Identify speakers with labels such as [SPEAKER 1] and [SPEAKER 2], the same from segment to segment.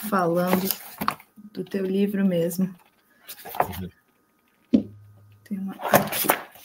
[SPEAKER 1] falando do teu livro mesmo. Tem uma aqui.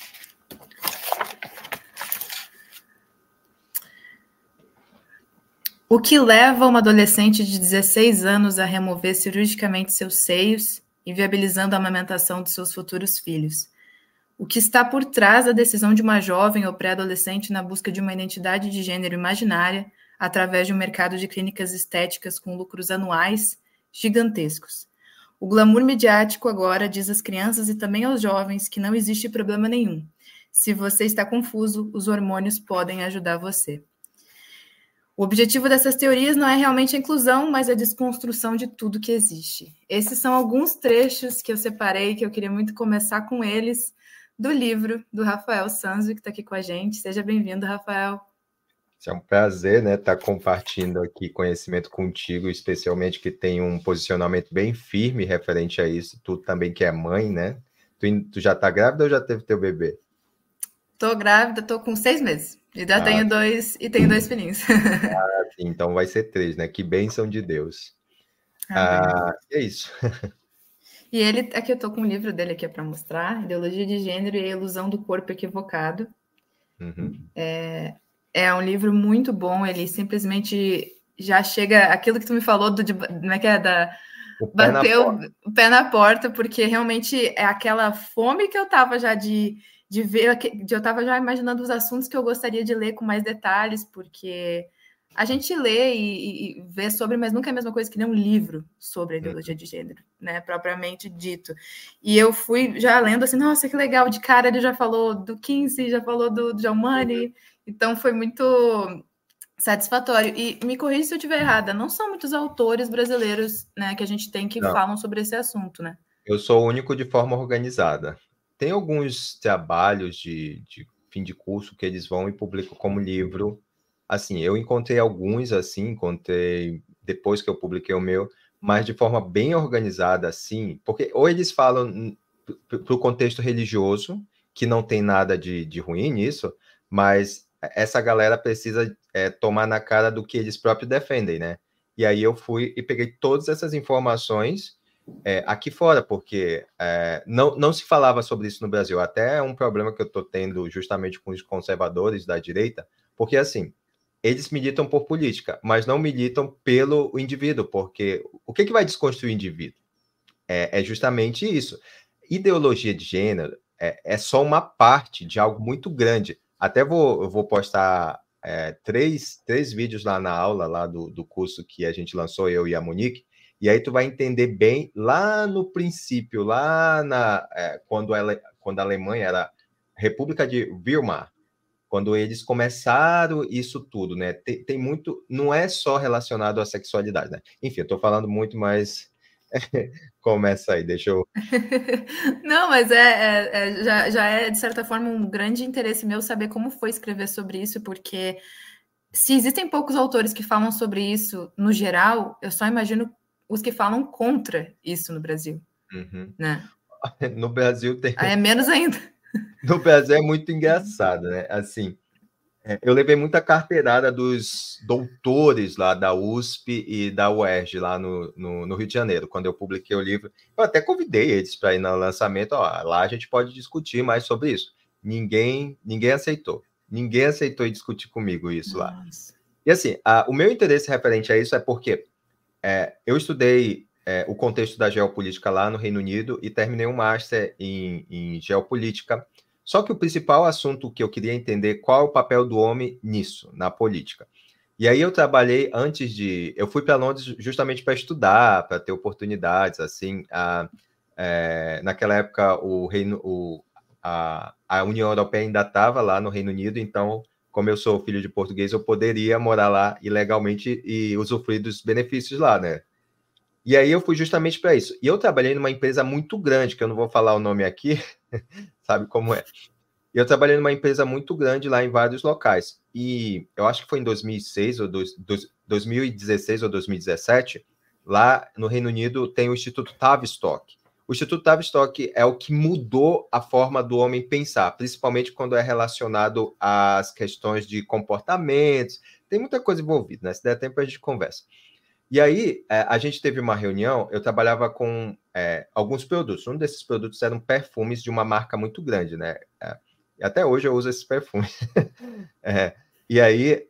[SPEAKER 1] O que leva uma adolescente de 16 anos a remover cirurgicamente seus seios, inviabilizando a amamentação de seus futuros filhos? O que está por trás da decisão de uma jovem ou pré-adolescente na busca de uma identidade de gênero imaginária através de um mercado de clínicas estéticas com lucros anuais gigantescos? O glamour midiático agora diz às crianças e também aos jovens que não existe problema nenhum. Se você está confuso, os hormônios podem ajudar você. O objetivo dessas teorias não é realmente a inclusão, mas a desconstrução de tudo que existe. Esses são alguns trechos que eu separei, que eu queria muito começar com eles, do livro do Rafael Sanzio, que está aqui com a gente. Seja bem-vindo, Rafael.
[SPEAKER 2] É um prazer, né, estar compartilhando aqui conhecimento contigo, especialmente que tem um posicionamento bem firme referente a isso. Tu também que é mãe, né? Tu já está grávida ou já teve teu bebê?
[SPEAKER 1] Tô grávida, tô com 6 meses. E já tenho dois filhinhos.
[SPEAKER 2] Então vai ser 3, né? Que bênção de Deus. É isso.
[SPEAKER 1] E ele, aqui eu tô com um livro dele aqui para mostrar, Ideologia de Gênero e a Ilusão do Corpo Equivocado. É um livro muito bom, ele simplesmente já chega, aquilo que tu me falou, como é que é, bateu o pé na porta, porque realmente é aquela fome que eu tava já de ver, eu tava já imaginando os assuntos que eu gostaria de ler com mais detalhes, porque a gente lê e vê sobre, mas nunca é a mesma coisa que ler um livro sobre a ideologia de gênero, né, propriamente dito. E eu fui já lendo assim, nossa, que legal, de cara ele já falou do Kinsey, já falou do John Money, então foi muito satisfatório. E me corrija se eu estiver errada, não são muitos autores brasileiros, né, que a gente tem que falam sobre esse assunto, né?
[SPEAKER 2] Eu sou o único de forma organizada. Tem alguns trabalhos de fim de curso que eles vão e publicam como livro. Assim, eu encontrei alguns, assim, encontrei depois que eu publiquei o meu, mas de forma bem organizada, assim, porque ou eles falam para o contexto religioso, que não tem nada de ruim nisso, mas essa galera precisa tomar na cara do que eles próprios defendem, né? E aí eu fui e peguei todas essas informações aqui fora, porque não se falava sobre isso no Brasil. Até é um problema que eu estou tendo justamente com os conservadores da direita, porque, assim, eles militam por política, mas não militam pelo indivíduo, porque o que vai desconstruir o indivíduo? É justamente isso. Ideologia de gênero é só uma parte de algo muito grande. Até eu vou postar três vídeos lá na aula lá do curso que a gente lançou, eu e a Monique, e aí tu vai entender bem lá no princípio, lá quando a Alemanha era República de Weimar, quando eles começaram isso tudo, né? Tem muito, não é só relacionado à sexualidade, né? Enfim, eu estou falando muito, mas começa aí, deixa eu...
[SPEAKER 1] Não, mas já é, de certa forma, um grande interesse meu saber como foi escrever sobre isso, porque se existem poucos autores que falam sobre isso no geral, eu só imagino os que falam contra isso no Brasil. Né?
[SPEAKER 2] No Brasil tem...
[SPEAKER 1] É menos ainda.
[SPEAKER 2] No Brasil é muito engraçado, né? Assim, eu levei muita carteirada dos doutores lá da USP e da UERJ, lá no Rio de Janeiro, quando eu publiquei o livro. Eu até convidei eles para ir no lançamento. Ó, lá a gente pode discutir mais sobre isso. Ninguém aceitou. Ninguém aceitou discutir comigo isso lá. E assim, o meu interesse referente a isso é porque eu estudei o contexto da geopolítica lá no Reino Unido e terminei um master em geopolítica. Só que o principal assunto que eu queria entender, qual é o papel do homem nisso, na política. E aí eu trabalhei eu fui para Londres justamente para estudar, para ter oportunidades, assim. Naquela época, a União Europeia ainda estava lá no Reino Unido, então, como eu sou filho de português, eu poderia morar lá ilegalmente e usufruir dos benefícios lá, né? E aí eu fui justamente para isso. E eu trabalhei numa empresa muito grande, que eu não vou falar o nome aqui, sabe como é. E eu trabalhei numa empresa muito grande lá em vários locais. E eu acho que foi em 2006 ou 2016 ou 2017, lá no Reino Unido tem o Instituto Tavistock. O Instituto Tavistock é o que mudou a forma do homem pensar, principalmente quando é relacionado às questões de comportamentos. Tem muita coisa envolvida, né? Se der tempo a gente conversa. E aí, a gente teve uma reunião, eu trabalhava com alguns produtos. Um desses produtos eram perfumes de uma marca muito grande, né? E até hoje eu uso esses perfumes. E aí,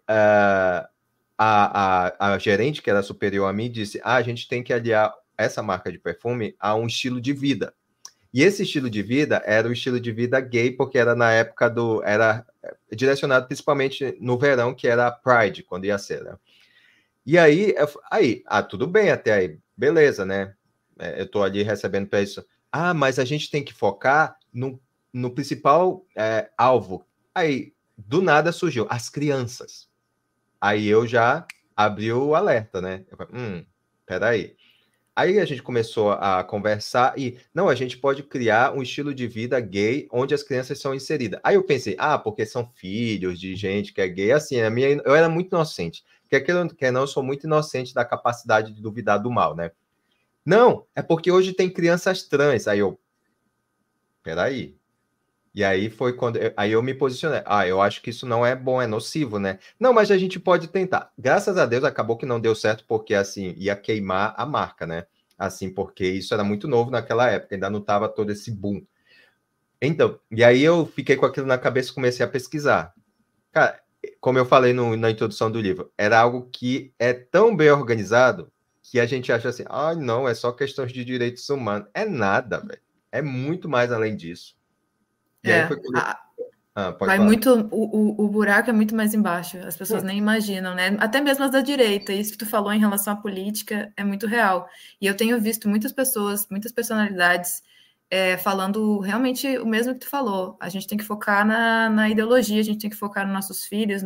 [SPEAKER 2] a gerente, que era superior a mim, disse: a gente tem que aliar essa marca de perfume a um estilo de vida. E esse estilo de vida era o estilo de vida gay, porque era na época era direcionado principalmente no verão, que era a Pride, quando ia ser, né? E aí, tudo bem até aí, beleza, né? Eu tô ali recebendo para isso. Mas a gente tem que focar no principal alvo. Aí, do nada surgiu as crianças. Aí eu já abri o alerta, né? Eu falei, peraí. Aí a gente começou a conversar e, não, a gente pode criar um estilo de vida gay onde as crianças são inseridas. Aí eu pensei, porque são filhos de gente que é gay. Assim, eu era muito inocente. Quer não, eu sou muito inocente da capacidade de duvidar do mal, né? Não, é porque hoje tem crianças trans. Aí eu, peraí. E aí foi quando aí eu me posicionei. Eu acho que isso não é bom, é nocivo, né? Não, mas a gente pode tentar. Graças a Deus acabou que não deu certo, porque assim, ia queimar a marca, né? Assim, porque isso era muito novo naquela época, ainda não estava todo esse boom. Então, e aí eu fiquei com aquilo na cabeça e comecei a pesquisar. Cara, como eu falei na introdução do livro, era algo que é tão bem organizado que a gente acha assim, não, é só questões de direitos humanos. É nada, velho. É muito mais além disso. E aí foi quando... pode
[SPEAKER 1] Vai
[SPEAKER 2] falar.
[SPEAKER 1] muito, o buraco é muito mais embaixo, as pessoas nem imaginam, né? Até mesmo as da direita, isso que tu falou em relação à política é muito real. E eu tenho visto muitas pessoas, muitas personalidades falando realmente o mesmo que tu falou. A gente tem que focar na ideologia, a gente tem que focar nos nossos filhos,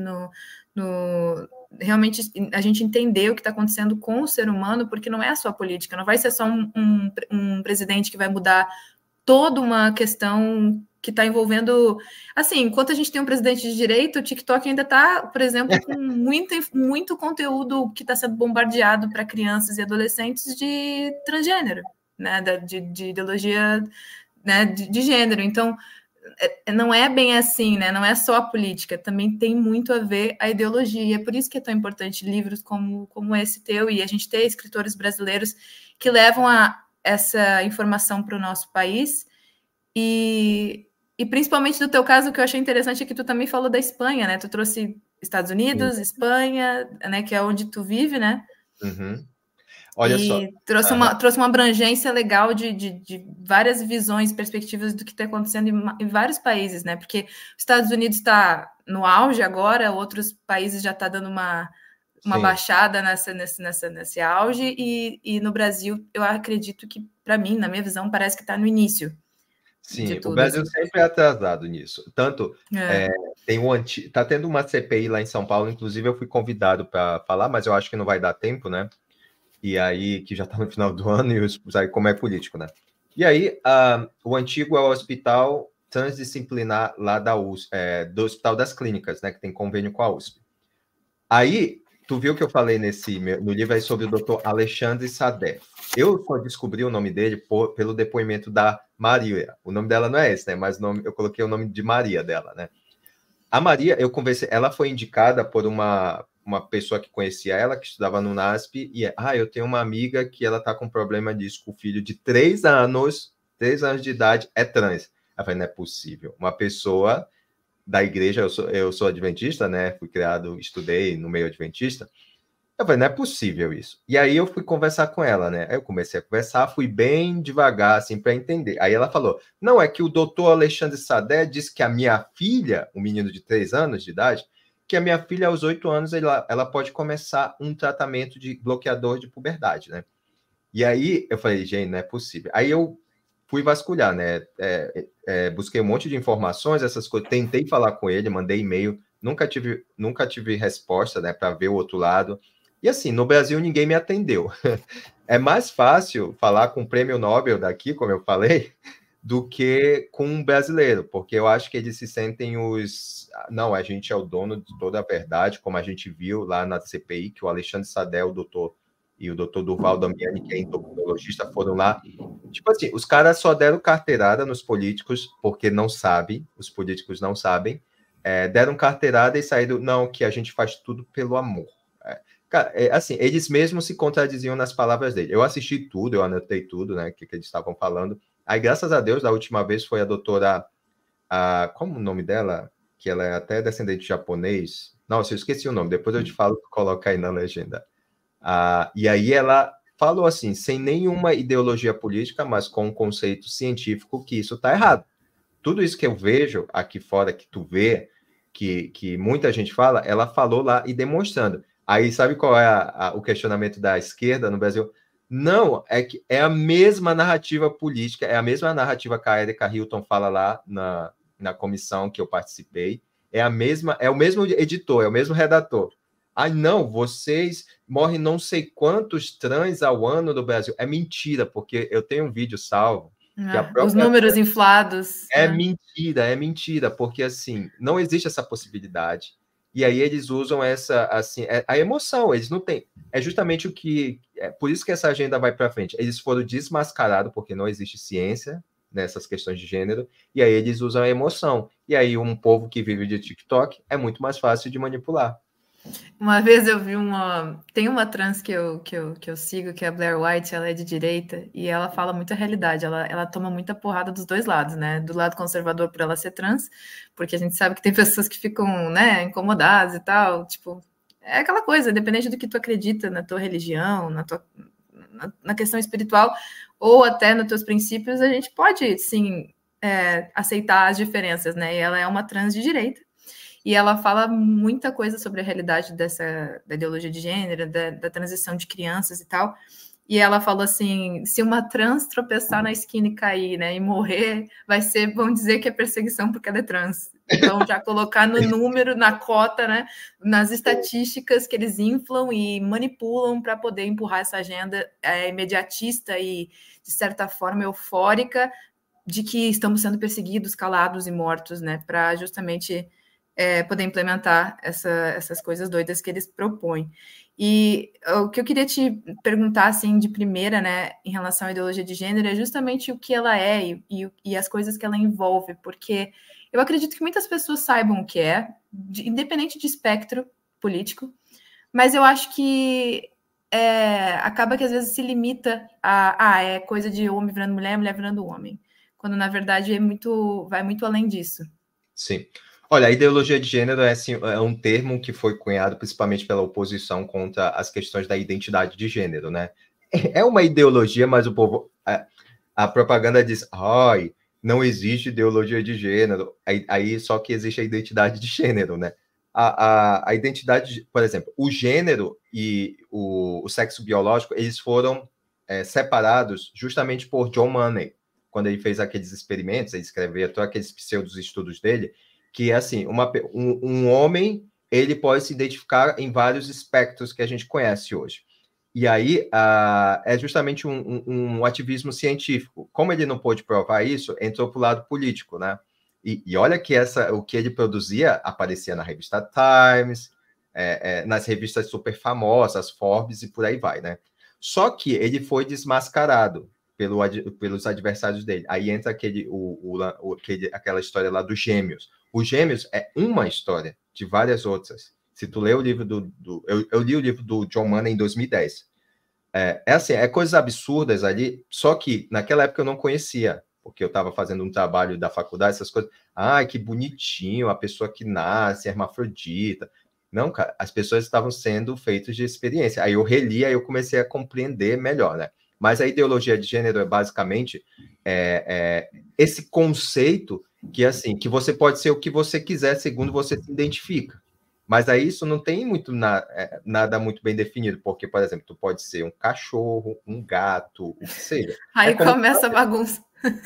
[SPEAKER 1] realmente a gente entender o que está acontecendo com o ser humano, porque não é só a política, não vai ser só um presidente que vai mudar toda uma questão que está envolvendo... Assim, enquanto a gente tem um presidente de direita, o TikTok ainda está, por exemplo, com muito conteúdo que está sendo bombardeado para crianças e adolescentes de transgênero, né? De ideologia, né? De gênero. Então, não é bem assim, né? Não é só a política, também tem muito a ver a ideologia. E é por isso que é tão importante livros como esse teu, e a gente ter escritores brasileiros que levam essa informação para o nosso país. E principalmente do teu caso, o que eu achei interessante é que tu também falou da Espanha, né? Tu trouxe Estados Unidos,
[SPEAKER 2] Sim.
[SPEAKER 1] Espanha, né? Que é onde tu vive, né?
[SPEAKER 2] Uhum. Olha só.
[SPEAKER 1] Trouxe uma abrangência legal de várias visões, perspectivas do que está acontecendo em vários países, né? Porque os Estados Unidos está no auge agora, outros países já está dando uma baixada nesse auge, e no Brasil, eu acredito que, para mim, na minha visão, parece que está no início.
[SPEAKER 2] Sim, o Brasil sempre é atrasado nisso. Tanto tá tendo uma CPI lá em São Paulo, inclusive eu fui convidado para falar, mas eu acho que não vai dar tempo, né? E aí, que já está no final do ano, e sabe como é político, né? E aí, o antigo é o Hospital Transdisciplinar lá da USP, do Hospital das Clínicas, né? Que tem convênio com a USP. Aí, tu viu que eu falei no livro aí sobre o Dr. Alexandre Sadé. Eu só descobri o nome dele pelo depoimento da Maria. O nome dela não é esse, né? Mas eu coloquei o nome de Maria dela, né? A Maria, eu conversei, ela foi indicada por uma pessoa que conhecia ela, que estudava no NASP, e eu tenho uma amiga que ela tá com problema disso, com o filho de 3 anos de idade, é trans. Ela falei, não é possível. Uma pessoa da igreja, eu sou adventista, né? Fui criado, estudei no meio adventista. Eu falei, não é possível isso. E aí eu fui conversar com ela, né? Aí eu comecei a conversar, fui bem devagar, assim, para entender. Aí ela falou, não, é que o doutor Alexandre Sadé disse que a minha filha, um menino de 3 anos de idade, que a minha filha, aos 8 anos, ela pode começar um tratamento de bloqueador de puberdade, né? E aí eu falei, gente, não é possível. Aí eu fui vasculhar, né? Busquei um monte de informações, essas coisas, tentei falar com ele, mandei e-mail, nunca tive resposta, né, para ver o outro lado. E assim, no Brasil ninguém me atendeu. É mais fácil falar com o prêmio Nobel daqui, como eu falei, do que com um brasileiro, porque eu acho que eles se sentem não, a gente é o dono de toda a verdade, como a gente viu lá na CPI, que o Alexandre Sadel, o doutor, e o doutor Durval Damiani, que é endocrinologista, foram lá. Tipo assim, os caras só deram carteirada nos políticos, porque não sabem, os políticos não sabem, deram carteirada e saíram, não, que a gente faz tudo pelo amor. Cara, assim, eles mesmos se contradiziam nas palavras dele. Eu assisti tudo, eu anotei tudo, né, que eles estavam falando. Aí, graças a Deus, da última vez foi a doutora, como o nome dela? Que ela é até descendente de japonês. Nossa, eu esqueci o nome, depois eu te falo, coloca aí na legenda. E aí ela falou assim, sem nenhuma ideologia política, mas com um conceito científico, que isso está errado. Tudo isso que eu vejo aqui fora, que tu vê, que muita gente fala, ela falou lá e demonstrando. Aí sabe qual é o questionamento da esquerda no Brasil? Não, é que é a mesma narrativa política, é a mesma narrativa que a Erika Hilton fala lá na comissão que eu participei, é o mesmo editor, é o mesmo redator. Ai, não, vocês morrem não sei quantos trans ao ano no Brasil. É mentira, porque eu tenho um vídeo salvo que a
[SPEAKER 1] Os
[SPEAKER 2] própria
[SPEAKER 1] números inflados.
[SPEAKER 2] é
[SPEAKER 1] Né?
[SPEAKER 2] mentira, porque assim, não existe essa possibilidade. E aí eles usam essa, assim, a emoção, eles não têm. É justamente o que. Por isso que essa agenda vai para frente. Eles foram desmascarados, porque não existe ciência nessas questões de gênero, e aí eles usam a emoção. E aí um povo que vive de TikTok é muito mais fácil de manipular.
[SPEAKER 1] Uma vez eu vi tem uma trans que eu sigo, que é a Blair White, ela é de direita, e ela fala muita realidade, ela toma muita porrada dos dois lados, né? Do lado conservador por ela ser trans, porque a gente sabe que tem pessoas que ficam, né, incomodadas e tal, tipo, é aquela coisa, independente do que tu acredita na tua religião, na questão espiritual, ou até nos teus princípios, a gente pode, sim, aceitar as diferenças, né? E ela é uma trans de direita, e ela fala muita coisa sobre a realidade da ideologia de gênero, da transição de crianças e tal. E ela falou assim: se uma trans tropeçar na esquina e cair, né, e morrer, vão dizer que é perseguição porque ela é trans. Então, já colocar no número, na cota, né, nas estatísticas que eles inflam e manipulam para poder empurrar essa agenda imediatista e, de certa forma, eufórica de que estamos sendo perseguidos, calados e mortos, né, para justamente poder implementar essas coisas doidas que eles propõem. E o que eu queria te perguntar, assim, de primeira, né, em relação à ideologia de gênero, é justamente o que ela é e as coisas que ela envolve, porque eu acredito que muitas pessoas saibam o que é, independente de espectro político, mas eu acho que acaba que às vezes se limita é coisa de homem virando mulher, mulher virando homem, quando na verdade vai muito além disso.
[SPEAKER 2] Sim. Olha, a ideologia de gênero assim, é um termo que foi cunhado principalmente pela oposição contra as questões da identidade de gênero, né? É uma ideologia, mas o povo... A propaganda diz, ai, não existe ideologia de gênero. Aí só que existe a identidade de gênero, né? A identidade, por exemplo, o gênero e o sexo biológico, eles foram separados justamente por John Money, quando ele fez aqueles experimentos, ele escreveu todos aqueles pseudos estudos dele, que é assim, um homem, ele pode se identificar em vários espectros que a gente conhece hoje. E aí é justamente um ativismo científico. Como ele não pôde provar isso, entrou para o lado político, né? E olha que o que ele produzia aparecia na revista Times, nas revistas super famosas, Forbes e por aí vai, né? Só que ele foi desmascarado pelos adversários dele. Aí entra aquela história lá dos gêmeos. Os gêmeos é uma história de várias outras. Se tu lê o livro eu li o livro do John Money em 2010. Assim, coisas absurdas ali, só que naquela época eu não conhecia, porque eu estava fazendo um trabalho da faculdade, essas coisas. Ai, que bonitinho, a pessoa que nasce, hermafrodita. Não, cara, as pessoas estavam sendo feitas de experiência. Aí eu reli, aí eu comecei a compreender melhor, né? Mas a ideologia de gênero é basicamente esse conceito que, assim, que você pode ser o que você quiser segundo você se identifica. Mas aí isso não tem nada muito bem definido, porque, por exemplo, tu pode ser um cachorro, um gato, o que seja.
[SPEAKER 1] Aí começa a bagunça.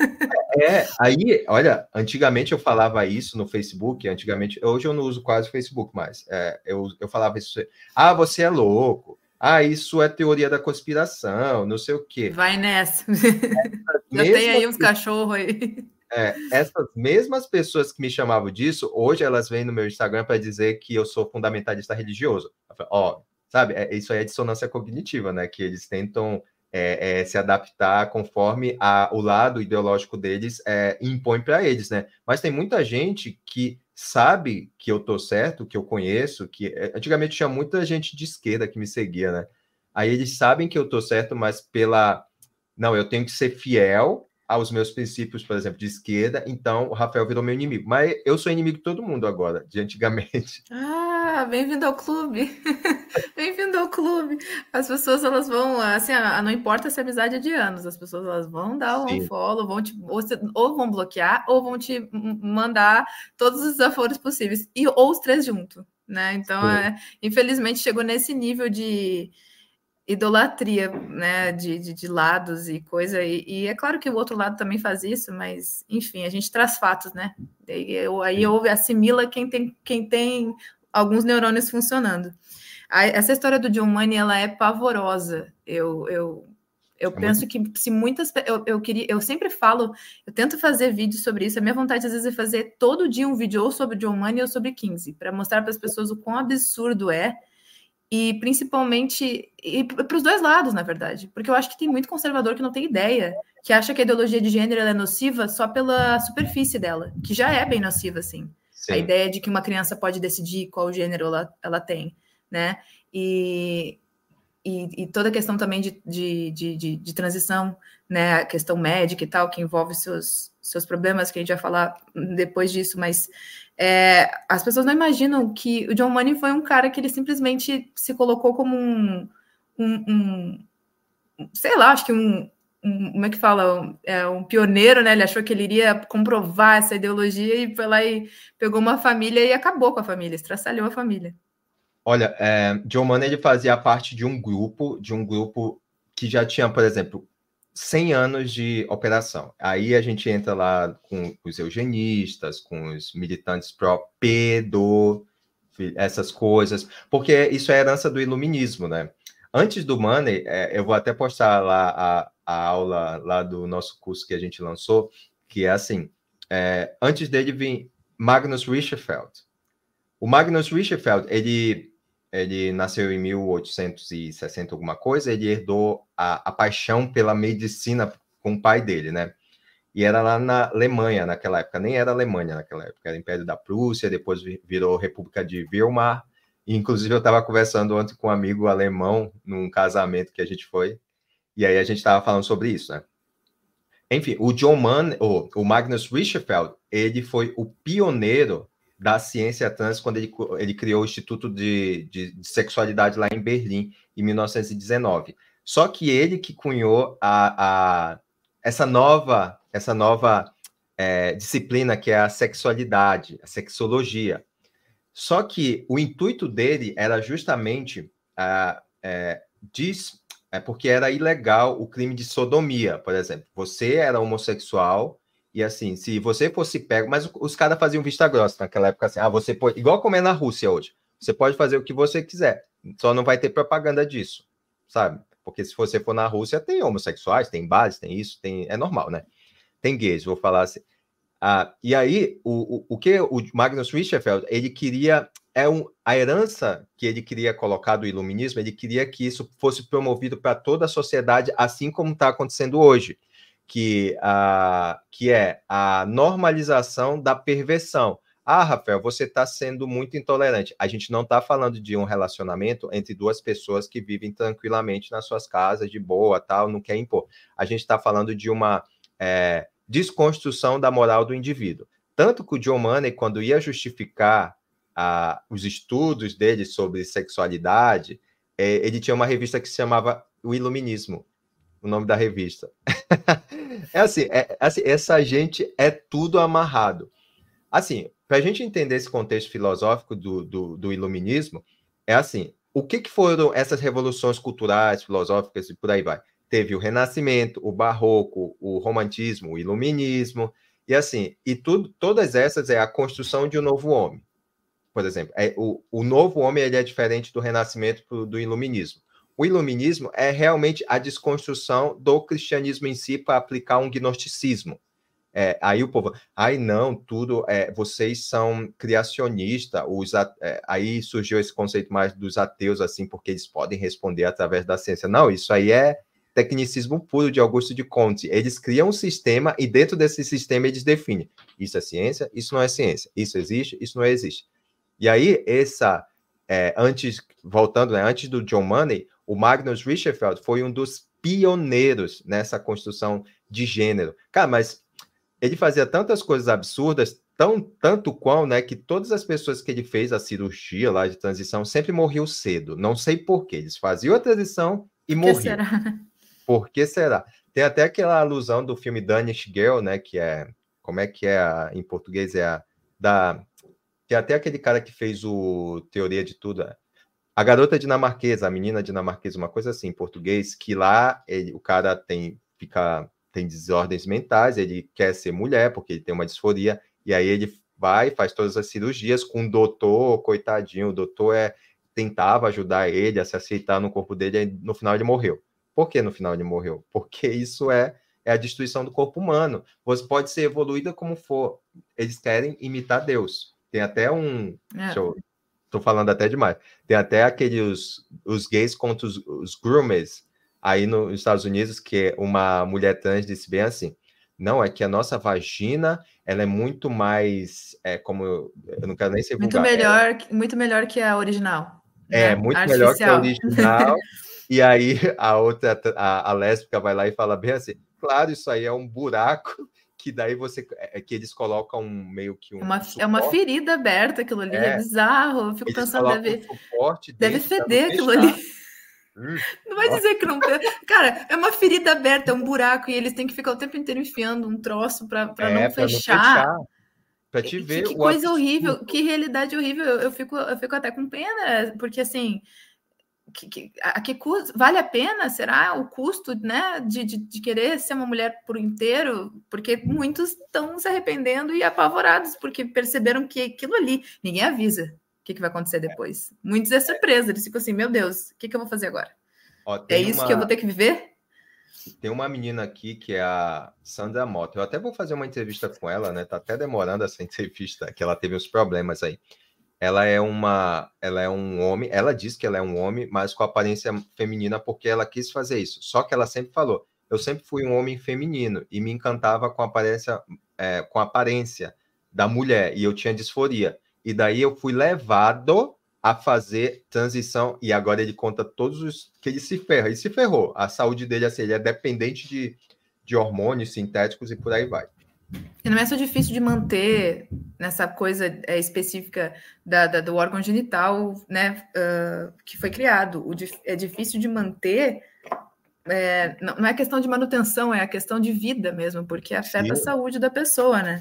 [SPEAKER 2] Aí, olha, antigamente eu falava isso no Facebook, hoje eu não uso quase o Facebook mais. Eu falava isso, você é louco, isso é teoria da conspiração, não sei o quê.
[SPEAKER 1] Vai nessa. Já tem aí uns cachorros aí.
[SPEAKER 2] Essas mesmas pessoas que me chamavam disso, hoje elas vêm no meu Instagram para dizer que eu sou fundamentalista religioso. Sabe? Isso aí é dissonância cognitiva, né? Que eles tentam se adaptar conforme o lado ideológico deles impõe para eles, né? Mas tem muita gente que sabe que eu tô certo, que eu conheço, que antigamente tinha muita gente de esquerda que me seguia, né? Aí eles sabem que eu tô certo, mas não, eu tenho que ser fiel aos meus princípios, por exemplo, de esquerda, então o Rafael virou meu inimigo. Mas eu sou inimigo de todo mundo agora, de antigamente.
[SPEAKER 1] Ah, bem-vindo ao clube. Bem-vindo ao clube. As pessoas, elas vão, assim, não importa se a amizade é de anos, as pessoas, elas vão dar um
[SPEAKER 2] Sim,
[SPEAKER 1] unfollow, ou vão bloquear, ou vão te mandar todos os desaforos possíveis, ou os três juntos, né? Então,
[SPEAKER 2] sim.
[SPEAKER 1] infelizmente, chegou nesse nível de idolatria, né, de lados e coisa, e é claro que o outro lado também faz isso, mas, enfim, a gente traz fatos, né? Aí
[SPEAKER 2] Sim.
[SPEAKER 1] assimila quem tem alguns neurônios funcionando. Essa história do John Money, ela é pavorosa. Eu
[SPEAKER 2] É muito.
[SPEAKER 1] penso que se muitas. Eu sempre falo, eu tento fazer vídeos sobre isso. A minha vontade, às vezes, é fazer todo dia um vídeo ou sobre John Money ou sobre 15, para mostrar para as pessoas o quão absurdo é. E principalmente para os dois lados, na verdade. Porque eu acho que tem muito conservador que não tem ideia, que acha que a ideologia de gênero é nociva só pela superfície dela, que já é bem nociva, assim. A
[SPEAKER 2] Sim.
[SPEAKER 1] ideia de que uma criança pode decidir qual gênero ela tem, né? E toda a questão também de transição, né? A questão médica e tal, que envolve seus problemas, que a gente vai falar depois disso, mas as pessoas não imaginam que o John Money foi um cara que ele simplesmente se colocou como sei lá, acho que como é que fala? Um pioneiro, né? Ele achou que ele iria comprovar essa ideologia e foi lá e pegou uma família e acabou com a família, estraçalhou a família.
[SPEAKER 2] Olha, John Money ele fazia parte de um grupo que já tinha, por exemplo, 100 anos de operação. Aí a gente entra lá com os eugenistas, com os militantes pró-pedo, essas coisas, porque isso é herança do iluminismo, né? Antes do Money, eu vou até postar lá a aula lá do nosso curso que a gente lançou, que é assim, antes dele vir Magnus Richterfeld. O Magnus Richterfeld, ele nasceu em 1860 alguma coisa, ele herdou a paixão pela medicina com o pai dele, né? E era lá na Alemanha naquela época, nem era Alemanha naquela época, era Império da Prússia, depois virou República de Weimar. E, inclusive, eu estava conversando ontem com um amigo alemão num casamento que a gente foi, e aí a gente estava falando sobre isso, né? Enfim, o John Mann, o Magnus Richterfeld, ele foi o pioneiro da ciência trans quando ele criou o Instituto de Sexualidade lá em Berlim, em 1919. Só que ele que cunhou essa nova disciplina que é a sexualidade, a sexologia. Só que o intuito dele era justamente porque era ilegal o crime de sodomia, por exemplo. Você era homossexual e assim, se você fosse pego, mas os caras faziam vista grossa naquela época assim, você pode, igual como é na Rússia hoje, você pode fazer o que você quiser, só não vai ter propaganda disso, sabe? Porque se você for na Rússia, tem homossexuais, tem bares, tem isso, é normal, né? Tem gays, vou falar assim. E aí, o que o Magnus Richterfeld, ele queria, a herança que ele queria colocar do iluminismo, ele queria que isso fosse promovido para toda a sociedade, assim como está acontecendo hoje, que é a normalização da perversão. Rafael, você está sendo muito intolerante. A gente não está falando de um relacionamento entre duas pessoas que vivem tranquilamente nas suas casas, de boa, tal, não quer impor. A gente está falando de uma desconstrução da moral do indivíduo. Tanto que o John Money, quando ia justificar os estudos dele sobre sexualidade, ele tinha uma revista que se chamava O Iluminismo, o nome da revista. assim, essa gente é tudo amarrado. Assim, para a gente entender esse contexto filosófico do iluminismo, é assim, o que foram essas revoluções culturais, filosóficas e por aí vai? Teve o Renascimento, o Barroco, o Romantismo, o Iluminismo, e assim, todas essas é a construção de um novo homem. Por exemplo, o novo homem ele é diferente do Renascimento do Iluminismo. O Iluminismo é realmente a desconstrução do cristianismo em si para aplicar um gnosticismo. Aí o povo, não, vocês são criacionistas, aí surgiu esse conceito mais dos ateus, assim, porque eles podem responder através da ciência. Não, isso aí tecnicismo puro de Augusto de Comte. Eles criam um sistema e dentro desse sistema eles definem isso é ciência, isso não é ciência, isso existe, isso não existe. E aí, voltando, né, antes do John Money, o Magnus Richterfeld foi um dos pioneiros nessa construção de gênero. Cara, mas ele fazia tantas coisas absurdas, tanto qual, né, que todas as pessoas que ele fez a cirurgia lá de transição sempre morriam cedo. Não sei por quê. Eles faziam a transição e morriam. Por que será? Tem até aquela alusão do filme Danish Girl, né, que é... Como é que é em português? Tem até aquele cara que fez o Teoria de Tudo. A garota dinamarquesa, a menina dinamarquesa, uma coisa assim, em português, que lá o cara tem desordens mentais, ele quer ser mulher, porque ele tem uma disforia, e aí ele vai, faz todas as cirurgias com o doutor, coitadinho, o doutor tentava ajudar ele a se aceitar no corpo dele, e no final ele morreu. Por que no final ele morreu? Porque isso é a destruição do corpo humano. Você pode ser evoluída como for. Eles querem imitar Deus. Tem até Estou falando até demais. Tem até os gays contra os groomers aí nos Estados Unidos, que uma mulher trans disse bem assim, não, é que a nossa vagina, ela é muito mais, como eu não quero nem ser vulgar.
[SPEAKER 1] Muito melhor que a original.
[SPEAKER 2] Muito melhor que a original. E aí a lésbica vai lá e fala bem assim, claro, isso aí é um buraco, que daí que eles colocam meio que
[SPEAKER 1] é uma ferida aberta aquilo ali, é bizarro. Eu fico pensando, deve feder aquilo ali. Não vai dizer que não... Cara, é uma ferida aberta, é um buraco, e eles têm que ficar o tempo inteiro enfiando um troço para não fechar.
[SPEAKER 2] Para te ver
[SPEAKER 1] que coisa horrível, que realidade horrível. Eu fico até com pena, porque assim... vale a pena, será o custo, né, de querer ser uma mulher por inteiro? Porque muitos estão se arrependendo e apavorados, porque perceberam que aquilo ali, ninguém avisa o que vai acontecer depois. Muitos é surpresa, eles ficam assim, meu Deus, o que eu vou fazer agora? É isso que eu vou ter que viver?
[SPEAKER 2] Tem uma menina aqui que é a Sandra Mota. Eu até vou fazer uma entrevista com ela, né? Tá até demorando essa entrevista, que ela teve uns problemas aí. Ela é um homem, ela diz que ela é um homem, mas com aparência feminina, porque ela quis fazer isso. Só que ela sempre falou, eu sempre fui um homem feminino e me encantava com a aparência da mulher, e eu tinha disforia. E daí eu fui levado a fazer transição, e agora ele conta todos os que ele se ferra. Ele se ferrou. A saúde dele, assim, ele é dependente de hormônios sintéticos e por aí vai.
[SPEAKER 1] E não é só difícil de manter nessa coisa específica do órgão genital, né, que foi criado. É difícil de manter, não é questão de manutenção, é a questão de vida mesmo, porque afeta a saúde da pessoa, né?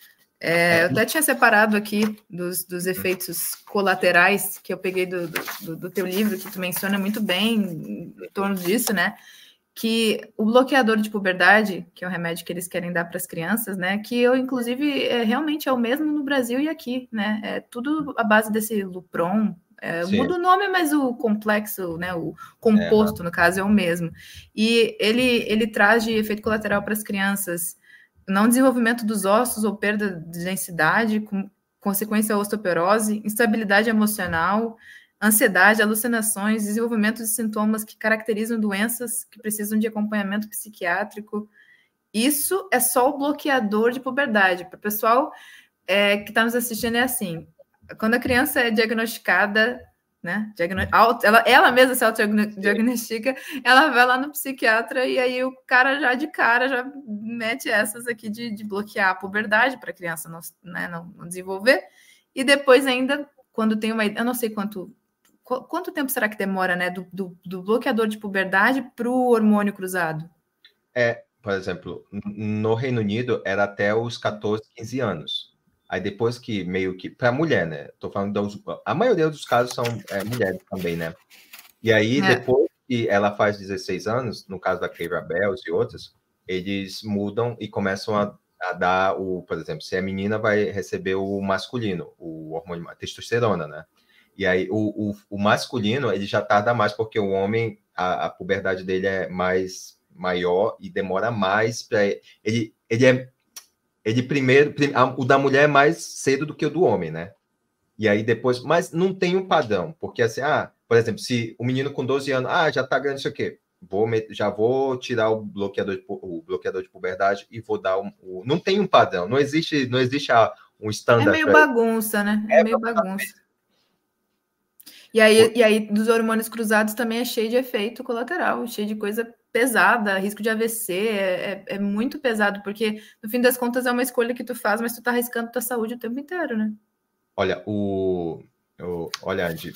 [SPEAKER 1] Eu até tinha separado aqui dos efeitos colaterais que eu peguei do teu livro, que tu menciona muito bem em torno disso, né? Que o bloqueador de puberdade, que é o remédio que eles querem dar para as crianças, né? Que eu, inclusive, realmente é o mesmo no Brasil e aqui, né? É tudo à base desse Lupron. Muda o nome, mas o complexo, né? O composto, no caso, é o mesmo. E ele traz de efeito colateral para as crianças não desenvolvimento dos ossos ou perda de densidade, com consequência osteoporose, instabilidade emocional, ansiedade, alucinações, desenvolvimento de sintomas que caracterizam doenças que precisam de acompanhamento psiquiátrico. Isso é só o bloqueador de puberdade. Para o pessoal que está nos assistindo, é assim, quando a criança é diagnosticada, né, ela mesma se autodiagnostica, ela vai lá no psiquiatra e aí o cara já de cara já mete essas aqui de bloquear a puberdade para a criança não desenvolver. E depois ainda, quando tem eu não sei quanto tempo será que demora, né, do bloqueador de puberdade para o hormônio cruzado?
[SPEAKER 2] Por exemplo, no Reino Unido era até os 14, 15 anos. Aí depois que meio que... Para mulher, né? Tô falando a maioria dos casos são mulheres também, né? E aí depois que ela faz 16 anos, no caso da Keira Bells e outros, eles mudam e começam a dar por exemplo, se é menina, vai receber o masculino, o hormônio, a testosterona, né? E aí o masculino, ele já tarda mais, porque o homem, a puberdade dele é maior e demora mais para ele primeiro, o da mulher é mais cedo do que o do homem, né? E aí depois, mas não tem um padrão, porque assim, por exemplo, se o menino com 12 anos, já tá grande, isso aqui, já vou tirar o bloqueador de puberdade e vou dar não tem um padrão, não existe um
[SPEAKER 1] É
[SPEAKER 2] standard
[SPEAKER 1] meio
[SPEAKER 2] para isso.
[SPEAKER 1] bagunça, né? É meio bagunça. E aí, dos hormônios cruzados também é cheio de efeito colateral, cheio de coisa pesada, risco de AVC, é muito pesado, porque no fim das contas é uma escolha que tu faz, mas tu tá arriscando tua saúde o tempo inteiro, né?
[SPEAKER 2] Olha, olha, Andy,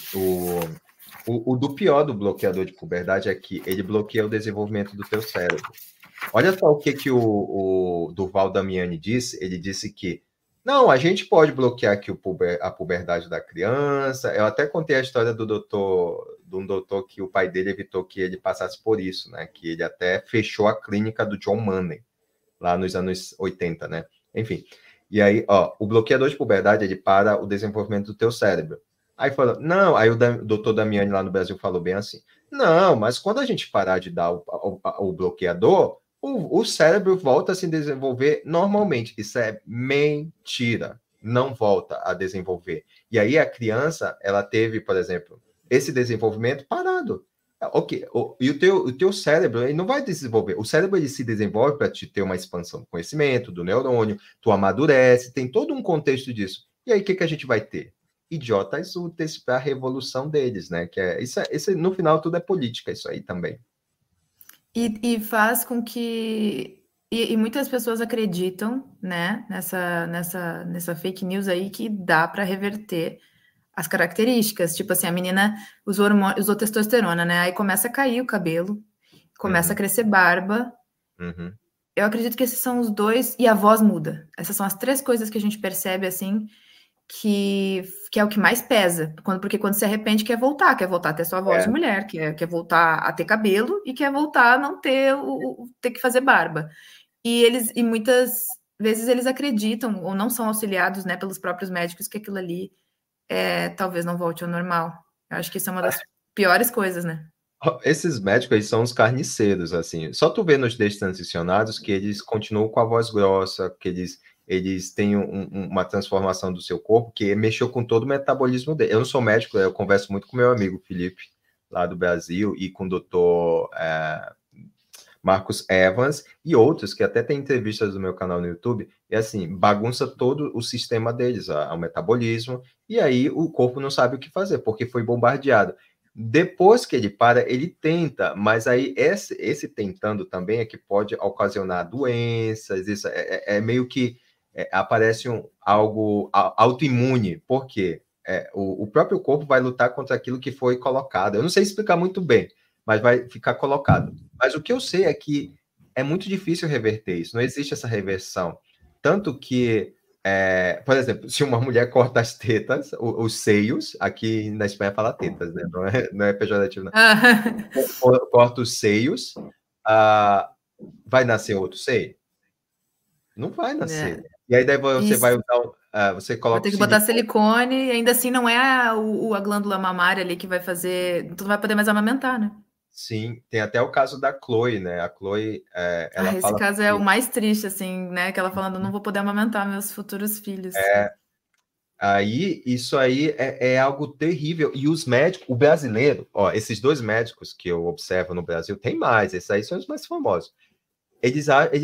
[SPEAKER 2] o do pior do bloqueador de puberdade é que ele bloqueia o desenvolvimento do teu cérebro. Olha só o que o Durval Damiani disse. Ele disse que não, a gente pode bloquear aqui a puberdade da criança. Eu até contei a história de um doutor que o pai dele evitou que ele passasse por isso, né? Que ele até fechou a clínica do John Money, lá nos anos 80, né? Enfim. E aí, ó, o bloqueador de puberdade, ele para o desenvolvimento do teu cérebro. Aí falou, não, aí o doutor Damiani lá no Brasil falou bem assim, não, mas quando a gente parar de dar o bloqueador, o cérebro volta a se desenvolver normalmente. Isso é mentira. Não volta a desenvolver. E aí a criança, ela teve, por exemplo, esse desenvolvimento parado. Ok, e o teu cérebro ele não vai desenvolver. O cérebro ele se desenvolve para te ter uma expansão do conhecimento, do neurônio, tu amadurece, tem todo um contexto disso. E aí o que a gente vai ter? Idiotas úteis para a revolução deles, né? Que isso, no final tudo é política, isso aí também.
[SPEAKER 1] E faz com que. E muitas pessoas acreditam, né, nessa fake news aí que dá para reverter as características. Tipo assim, a menina usou testosterona, né? Aí começa a cair o cabelo, começa a crescer barba. Eu acredito que esses são os dois. E a voz muda. Essas são as três coisas que a gente percebe, assim, que é o que mais pesa. Porque quando se arrepende, quer voltar a ter sua voz de mulher, quer voltar a ter cabelo e quer voltar a não ter ter que fazer barba. E muitas vezes eles acreditam ou não são auxiliados, né, pelos próprios médicos que aquilo ali talvez não volte ao normal. Eu acho que isso é uma das piores coisas, né?
[SPEAKER 2] Esses médicos eles são os carniceiros, assim. Só tu vê nos destransicionados que eles continuam com a voz grossa, que eles têm uma transformação do seu corpo que mexeu com todo o metabolismo dele. Eu não sou médico, eu converso muito com meu amigo Felipe, lá do Brasil, e com o doutor Marcos Evans e outros, que até tem entrevistas no meu canal no YouTube, e assim, bagunça todo o sistema deles, o metabolismo, e aí o corpo não sabe o que fazer, porque foi bombardeado. Depois que ele para, ele tenta, mas aí esse tentando também é que pode ocasionar doenças, isso meio que aparece algo autoimune, porque o próprio corpo vai lutar contra aquilo que foi colocado. Eu não sei explicar muito bem, mas vai ficar colocado. Mas o que eu sei é que é muito difícil reverter isso, não existe essa reversão. Tanto que, por exemplo, se uma mulher corta as tetas, os seios, aqui na Espanha fala tetas, né? Não é pejorativo, não. Corta os seios, vai nascer outro seio? Não vai nascer. E aí daí você vai usar, você coloca
[SPEAKER 1] vai ter que botar silicone e ainda assim não é a glândula mamária ali que vai fazer, tu não vai poder mais amamentar, né?
[SPEAKER 2] Sim, tem até o caso da Chloe, né? A Chloe, ela
[SPEAKER 1] esse
[SPEAKER 2] fala...
[SPEAKER 1] caso é o mais triste, assim, né? Que ela falando, não vou poder amamentar meus futuros filhos.
[SPEAKER 2] Aí, isso aí é algo terrível. E os médicos, o brasileiro, ó, esses dois médicos que eu observo no Brasil, tem mais, esses aí são os mais famosos. Eles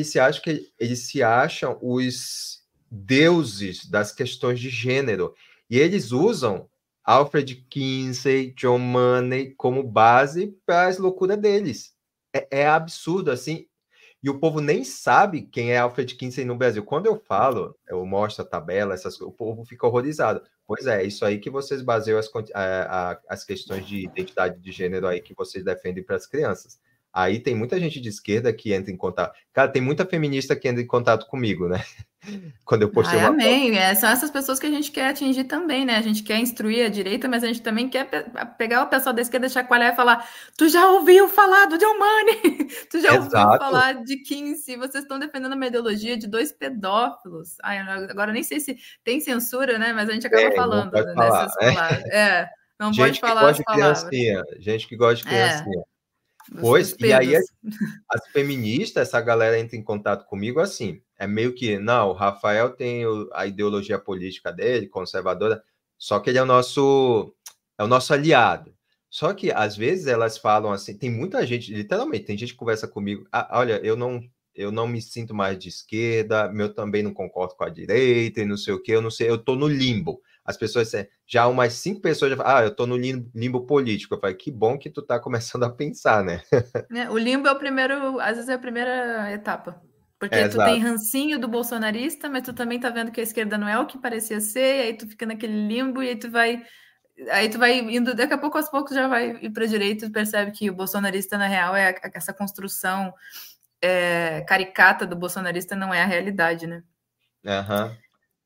[SPEAKER 2] se acham os deuses das questões de gênero. E eles usam Alfred Kinsey, John Money como base para as loucuras deles. É absurdo, assim. E o povo nem sabe quem é Alfred Kinsey no Brasil. Quando eu falo, eu mostro a tabela, o povo fica horrorizado. Pois é, isso aí que vocês baseiam as questões de identidade de gênero aí que vocês defendem para as crianças. Aí tem muita gente de esquerda que entra em contato. Cara, tem muita feminista que entra em contato comigo, né? Quando eu postei uma
[SPEAKER 1] amém. São essas pessoas que a gente quer atingir também, né? A gente quer instruir a direita, mas a gente também quer pegar o pessoal da esquerda, chacoalhar e falar: tu já ouviu falar do John Money? Tu já ouviu falar de Kinsey? Vocês estão defendendo uma ideologia de dois pedófilos. Ai, agora nem sei se tem censura, né? Mas a gente acaba falando nessas palavras. Não pode falar as palavras.
[SPEAKER 2] Gente que gosta de criancinha. Pois, e aí as feministas, essa galera entra em contato comigo assim, é meio que, não, o Rafael tem a ideologia política dele, conservadora, só que ele é o nosso aliado. Só que, às vezes, elas falam assim, tem muita gente, literalmente, tem gente que conversa comigo, olha, eu não me sinto mais de esquerda, eu também não concordo com a direita, e não sei o quê, eu não sei, eu tô no limbo. As pessoas, já umas 5 pessoas já falam, eu tô no limbo político. Eu falei, que bom que tu tá começando a pensar, né?
[SPEAKER 1] O limbo é o primeiro, às vezes é a primeira etapa. Porque tu tem
[SPEAKER 2] Exato.
[SPEAKER 1] rancinho do bolsonarista, mas tu também tá vendo que a esquerda não é o que parecia ser, e aí tu fica naquele limbo e aí tu vai indo, daqui a pouco aos poucos já vai ir para a direita e percebe que o bolsonarista, na real, essa construção caricata do bolsonarista não é a realidade, né?
[SPEAKER 2] Aham.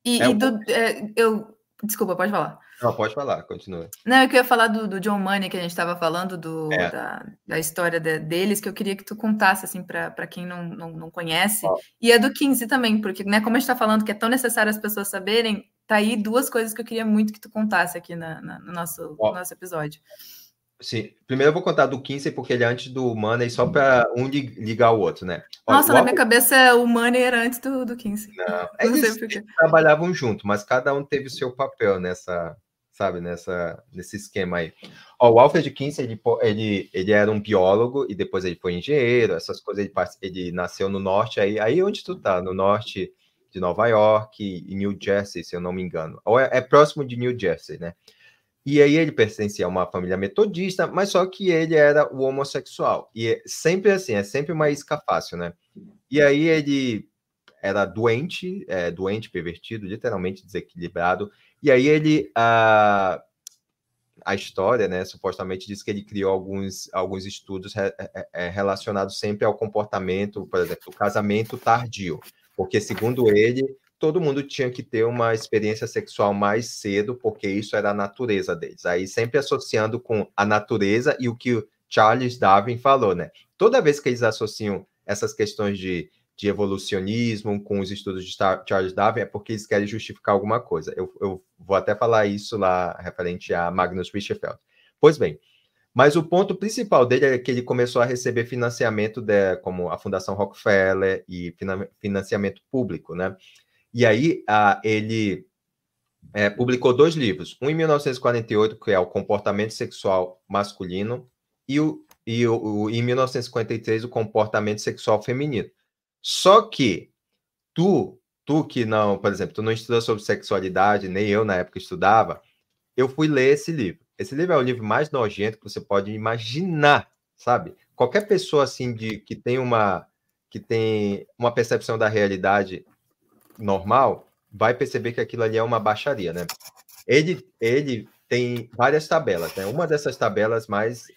[SPEAKER 1] Desculpa, pode falar.
[SPEAKER 2] Não, pode falar, continua.
[SPEAKER 1] Não, eu queria falar do John Money, que a gente estava falando
[SPEAKER 2] É.
[SPEAKER 1] da história deles, que eu queria que tu contasse, assim, para quem não conhece.
[SPEAKER 2] Ó.
[SPEAKER 1] E é do Kinsey também, porque, né, como a gente está falando que é tão necessário as pessoas saberem, tá aí 2 coisas que eu queria muito que tu contasse aqui no nosso episódio.
[SPEAKER 2] Sim, primeiro eu vou contar do Kinsey, porque ele é antes do Money, só para um ligar o outro, né? Olha,
[SPEAKER 1] Nossa, na minha cabeça o Money era antes do Kinsey.
[SPEAKER 2] Não,
[SPEAKER 1] Não sei
[SPEAKER 2] eles
[SPEAKER 1] por quê.
[SPEAKER 2] trabalhavam junto, mas cada um teve o seu papel nesse esquema aí. Ó, o Alfred Kinsey, ele era um biólogo e depois ele foi engenheiro, essas coisas, ele nasceu no norte, aí onde tu tá? No norte de Nova York e New Jersey, se eu não me engano. Ou é próximo de New Jersey, né? E aí ele pertencia a uma família metodista, mas só que ele era o homossexual. E é sempre assim, é sempre uma isca fácil, né? E aí ele era doente, pervertido, literalmente desequilibrado. E aí a história, né, supostamente diz que ele criou alguns estudos relacionados sempre ao comportamento, por exemplo, o casamento tardio. Porque, segundo ele, todo mundo tinha que ter uma experiência sexual mais cedo, porque isso era a natureza deles. Aí sempre associando com a natureza e o que o Charles Darwin falou, né? Toda vez que eles associam essas questões de evolucionismo com os estudos de Charles Darwin, é porque eles querem justificar alguma coisa. Eu vou até falar isso lá, referente a Magnus Richterfeld. Pois bem, mas o ponto principal dele é que ele começou a receber financiamento como a Fundação Rockefeller e financiamento público, né? E aí ele publicou 2 livros, um em 1948, que é o Comportamento Sexual Masculino, e em 1953, o Comportamento Sexual Feminino. Só que tu que não, por exemplo, tu não estuda sobre sexualidade, nem eu na época estudava, eu fui ler esse livro. Esse livro é o livro mais nojento que você pode imaginar, sabe? Qualquer pessoa assim que tem uma percepção da realidade normal vai perceber que aquilo ali é uma baixaria, né? Ele tem várias tabelas, né? Uma dessas tabelas mais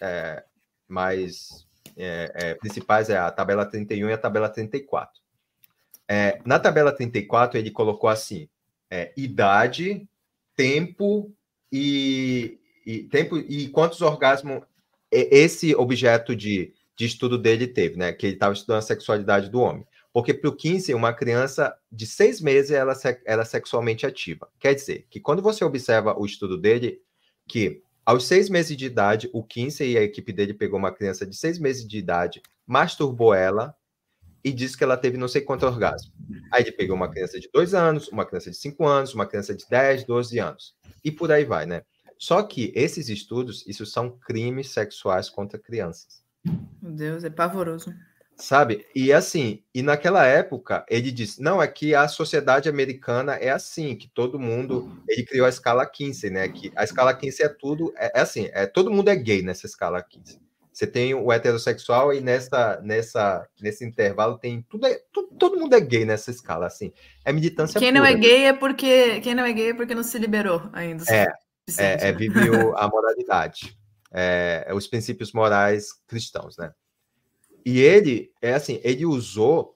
[SPEAKER 2] principais é a tabela 31 e a tabela 34. Na tabela 34, ele colocou assim: idade, tempo e quantos orgasmos esse objeto de estudo dele teve, né? Que ele estava estudando a sexualidade do homem. Porque para o Kinsey, uma criança de 6 meses ela era sexualmente ativa. Quer dizer, que quando você observa o estudo dele, que aos 6 meses de idade, o Kinsey e a equipe dele pegou uma criança de 6 meses de idade, masturbou ela e disse que ela teve não sei quanto orgasmo. Aí ele pegou uma criança de 2 anos, uma criança de 5 anos, uma criança de 10, 12 anos. E por aí vai, né? Só que esses estudos, isso são crimes sexuais contra crianças.
[SPEAKER 1] Meu Deus, é pavoroso.
[SPEAKER 2] Sabe? E assim, e naquela época, ele disse, não, é que a sociedade americana é assim, que todo mundo, ele criou a escala Kinsey, né? Que a escala Kinsey é tudo, assim, todo mundo é gay nessa escala Kinsey. Você tem o heterossexual e nesse intervalo tem todo mundo é gay nessa escala, assim. É militância
[SPEAKER 1] Quem
[SPEAKER 2] pura.
[SPEAKER 1] não é gay é porque não se liberou ainda.
[SPEAKER 2] Vive a moralidade. Os princípios morais cristãos, né? E ele usou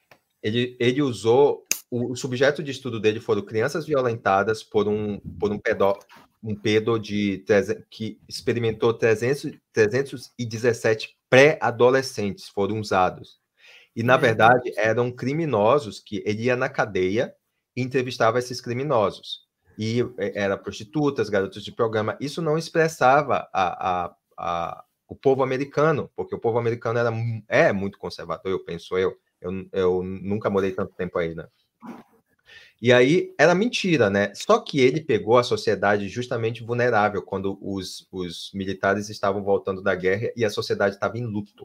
[SPEAKER 2] o subjeto de estudo dele foram crianças violentadas por um pedo que experimentou 317 pré-adolescentes foram usados. E, na verdade, eram criminosos que ele ia na cadeia e entrevistava esses criminosos. E eram prostitutas, garotos de programa. Isso não expressava o povo americano, porque o povo americano é muito conservador, eu penso eu nunca morei tanto tempo aí, né? E aí era mentira, né? Só que ele pegou a sociedade justamente vulnerável, quando os militares estavam voltando da guerra e a sociedade estava em luto.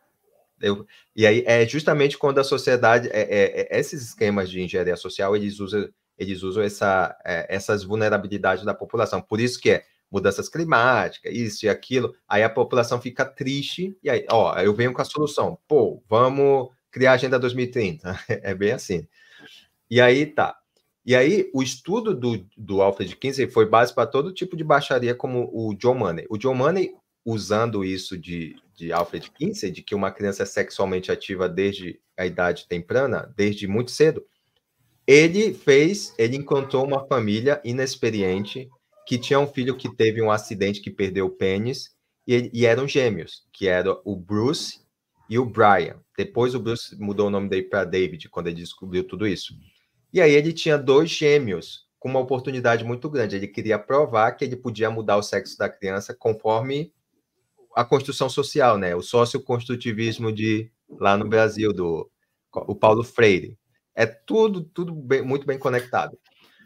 [SPEAKER 2] E aí é justamente quando a sociedade, esses esquemas de engenharia social, eles usam essas vulnerabilidades da população. Por isso que mudanças climáticas, isso e aquilo, aí a população fica triste, e aí, ó, eu venho com a solução. Pô, vamos criar a Agenda 2030. É bem assim. E aí tá. E aí, o estudo do Alfred Kinsey foi base para todo tipo de baixaria, como o John Money. O John Money, usando isso de Alfred Kinsey, de que uma criança é sexualmente ativa desde a idade temprana, desde muito cedo, ele encontrou uma família inexperiente que tinha um filho que teve um acidente, que perdeu o pênis, e eram gêmeos, que eram o Bruce e o Brian. Depois o Bruce mudou o nome dele para David, quando ele descobriu tudo isso. E aí ele tinha 2 gêmeos, com uma oportunidade muito grande. Ele queria provar que ele podia mudar o sexo da criança conforme a construção social, né? O socioconstrutivismo lá no Brasil, o Paulo Freire. É tudo muito bem conectado.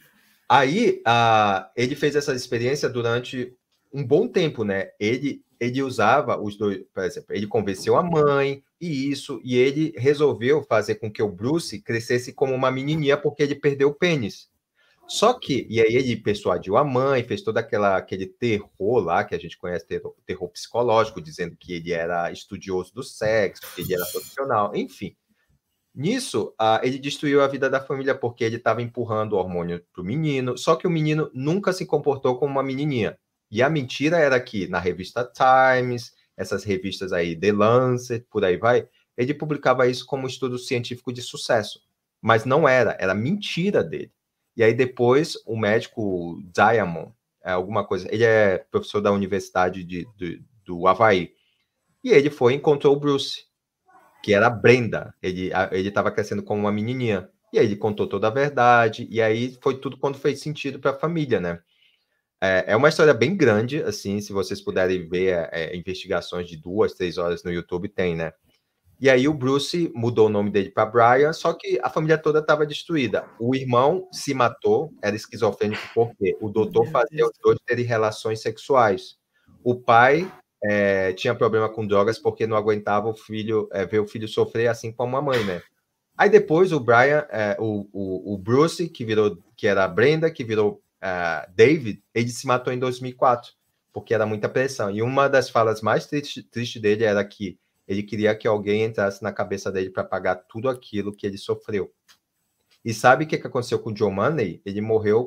[SPEAKER 2] Aí ele fez essa experiência durante um bom tempo, né? Ele usava os dois, por exemplo, ele convenceu a mãe e ele resolveu fazer com que o Bruce crescesse como uma menininha porque ele perdeu o pênis. Só que, e aí ele persuadiu a mãe, fez todo aquele terror lá, que a gente conhece, terror psicológico, dizendo que ele era estudioso do sexo, que ele era profissional, enfim. Nisso, ele destruiu a vida da família, porque ele estava empurrando o hormônio para o menino, só que o menino nunca se comportou como uma menininha. E a mentira era que na revista Times, essas revistas aí, The Lancet, por aí vai, ele publicava isso como estudo científico de sucesso. Mas não era mentira dele. E aí depois o médico Diamond, alguma coisa, ele é professor da Universidade do Havaí, e ele foi e encontrou o Bruce, que era a Brenda. Ele estava crescendo como uma menininha. E aí ele contou toda a verdade, e aí foi tudo quando fez sentido para a família, né? É uma história bem grande, assim, se vocês puderem ver investigações de 2, 3 horas no YouTube, tem, né? E aí o Bruce mudou o nome dele para Brian, só que a família toda estava destruída. O irmão se matou, era esquizofrênico, porque o doutor fazia os dois terem relações sexuais. O pai tinha problema com drogas porque não aguentava ver o filho sofrer, assim como a mãe, né? Aí depois o Brian, o Bruce, que era a Brenda, que virou David, ele se matou em 2004, porque era muita pressão. E uma das falas mais tristes dele era que ele queria que alguém entrasse na cabeça dele para pagar tudo aquilo que ele sofreu. E sabe o que aconteceu com o John Money? Ele morreu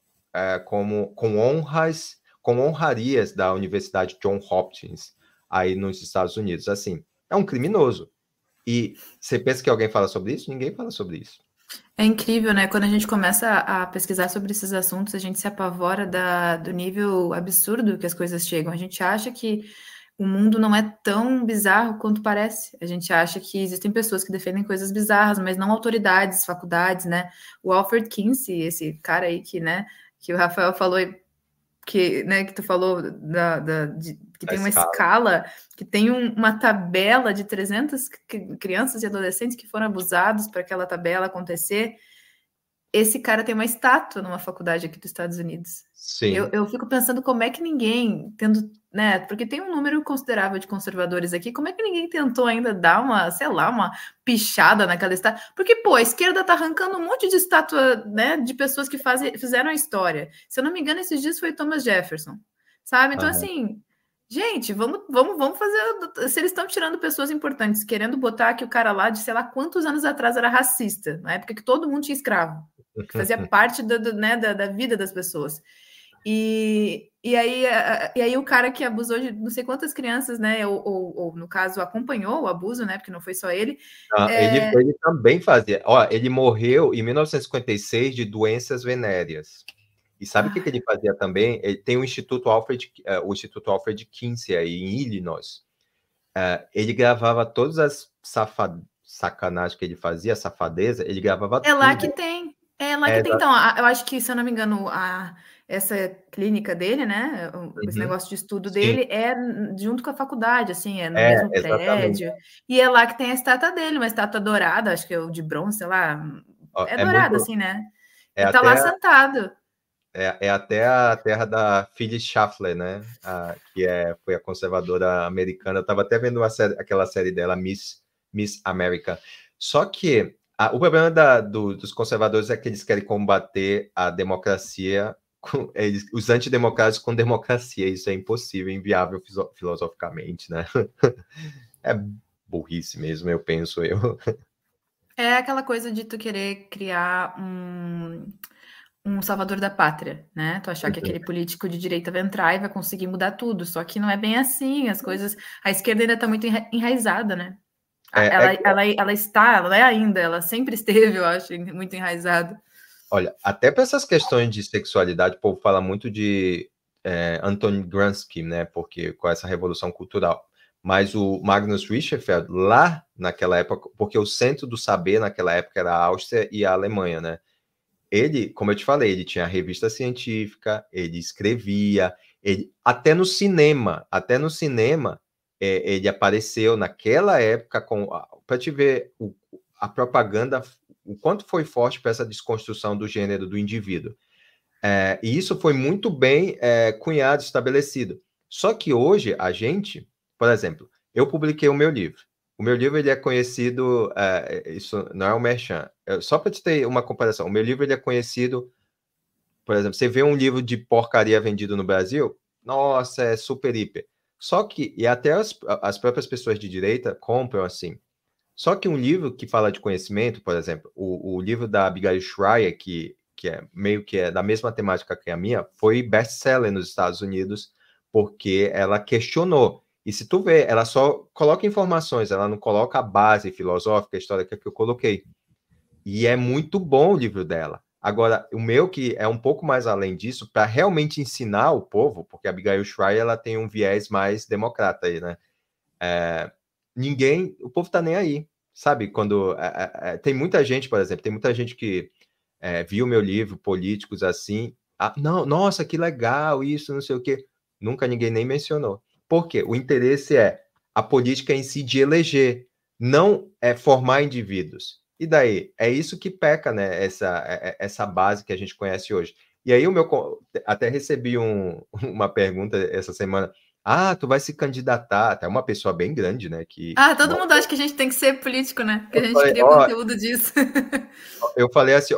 [SPEAKER 2] com honrarias da Universidade Johns Hopkins, aí nos Estados Unidos. Assim, é um criminoso. E você pensa que alguém fala sobre isso? Ninguém fala sobre isso.
[SPEAKER 1] É incrível, né? Quando a gente começa a pesquisar sobre esses assuntos, a gente se apavora do nível absurdo que as coisas chegam. A gente acha que o mundo não é tão bizarro quanto parece. A gente acha que existem pessoas que defendem coisas bizarras, mas não autoridades, faculdades, né? O Alfred Kinsey, esse cara aí que o Rafael falou, que tu falou que tem uma escala, que tem uma tabela de 300 crianças e adolescentes que foram abusados para aquela tabela acontecer. Esse cara tem uma estátua numa faculdade aqui dos Estados Unidos.
[SPEAKER 2] Sim.
[SPEAKER 1] Eu fico pensando como é que ninguém, né? Porque tem um número considerável de conservadores aqui, como é que ninguém tentou ainda dar uma pichada naquela estátua? Porque, pô, a esquerda tá arrancando um monte de estátua, né, de pessoas que fizeram a história. Se eu não me engano, esses dias foi Thomas Jefferson, sabe? Então, assim, gente, vamos fazer. Se eles estão tirando pessoas importantes, querendo botar que o cara lá de sei lá quantos anos atrás era racista, na época que todo mundo tinha escravo, que fazia parte da vida das pessoas. E aí o cara que abusou de não sei quantas crianças, né? Ou no caso, acompanhou o abuso, né? Porque não foi só ele.
[SPEAKER 2] Ele também fazia. Ó, ele morreu em 1956 de doenças venéreas. E sabe o que ele fazia também? Ele tem o Instituto Alfred Kinsey aí em Illinois. Ele gravava todas as sacanagens que ele fazia, safadeza, ele gravava tudo.
[SPEAKER 1] Lá que tem. É lá que tem. Então, eu acho que, se eu não me engano, essa clínica dele, né? Esse negócio de estudo dele é junto com a faculdade, assim, é no mesmo prédio. E é lá que tem a estátua dele, uma estátua dourada, acho que é o de bronze, sei lá. É dourada, assim, né?
[SPEAKER 2] É
[SPEAKER 1] Ele tá lá
[SPEAKER 2] até,
[SPEAKER 1] sentado.
[SPEAKER 2] é até a terra da Phyllis Schlafly, né? Foi a conservadora americana. Eu estava até vendo aquela série dela, Miss America. Só que o problema dos conservadores é que eles querem combater a democracia, os antidemocratas com democracia. Isso é impossível, inviável filosoficamente, né? É burrice mesmo, eu penso eu.
[SPEAKER 1] É aquela coisa de tu querer criar um salvador da pátria, né? Tu achar que aquele político de direita vai entrar e vai conseguir mudar tudo. Só que não é bem assim. As coisas. A esquerda ainda está muito enraizada, né?
[SPEAKER 2] É,
[SPEAKER 1] Ela está, ela é ainda, ela sempre esteve, eu acho, muito enraizada.
[SPEAKER 2] Olha, até para essas questões de sexualidade, o povo fala muito de Anton Gramsci, né? Porque com essa revolução cultural. Mas o Magnus Richterfeld, lá naquela época, porque o centro do saber naquela época era a Áustria e a Alemanha, né? Ele, como eu te falei, ele tinha revista científica, ele escrevia, até no cinema, ele apareceu naquela época para te ver a propaganda, o quanto foi forte para essa desconstrução do gênero do indivíduo. E isso foi muito bem cunhado, estabelecido. Só que hoje a gente, por exemplo, eu publiquei o meu livro. O meu livro ele é conhecido, isso não é um merchan, só para te ter uma comparação. O meu livro ele é conhecido, por exemplo, você vê um livro de porcaria vendido no Brasil, nossa, é super hiper. Só que, e até as próprias pessoas de direita compram assim. Só que um livro que fala de conhecimento, por exemplo, o livro da Abigail Shrier, que é meio que é da mesma temática que a minha, foi best-seller nos Estados Unidos, porque ela questionou. E se tu vê, ela só coloca informações, ela não coloca a base filosófica, histórica que eu coloquei. E é muito bom o livro dela. Agora, o meu que é um pouco mais além disso, para realmente ensinar o povo, porque a Abigail Shrier ela tem um viés mais democrata aí, né? O povo tá nem aí, sabe? Quando tem muita gente, por exemplo, tem muita gente que viu meu livro, políticos assim, não, nossa, que legal, isso, não sei o quê. Nunca ninguém nem mencionou. Por quê? O interesse é a política em si de eleger, não é formar indivíduos. E daí? É isso que peca, né? Essa base que a gente conhece hoje. E aí até recebi uma pergunta essa semana. Tu vai se candidatar. Até uma pessoa bem grande, né?
[SPEAKER 1] Todo mundo acha que a gente tem que ser político, né? Que a
[SPEAKER 2] Eu
[SPEAKER 1] gente
[SPEAKER 2] falei,
[SPEAKER 1] cria conteúdo disso.
[SPEAKER 2] eu falei assim,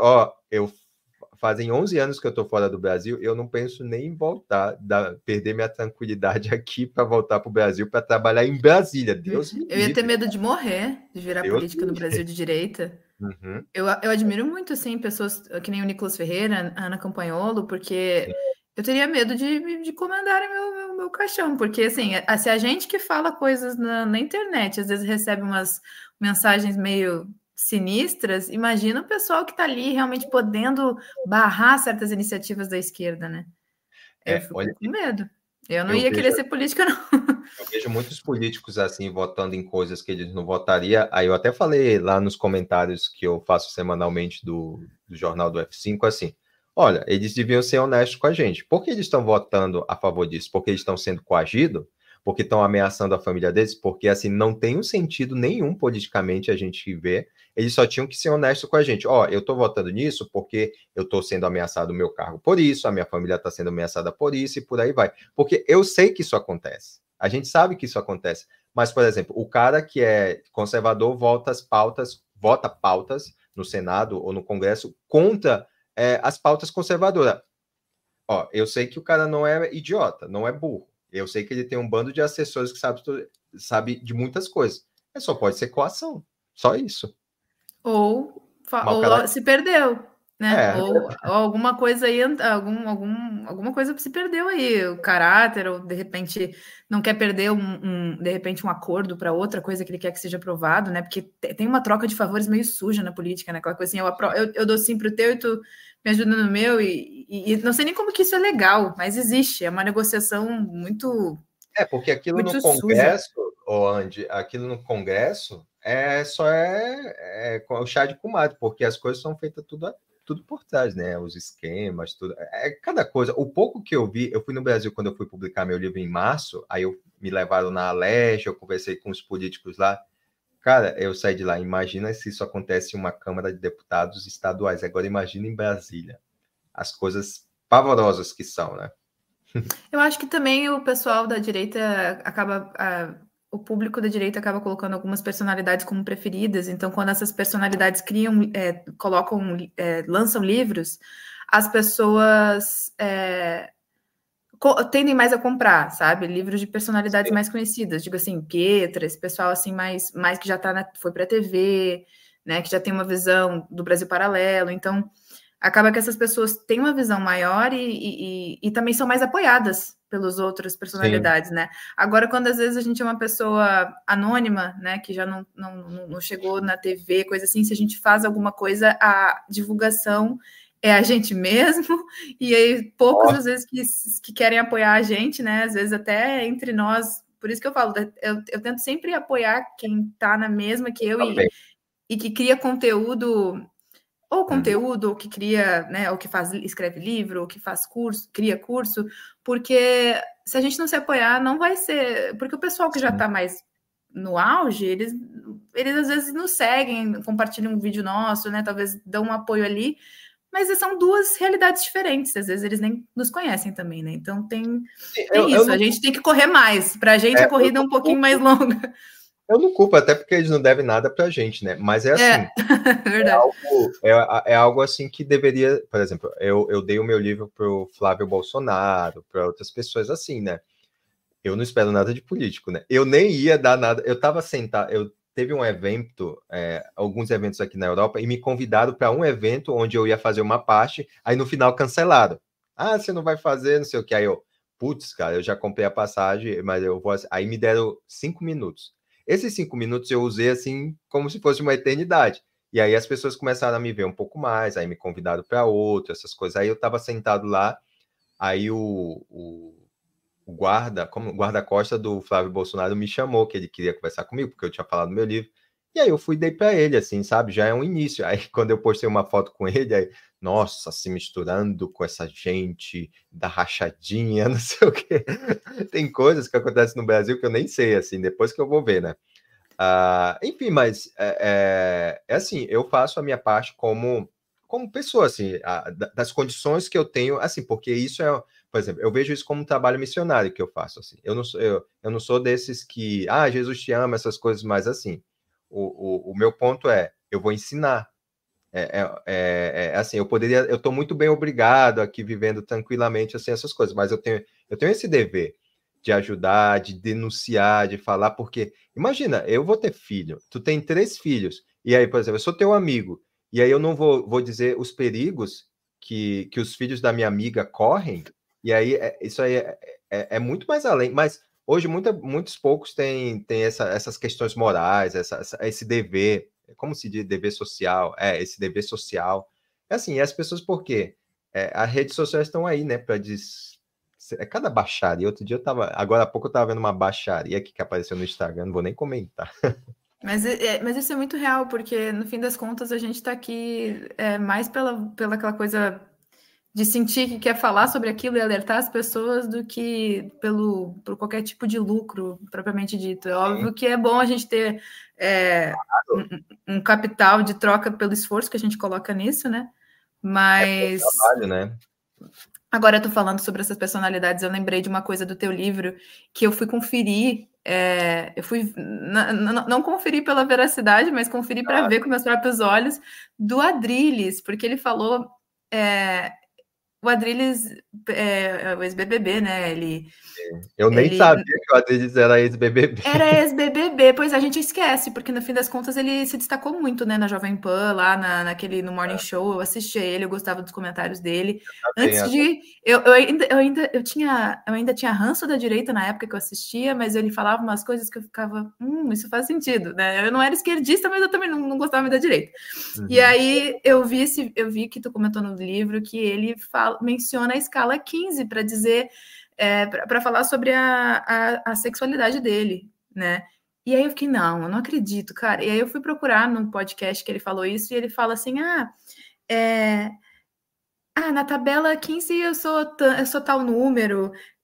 [SPEAKER 2] fazem 11 anos que eu tô fora do Brasil, eu não penso nem em voltar, perder minha tranquilidade aqui para voltar para o Brasil para trabalhar em Brasília. Deus me
[SPEAKER 1] Eu ia ter
[SPEAKER 2] livre.
[SPEAKER 1] medo de morrer, de virar
[SPEAKER 2] Deus
[SPEAKER 1] política
[SPEAKER 2] me
[SPEAKER 1] no
[SPEAKER 2] livre.
[SPEAKER 1] Brasil de direita.
[SPEAKER 2] Uhum.
[SPEAKER 1] Eu admiro muito, assim, pessoas que nem o Nicolas Ferreira, a Ana Campanholo, porque eu teria medo de comandarem meu caixão, porque, assim, se a gente que fala coisas na internet, às vezes recebe umas mensagens meio sinistras, imagina o pessoal que está ali realmente podendo barrar certas iniciativas da esquerda, né? Eu
[SPEAKER 2] Olha,
[SPEAKER 1] fico com medo. Eu não
[SPEAKER 2] eu
[SPEAKER 1] ia
[SPEAKER 2] vejo,
[SPEAKER 1] querer ser política, não.
[SPEAKER 2] eu vejo muitos políticos assim votando em coisas que eles não votariam. Aí eu até falei lá nos comentários que eu faço semanalmente do Jornal do F5 assim: olha, eles deviam ser honestos com a gente. Por que eles estão votando a favor disso? Porque eles estão sendo coagidos? Porque estão ameaçando a família deles? Porque assim não tem um sentido nenhum politicamente a gente ver. Eles só tinham que ser honestos com a gente. Eu estou votando nisso porque eu estou sendo ameaçado o meu cargo por isso, a minha família está sendo ameaçada por isso e por aí vai. Porque eu sei que isso acontece. A gente sabe que isso acontece. Mas, por exemplo, o cara que é conservador vota pautas no Senado ou no Congresso contra as pautas conservadoras. Eu sei que o cara não é idiota, não é burro. Eu sei que ele tem um bando de assessores que sabe de muitas coisas. Só pode ser coação. Só isso. Mas o cara.
[SPEAKER 1] Ou se perdeu, né?
[SPEAKER 2] É,
[SPEAKER 1] Ou alguma coisa aí, alguma coisa se perdeu aí, o caráter, ou de repente não quer perder de repente um acordo para outra coisa que ele quer que seja aprovado, né? Porque tem uma troca de favores meio suja na política, né? Aquela coisa assim, eu dou sim pro teu e tu me ajuda no meu, e não sei nem como que isso é legal, mas existe, é uma negociação
[SPEAKER 2] porque aquilo no
[SPEAKER 1] muito suja.
[SPEAKER 2] Congresso, Andy, aquilo no Congresso é o chá de comadre, porque as coisas são feitas tudo por trás, né? Os esquemas, tudo. Cada coisa. O pouco que eu vi, eu fui no Brasil quando eu fui publicar meu livro em março, aí me levaram na Aleste, eu conversei com os políticos lá. Cara, eu saí de lá. Imagina se isso acontece em uma Câmara de Deputados estaduais. Agora imagina em Brasília. As coisas pavorosas que são, né?
[SPEAKER 1] Eu acho que também o pessoal da direita acaba. O público da direita acaba colocando algumas personalidades como preferidas. Então, quando essas personalidades criam, lançam livros, as pessoas tendem mais a comprar, sabe? Livros de personalidades
[SPEAKER 2] Sim.
[SPEAKER 1] mais conhecidas. Digo assim, Pietra, esse pessoal assim mais que já foi para a TV, né? Que já tem uma visão do Brasil paralelo. Então, acaba que essas pessoas têm uma visão maior e também são mais apoiadas pelas outras
[SPEAKER 2] Sim.
[SPEAKER 1] personalidades, né? Agora, quando às vezes a gente é uma pessoa anônima, né, que já não chegou na TV, coisa assim, se a gente faz alguma coisa, a divulgação é a gente mesmo, e aí poucos, às vezes, que querem apoiar a gente, né? Às vezes até entre nós, por isso que eu falo, eu tento sempre apoiar quem tá na mesma que eu e que cria conteúdo ou conteúdo, ou que cria, né, ou que escreve livro, ou que faz curso, cria curso, porque se a gente não se apoiar, não vai ser. Porque o pessoal que já está mais no auge, eles às vezes nos seguem, compartilham um vídeo nosso, né? Talvez dão um apoio ali, mas são duas realidades diferentes, às vezes eles nem nos conhecem também, né? Então tem isso, a gente tem que correr mais. Para a gente a corrida é um pouquinho mais longa.
[SPEAKER 2] Eu não culpo, até porque eles não devem nada pra gente, né? Mas é assim,
[SPEAKER 1] verdade.
[SPEAKER 2] É algo assim que deveria, por exemplo, eu dei o meu livro pro Flávio Bolsonaro, para outras pessoas assim, né? Eu não espero nada de político, né? Eu nem ia dar nada. Eu tava sentado, eu teve um evento, alguns eventos aqui na Europa, e me convidaram para um evento onde eu ia fazer uma parte, aí no final cancelaram. Ah, você não vai fazer, não sei o que. Aí eu, putz, cara, eu já comprei a passagem, mas eu vou. Aí me deram 5 minutos. Esses 5 minutos eu usei assim, como se fosse uma eternidade. E aí as pessoas começaram a me ver um pouco mais, aí me convidaram para outro, essas coisas. Aí eu tava sentado lá, aí o guarda-costa do Flávio Bolsonaro me chamou, que ele queria conversar comigo, porque eu tinha falado no meu livro. E aí eu fui e dei para ele, assim, sabe? Já é um início. Aí quando eu postei uma foto com ele, aí, nossa, se misturando com essa gente da rachadinha, não sei o quê. Tem coisas que acontecem no Brasil que eu nem sei, assim, depois que eu vou ver, né? Enfim, mas é assim, eu faço a minha parte como pessoa, assim, das condições que eu tenho, assim, porque isso por exemplo, eu vejo isso como um trabalho missionário que eu faço, assim. Eu não sou desses que, Jesus te ama, essas coisas, mas assim, o meu ponto eu vou ensinar. Assim, eu estou muito bem obrigado aqui vivendo tranquilamente, assim, essas coisas, mas eu tenho esse dever de ajudar, de denunciar, de falar, porque, imagina, eu vou ter filho, tu tem 3 filhos, e aí, por exemplo, eu sou teu amigo, e aí eu não vou dizer os perigos que os filhos da minha amiga correm, e aí isso aí é muito mais além, mas hoje muitos poucos têm essas questões morais, esse dever, como se diz, dever social, esse dever social. É assim, as pessoas, por quê? As redes sociais estão aí, né, para cada baixaria. Outro dia agora há pouco eu tava vendo uma baixaria aqui que apareceu no Instagram, não vou nem comentar.
[SPEAKER 1] Mas isso é muito real, porque no fim das contas a gente está aqui mais pela aquela coisa de sentir que quer falar sobre aquilo e alertar as pessoas do que por qualquer tipo de lucro propriamente dito. É óbvio que é bom a gente ter um capital de troca pelo esforço que a gente coloca nisso, né? Mas
[SPEAKER 2] trabalho, né?
[SPEAKER 1] Agora eu tô falando sobre essas personalidades, eu lembrei de uma coisa do teu livro que eu fui conferir. Eu fui não conferir pela veracidade, mas conferir para ver com meus próprios olhos do Adrilles, porque ele falou. O Adrilles é o ex-BBB, né?
[SPEAKER 2] Eu nem sabia que o Adriles era ex-BBB.
[SPEAKER 1] Era ex-BBB, pois a gente esquece, porque no fim das contas ele se destacou muito, né, na Jovem Pan, lá no Morning Show, eu assistia ele, eu gostava dos comentários dele. Antes de... Eu ainda tinha ranço da direita na época que eu assistia, mas ele falava umas coisas que eu ficava, isso faz sentido, né? Eu não era esquerdista, mas eu também não gostava muito da direita. Uhum. E aí eu vi que tu comentou no livro que ele menciona a escala 15 para dizer... para falar sobre a sexualidade dele, né? E aí eu fiquei, não, eu não acredito, cara. E aí eu fui procurar num podcast que ele falou isso, e ele fala assim, na tabela 15 eu sou tal número,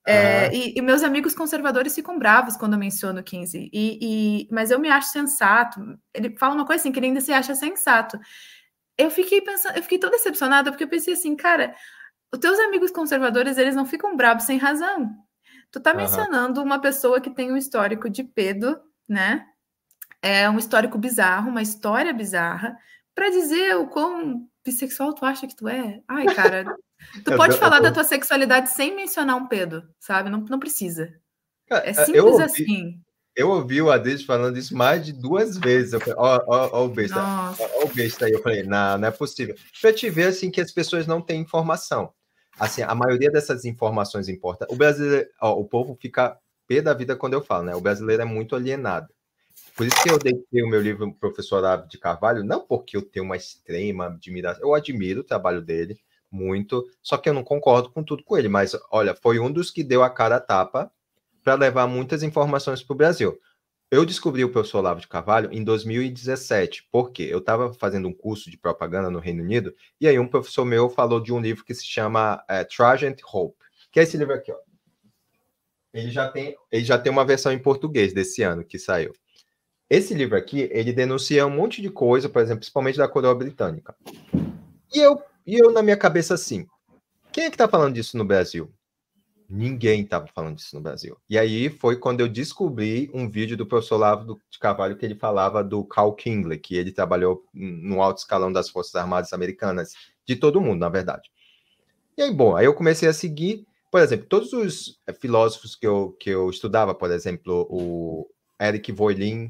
[SPEAKER 2] Aham,
[SPEAKER 1] E meus amigos conservadores ficam bravos quando eu menciono 15. Mas eu me acho sensato. Ele fala uma coisa assim, que ele ainda se acha sensato. Eu fiquei pensando, eu fiquei tão decepcionada, porque eu pensei assim, cara, os teus amigos conservadores, eles não ficam bravos sem razão. Tu tá
[SPEAKER 2] aham.
[SPEAKER 1] mencionando uma pessoa que tem um histórico de pedo, né? É um histórico bizarro, uma história bizarra, para dizer o quão bissexual tu acha que tu é. Ai, cara, tu
[SPEAKER 2] Eu,
[SPEAKER 1] pode
[SPEAKER 2] eu,
[SPEAKER 1] falar da
[SPEAKER 2] eu,
[SPEAKER 1] tua sexualidade sem mencionar um pedo, sabe? Não, não precisa. É
[SPEAKER 2] eu
[SPEAKER 1] simples
[SPEAKER 2] ouvi,
[SPEAKER 1] assim.
[SPEAKER 2] eu ouvi o Ades falando isso mais de 2 vezes. Eu falei, ó o besta,
[SPEAKER 1] Nossa.
[SPEAKER 2] ó o besta aí. Eu falei, não, não é possível. Para te ver, assim, que as pessoas não têm informação. Assim, a maioria dessas informações importa. O brasileiro, ó, o povo fica pé da vida quando eu falo, né? O brasileiro é muito alienado. Por isso que eu dediquei o meu livro ao professor Olavo de Carvalho, não porque eu tenho uma extrema admiração, eu admiro o trabalho dele muito, só que eu não concordo com tudo com ele, mas olha, foi um dos que deu a cara a tapa para levar muitas informações para o Brasil. Eu descobri o professor Olavo de Carvalho em 2017, porque eu estava fazendo um curso de propaganda no Reino Unido, e aí um professor meu falou de um livro que se chama Tragent Hope, que é esse livro aqui, ó. Ele já tem uma versão em português desse ano que saiu. Esse livro aqui, ele denuncia um monte de coisa, por exemplo, principalmente da coroa britânica. E eu na minha cabeça, assim, quem é que está falando disso no Brasil? Ninguém estava falando disso no Brasil. E aí foi quando eu descobri um vídeo do professor Olavo de Carvalho que ele falava do Carl Kingley, que ele trabalhou no alto escalão das Forças Armadas Americanas, de todo mundo, na verdade. E aí, bom, aí eu comecei a seguir, por exemplo, todos os filósofos que eu estudava, por exemplo, o Eric Voegelin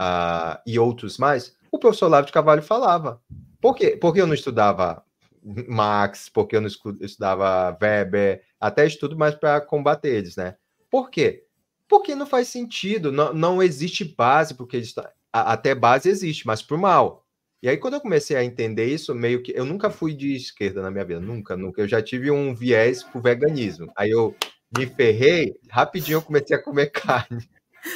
[SPEAKER 2] e outros mais, o professor Olavo de Carvalho falava. Por quê? Porque eu não estudava Marx, porque eu não estudava Weber, até estudo mais para combater eles, né? Por quê? Porque não faz sentido, não existe base, porque até base existe, mas para o mal. E aí, quando eu comecei a entender isso, meio que. Eu nunca fui de esquerda na minha vida, nunca, nunca. Eu já tive um viés pro veganismo. Aí eu me ferrei, rapidinho eu comecei a comer carne.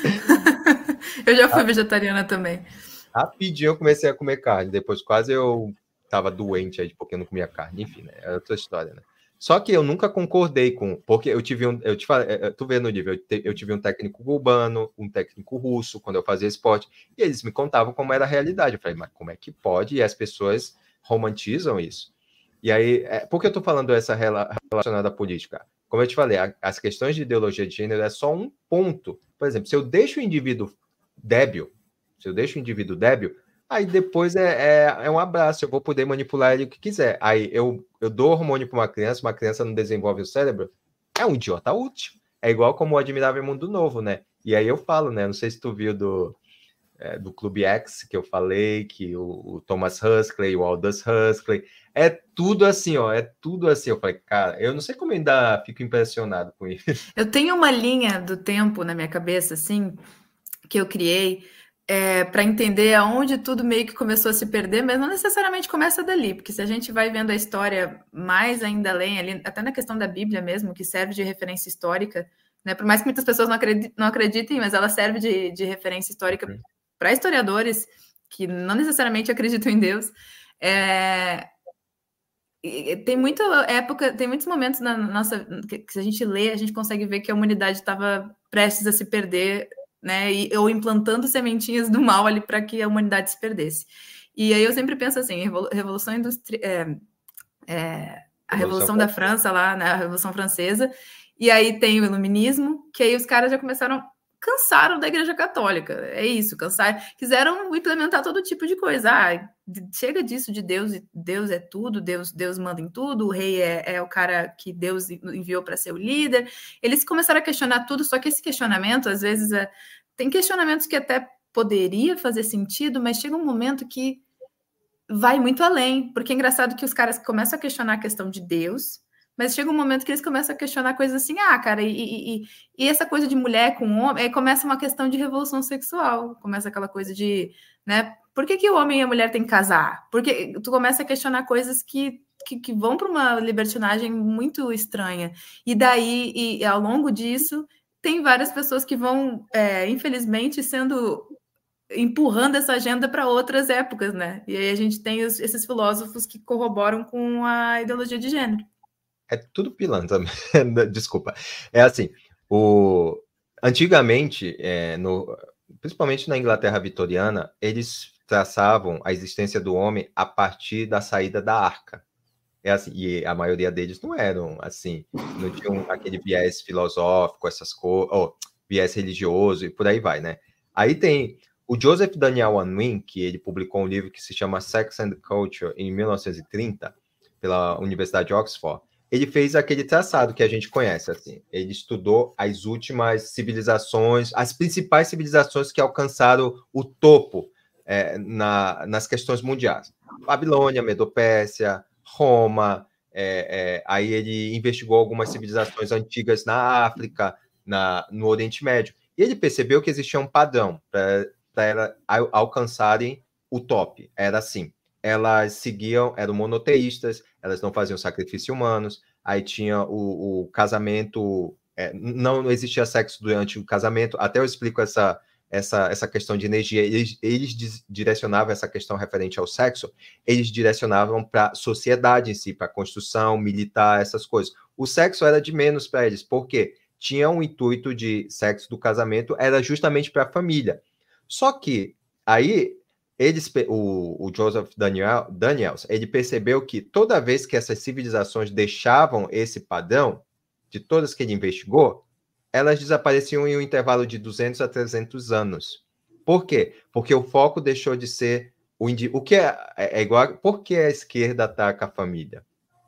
[SPEAKER 1] Eu já fui vegetariana também.
[SPEAKER 2] Rapidinho eu comecei a comer carne. Depois quase eu tava doente aí porque eu não comia carne. Enfim, né? É outra história, né? Só que eu nunca concordei com. Porque eu tive um. Eu te falei, tu vê no livro, eu tive um técnico cubano, um técnico russo, quando eu fazia esporte, e eles me contavam como era a realidade. Eu falei, mas como é que pode? E as pessoas romantizam isso. E aí, por que eu estou falando essa relacionada à política? Como eu te falei, as questões de ideologia de gênero é só um ponto. Por exemplo, se eu deixo o indivíduo débil, aí depois é um abraço, eu vou poder manipular ele o que quiser. Aí eu dou hormônio para uma criança não desenvolve o cérebro, é um idiota útil. É igual como o Admirável Mundo Novo, né? E aí eu falo, né? Não sei se tu viu do Clube X, que eu falei, que o Thomas Huxley, o Aldous Huxley, é tudo assim, ó, é tudo assim. Eu falei, cara, eu não sei como eu ainda fico impressionado com isso.
[SPEAKER 1] Eu tenho uma linha do tempo na minha cabeça, assim, que eu criei para entender aonde tudo meio que começou a se perder, mas não necessariamente começa dali, porque se a gente vai vendo a história mais ainda além, ali, até na questão da Bíblia mesmo, que serve de referência histórica, né? Por mais que muitas pessoas não acreditem, mas ela serve de referência histórica para historiadores que não necessariamente acreditam em Deus. Tem muita época, tem muitos momentos na nossa que se a gente lê, a gente consegue ver que a humanidade estava prestes a se perder, né? Ou implantando sementinhas do mal ali para que a humanidade se perdesse. E aí eu sempre penso assim, Revolução Industrial, a Revolução da França lá, né, a Revolução Francesa, e aí tem o Iluminismo, que aí os caras já cansaram da Igreja Católica, é isso, quiseram implementar todo tipo de coisa, chega disso de Deus, Deus é tudo, Deus manda em tudo, o rei é o cara que Deus enviou para ser o líder, eles começaram a questionar tudo, só que esse questionamento, às vezes, tem questionamentos que até poderia fazer sentido, mas chega um momento que vai muito além, porque é engraçado que os caras começam a questionar a questão de Deus, mas chega um momento que eles começam a questionar coisas assim, cara, e essa coisa de mulher com homem, aí começa uma questão de revolução sexual, começa aquela coisa de, né, por que o homem e a mulher têm que casar? Porque tu começa a questionar coisas que vão para uma libertinagem muito estranha, e daí, e ao longo disso, tem várias pessoas que vão, infelizmente, empurrando essa agenda para outras épocas, né? E aí a gente tem esses filósofos que corroboram com a ideologia de gênero.
[SPEAKER 2] É tudo pilantra. Desculpa. É assim, antigamente, principalmente na Inglaterra vitoriana, eles traçavam a existência do homem a partir da saída da arca. É assim, e a maioria deles não eram assim, não tinham aquele viés filosófico, essas coisas, viés religioso e por aí vai, né? Aí tem o Joseph Daniel Unwin, que ele publicou um livro que se chama Sex and Culture em 1930, pela Universidade de Oxford. Ele fez aquele traçado que a gente conhece, assim. Ele estudou as últimas civilizações, as principais civilizações que alcançaram o topo nas questões mundiais. Babilônia, Medopérsia, Roma, aí ele investigou algumas civilizações antigas na África, no Oriente Médio, e ele percebeu que existia um padrão para elas alcançarem o top. Era assim, elas seguiam, eram monoteístas, elas não faziam sacrifício humanos, aí tinha o casamento, não existia sexo durante o casamento, até eu explico essa questão de energia, eles direcionavam essa questão referente ao sexo, eles direcionavam para a sociedade em si, para a construção militar, essas coisas. O sexo era de menos para eles, porque tinha um intuito de sexo do casamento, era justamente para a família. Só que aí o Joseph Daniels, ele percebeu que toda vez que essas civilizações deixavam esse padrão, de todas que ele investigou, elas desapareciam em um intervalo de 200 a 300 anos. Por quê? Porque o foco deixou de ser o que é igual. Por que a esquerda ataca a família?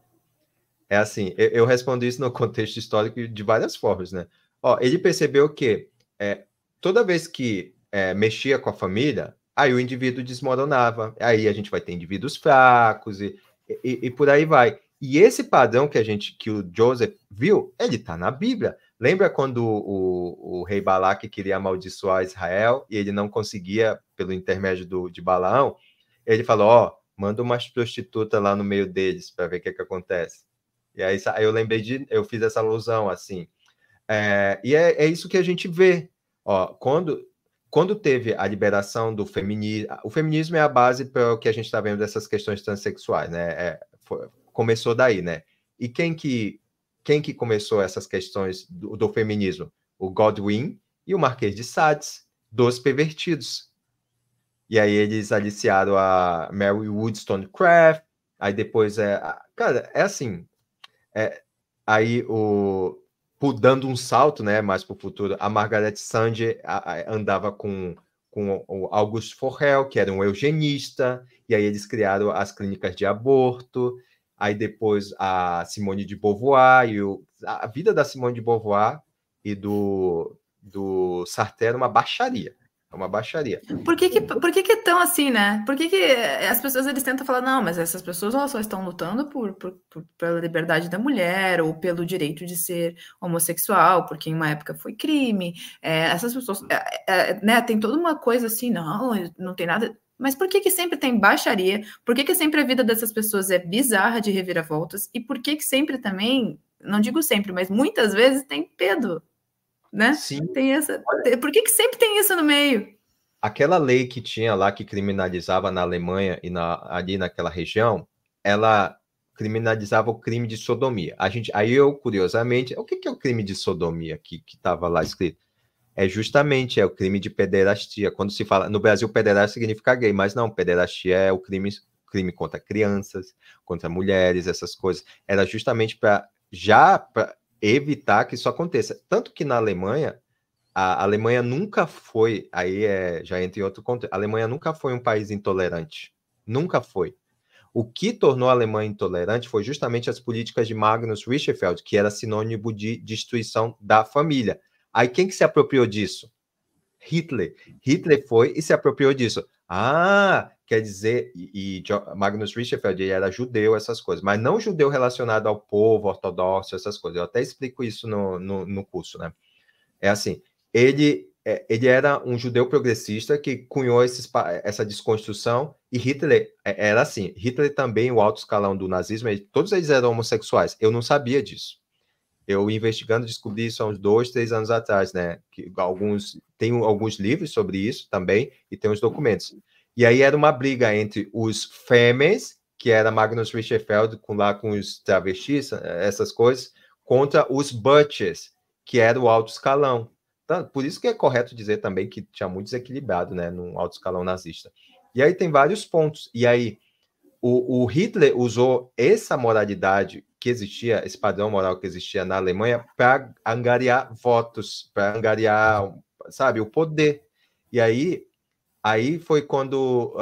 [SPEAKER 2] É assim, eu respondo isso no contexto histórico de várias formas, né? Ele percebeu que toda vez que mexia com a família, aí o indivíduo desmoronava. Aí a gente vai ter indivíduos fracos e por aí vai. E esse padrão que o Joseph viu, ele está na Bíblia. Lembra quando o rei Balaque queria amaldiçoar Israel e ele não conseguia, pelo intermédio de Balaão? Ele falou, manda umas prostitutas lá no meio deles para ver o que acontece. E aí eu lembrei eu fiz essa alusão, assim. E é isso que a gente vê. Quando teve a liberação do feminismo, o feminismo é a base para o que a gente está vendo dessas questões transexuais, né? Começou daí, né? E quem que começou essas questões do feminismo? O Godwin e o Marquês de Sade, dos pervertidos. E aí eles aliciaram a Mary Wollstonecraft, aí depois cara, é assim, aí dando um salto, né, mais para o futuro, a Margaret Sanger andava com o Auguste Forel, que era um eugenista, e aí eles criaram as clínicas de aborto, aí depois a Simone de Beauvoir, a vida da Simone de Beauvoir e do Sartre era uma baixaria. É uma baixaria.
[SPEAKER 1] Por que é tão assim, né? Por que as pessoas eles tentam falar, não, mas essas pessoas elas só estão lutando pela liberdade da mulher ou pelo direito de ser homossexual, porque em uma época foi crime. Essas pessoas, né, tem toda uma coisa assim, não tem nada. Mas por que sempre tem baixaria? Por que sempre a vida dessas pessoas é bizarra de reviravoltas? E por que sempre também, não digo sempre, mas muitas vezes tem pedo, né?
[SPEAKER 2] Sim.
[SPEAKER 1] Por que sempre tem isso no meio?
[SPEAKER 2] Aquela lei que tinha lá que criminalizava na Alemanha e ali naquela região, ela criminalizava o crime de sodomia. Aí curiosamente, o que é o crime de sodomia que estava lá escrito? É justamente o crime de pederastia. Quando se fala no Brasil, pederastia significa gay, mas não, pederastia é o crime contra crianças, contra mulheres, essas coisas. Era justamente para evitar que isso aconteça. Tanto que na Alemanha, a Alemanha nunca foi, já entra em outro contexto, a Alemanha nunca foi um país intolerante. Nunca foi. O que tornou a Alemanha intolerante foi justamente as políticas de Magnus Hirschfeld, que era sinônimo de destruição da família. Aí quem que se apropriou disso? Hitler. Hitler foi e se apropriou disso. Quer dizer, Magnus Hirschfeld ele era judeu, essas coisas, mas não judeu relacionado ao povo ortodoxo, essas coisas. Eu até explico isso no curso, né? É assim, ele era um judeu progressista que cunhou essa desconstrução, e Hitler era assim. Hitler também, o alto escalão do nazismo, todos eles eram homossexuais. Eu não sabia disso. Eu, investigando, descobri isso há uns 2, 3 anos atrás, né? Tem alguns livros sobre isso também, e tem os documentos. E aí era uma briga entre os fêmeas, que era Magnus Richterfeld, com os travestis, essas coisas, contra os butchers, que era o alto escalão. Então, por isso que é correto dizer também que tinha muito desequilibrado, né, no alto escalão nazista. E aí tem vários pontos. E aí o Hitler usou essa moralidade que existia, esse padrão moral que existia na Alemanha, para angariar votos, para angariar, sabe, o poder. E aí foi quando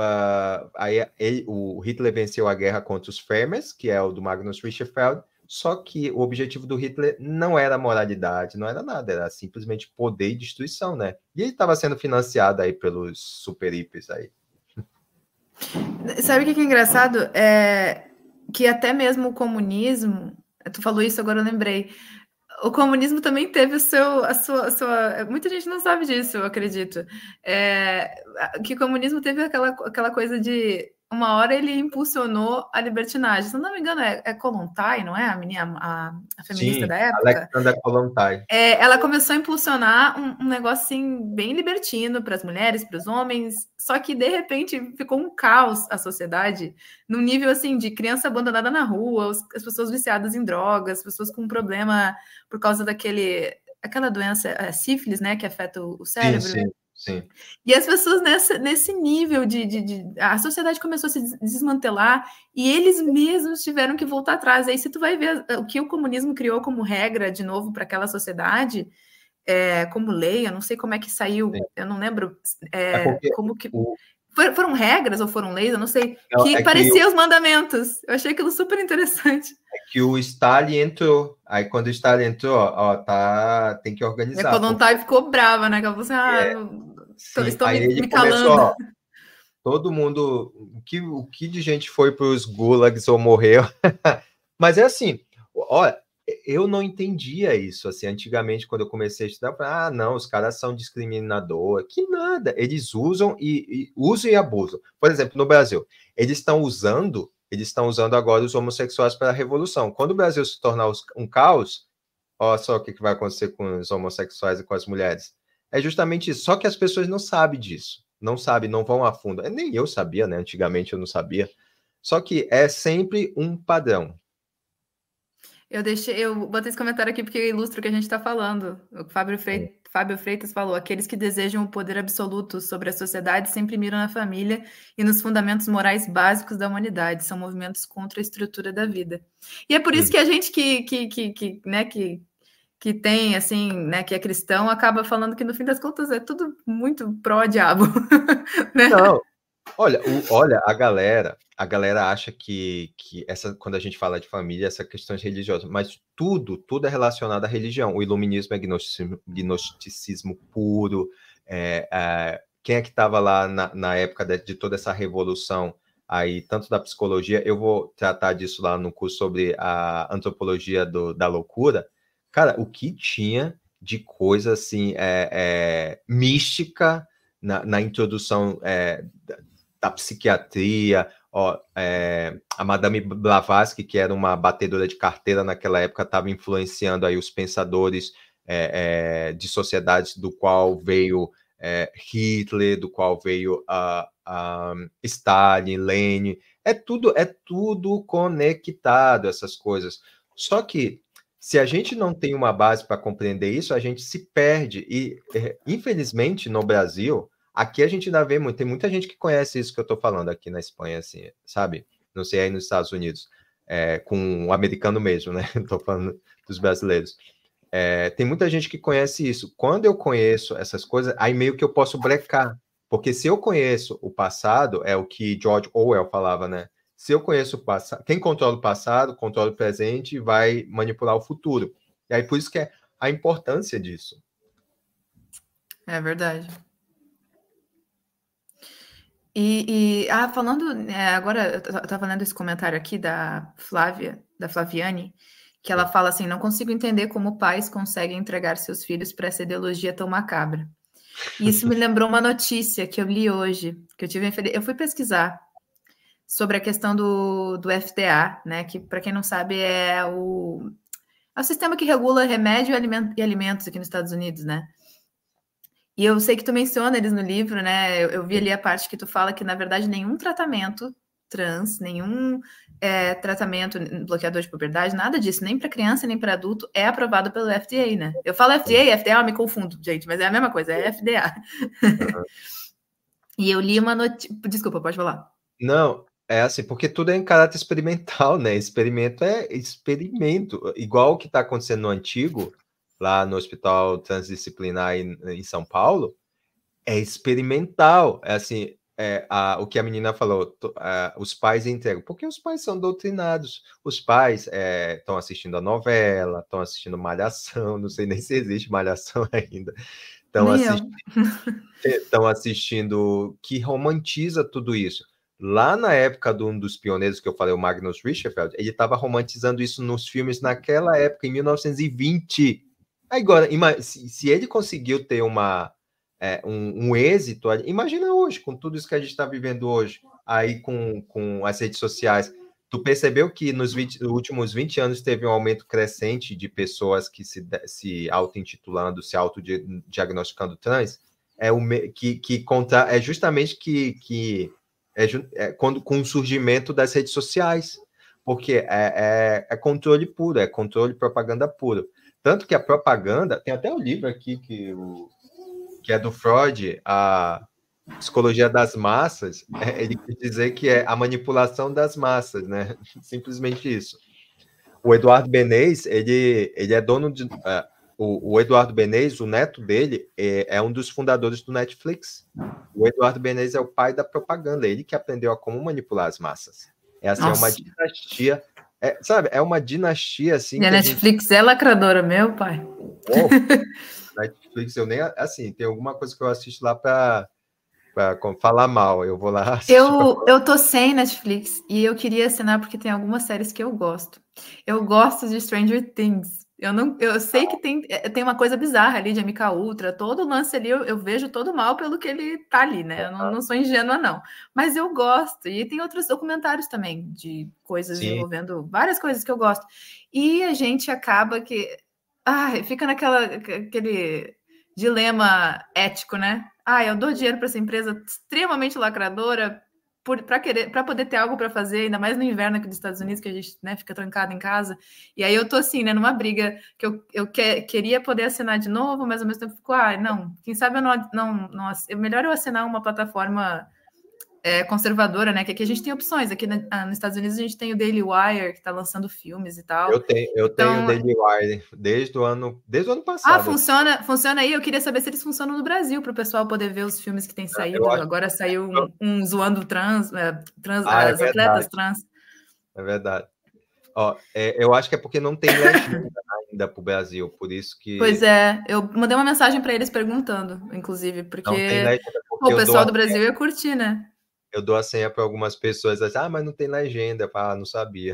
[SPEAKER 2] o Hitler venceu a guerra contra os Fremers, que é o do Magnus Richterfeld, só que o objetivo do Hitler não era moralidade, não era nada, era simplesmente poder e destruição, né? E ele estava sendo financiado aí pelos super hippies aí.
[SPEAKER 1] Sabe o que é engraçado? É que até mesmo o comunismo, tu falou isso, agora eu lembrei. O comunismo também teve a sua. Muita gente não sabe disso, eu acredito. Que o comunismo teve aquela coisa de. Uma hora ele impulsionou a libertinagem. Se eu não me engano, é Kollontai, não é? A menina, a feminista
[SPEAKER 2] Sim,
[SPEAKER 1] da época.
[SPEAKER 2] Alexander Kollontai.
[SPEAKER 1] Ela começou a impulsionar um negócio assim, bem libertino para as mulheres, para os homens, só que de repente ficou um caos a sociedade, num nível assim de criança abandonada na rua, as pessoas viciadas em drogas, as pessoas com problema por causa aquela doença, sífilis, né, que afeta o cérebro.
[SPEAKER 2] Sim. Sim.
[SPEAKER 1] E as pessoas nesse nível a sociedade começou a se desmantelar e eles mesmos tiveram que voltar atrás. Aí, se tu vai ver o que o comunismo criou como regra de novo para aquela sociedade, como lei, eu não sei como é que saiu, sim. Eu não lembro como que. Foram regras ou foram leis? Eu não sei. Não, que parecia os mandamentos. Eu achei aquilo super interessante.
[SPEAKER 2] É que o Stalin entrou. Aí, quando o Stalin entrou, tem que organizar.
[SPEAKER 1] A Kollontai ficou brava, né? Que ela falou assim, estou me calando.
[SPEAKER 2] Todo mundo... O que de gente foi para os gulags ou morreu? Mas é assim, olha, eu não entendia isso, assim, antigamente, quando eu comecei a estudar, eu falei, não, os caras são discriminadores, que nada, eles usam usam e abusam. Por exemplo, no Brasil, eles estão usando agora os homossexuais para a revolução. Quando o Brasil se tornar um caos, olha só o que vai acontecer com os homossexuais e com as mulheres. É justamente isso, só que as pessoas não sabem disso, não sabem, não vão a fundo. Nem eu sabia, né? Antigamente eu não sabia. Só que é sempre um padrão.
[SPEAKER 1] Eu botei esse comentário aqui porque ilustra o que a gente está falando. O Fábio Freitas falou: aqueles que desejam o poder absoluto sobre a sociedade sempre miram na família e nos fundamentos morais básicos da humanidade. São movimentos contra a estrutura da vida. E é por isso que a gente que tem, assim, né, que é cristão, acaba falando que no fim das contas é tudo muito pró-diabo. Né?
[SPEAKER 2] Não. Olha, a galera acha que quando a gente fala de família, essa questão religiosas, mas tudo é relacionado à religião. O iluminismo é gnosticismo puro. Quem é que estava lá na época de toda essa revolução aí, tanto da psicologia, eu vou tratar disso lá no curso sobre a antropologia da loucura. Cara, o que tinha de coisa assim, mística na introdução da psiquiatria, a Madame Blavatsky, que era uma batedora de carteira naquela época, estava influenciando aí os pensadores de sociedades, do qual veio Hitler, do qual veio Stalin, Lenin. É tudo conectado, essas coisas. Só que se a gente não tem uma base para compreender isso, a gente se perde. E, infelizmente, no Brasil, aqui a gente ainda vê muito, tem muita gente que conhece isso que eu estou falando aqui na Espanha, assim, sabe? Não sei aí nos Estados Unidos, com o americano mesmo, né? Estou falando dos brasileiros. Tem muita gente que conhece isso. Quando eu conheço essas coisas, aí meio que eu posso brecar. Porque se eu conheço o passado, é o que George Orwell falava, né? Se eu conheço o passado, quem controla o passado, controla o presente e vai manipular o futuro. E aí por isso que é a importância disso.
[SPEAKER 1] É verdade. Falando, agora eu estava lendo esse comentário aqui da Flaviane, que ela fala assim: não consigo entender como pais conseguem entregar seus filhos para essa ideologia tão macabra. E isso me lembrou uma notícia que eu li hoje, que eu fui pesquisar sobre a questão do FDA, né? Que, para quem não sabe, é o sistema que regula remédio e alimentos aqui nos Estados Unidos, né? E eu sei que tu menciona eles no livro, né? Eu vi ali a parte que tu fala que, na verdade, nenhum tratamento trans, nenhum tratamento bloqueador de puberdade, nada disso, nem para criança nem para adulto, é aprovado pelo FDA, né? Eu falo FDA, eu me confundo, gente, mas é a mesma coisa, é FDA. Uhum. E eu li uma notícia... Desculpa, pode falar.
[SPEAKER 2] Não, é assim, porque tudo é em caráter experimental, né? Experimento é experimento. Igual o que está acontecendo no Antigo, lá no Hospital Transdisciplinar em São Paulo, é experimental. É assim, o que a menina falou, os pais entregam. Porque os pais são doutrinados. Os pais estão assistindo a novela, estão assistindo Malhação, não sei nem se existe Malhação ainda. Estão assistindo que romantiza tudo isso. Lá na época de um dos pioneiros que eu falei, o Magnus Richterfeld, ele estava romantizando isso nos filmes naquela época, em 1920. Agora, se ele conseguiu ter um êxito, imagina hoje, com tudo isso que a gente está vivendo hoje, aí com as redes sociais. Tu percebeu que nos últimos 20 anos teve um aumento crescente de pessoas que se auto-intitulando, se autodiagnosticando trans? É justamente quando com o surgimento das redes sociais, porque é controle puro, é controle propaganda puro. Tanto que a propaganda, tem até um livro aqui que é do Freud, a Psicologia das Massas, ele quer dizer que é a manipulação das massas, né? Simplesmente isso. O Eduardo Benez, ele é dono de... O Eduardo Benez, o neto dele, é um dos fundadores do Netflix. O Eduardo Benez é o pai da propaganda, ele que aprendeu a como manipular as massas. É assim, é uma dinastia, sabe? É uma dinastia assim.
[SPEAKER 1] E a Netflix é lacradora, meu pai.
[SPEAKER 2] Netflix, eu nem assim, tem alguma coisa que eu assisto lá para falar mal, eu vou lá assistir.
[SPEAKER 1] Eu tô sem Netflix e eu queria assinar porque tem algumas séries que eu gosto. Eu gosto de Stranger Things. Eu sei que tem uma coisa bizarra ali de MK Ultra, todo lance ali eu vejo todo mal pelo que ele tá ali, né? Eu não sou ingênua, não. Mas eu gosto. E tem outros documentários também de coisas envolvendo várias coisas que eu gosto. E a gente acaba que fica aquele dilema ético, né? Eu dou dinheiro para essa empresa extremamente lacradora para poder ter algo para fazer, ainda mais no inverno aqui dos Estados Unidos, que a gente, né, fica trancado em casa. E aí eu tô assim, né, numa briga que eu queria poder assinar de novo, mas ao mesmo tempo fico, não, quem sabe eu não melhor eu assinar uma plataforma conservadora, né? Que aqui a gente tem opções. Aqui nos Estados Unidos a gente tem o Daily Wire, que está lançando filmes e tal.
[SPEAKER 2] Eu tenho o Daily Wire desde o ano passado.
[SPEAKER 1] Funciona aí? Eu queria saber se eles funcionam no Brasil, para o pessoal poder ver os filmes que têm saído. Agora saiu um zoando as atletas trans.
[SPEAKER 2] É verdade. Eu acho que é porque não tem legenda ainda para o Brasil, por isso que...
[SPEAKER 1] Pois é, eu mandei uma mensagem para eles perguntando, inclusive, porque, o pessoal do Brasil ia curtir, né?
[SPEAKER 2] Eu dou a senha para algumas pessoas, assim, mas não tem legenda, não sabia.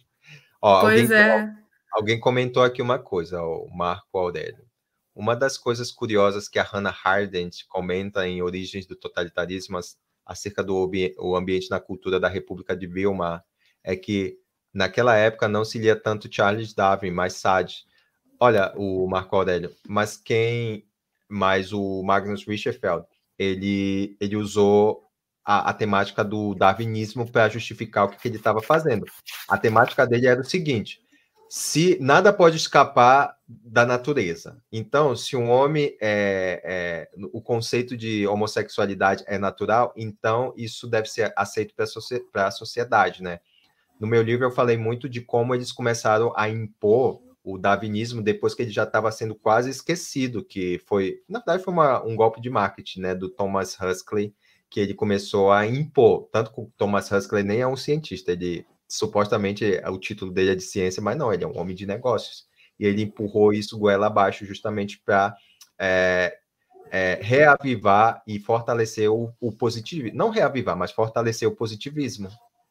[SPEAKER 2] Alguém comentou aqui uma coisa, o Marco Aurélio. Uma das coisas curiosas que a Hannah Arendt comenta em Origens do Totalitarismo acerca do ambiente na cultura da República de Weimar é que naquela época não se lia tanto Charles Darwin, mas Sade. Olha, o Marco Aurélio, mas o Magnus Richterfeld, ele usou a temática do darwinismo para justificar o que ele estava fazendo. A temática dele era o seguinte: se nada pode escapar da natureza. Então, se um homem o conceito de homossexualidade é natural, então isso deve ser aceito para a sociedade, né? No meu livro eu falei muito de como eles começaram a impor o darwinismo depois que ele já estava sendo quase esquecido, que foi, na verdade, foi um golpe de marketing, né, do Thomas Huxley, que ele começou a impor. Tanto que o Thomas Huxley nem é um cientista, ele supostamente o título dele é de ciência, mas não, ele é um homem de negócios. E ele empurrou isso goela abaixo justamente para reavivar e fortalecer o positivismo. Não reavivar, mas fortalecer o positivismo.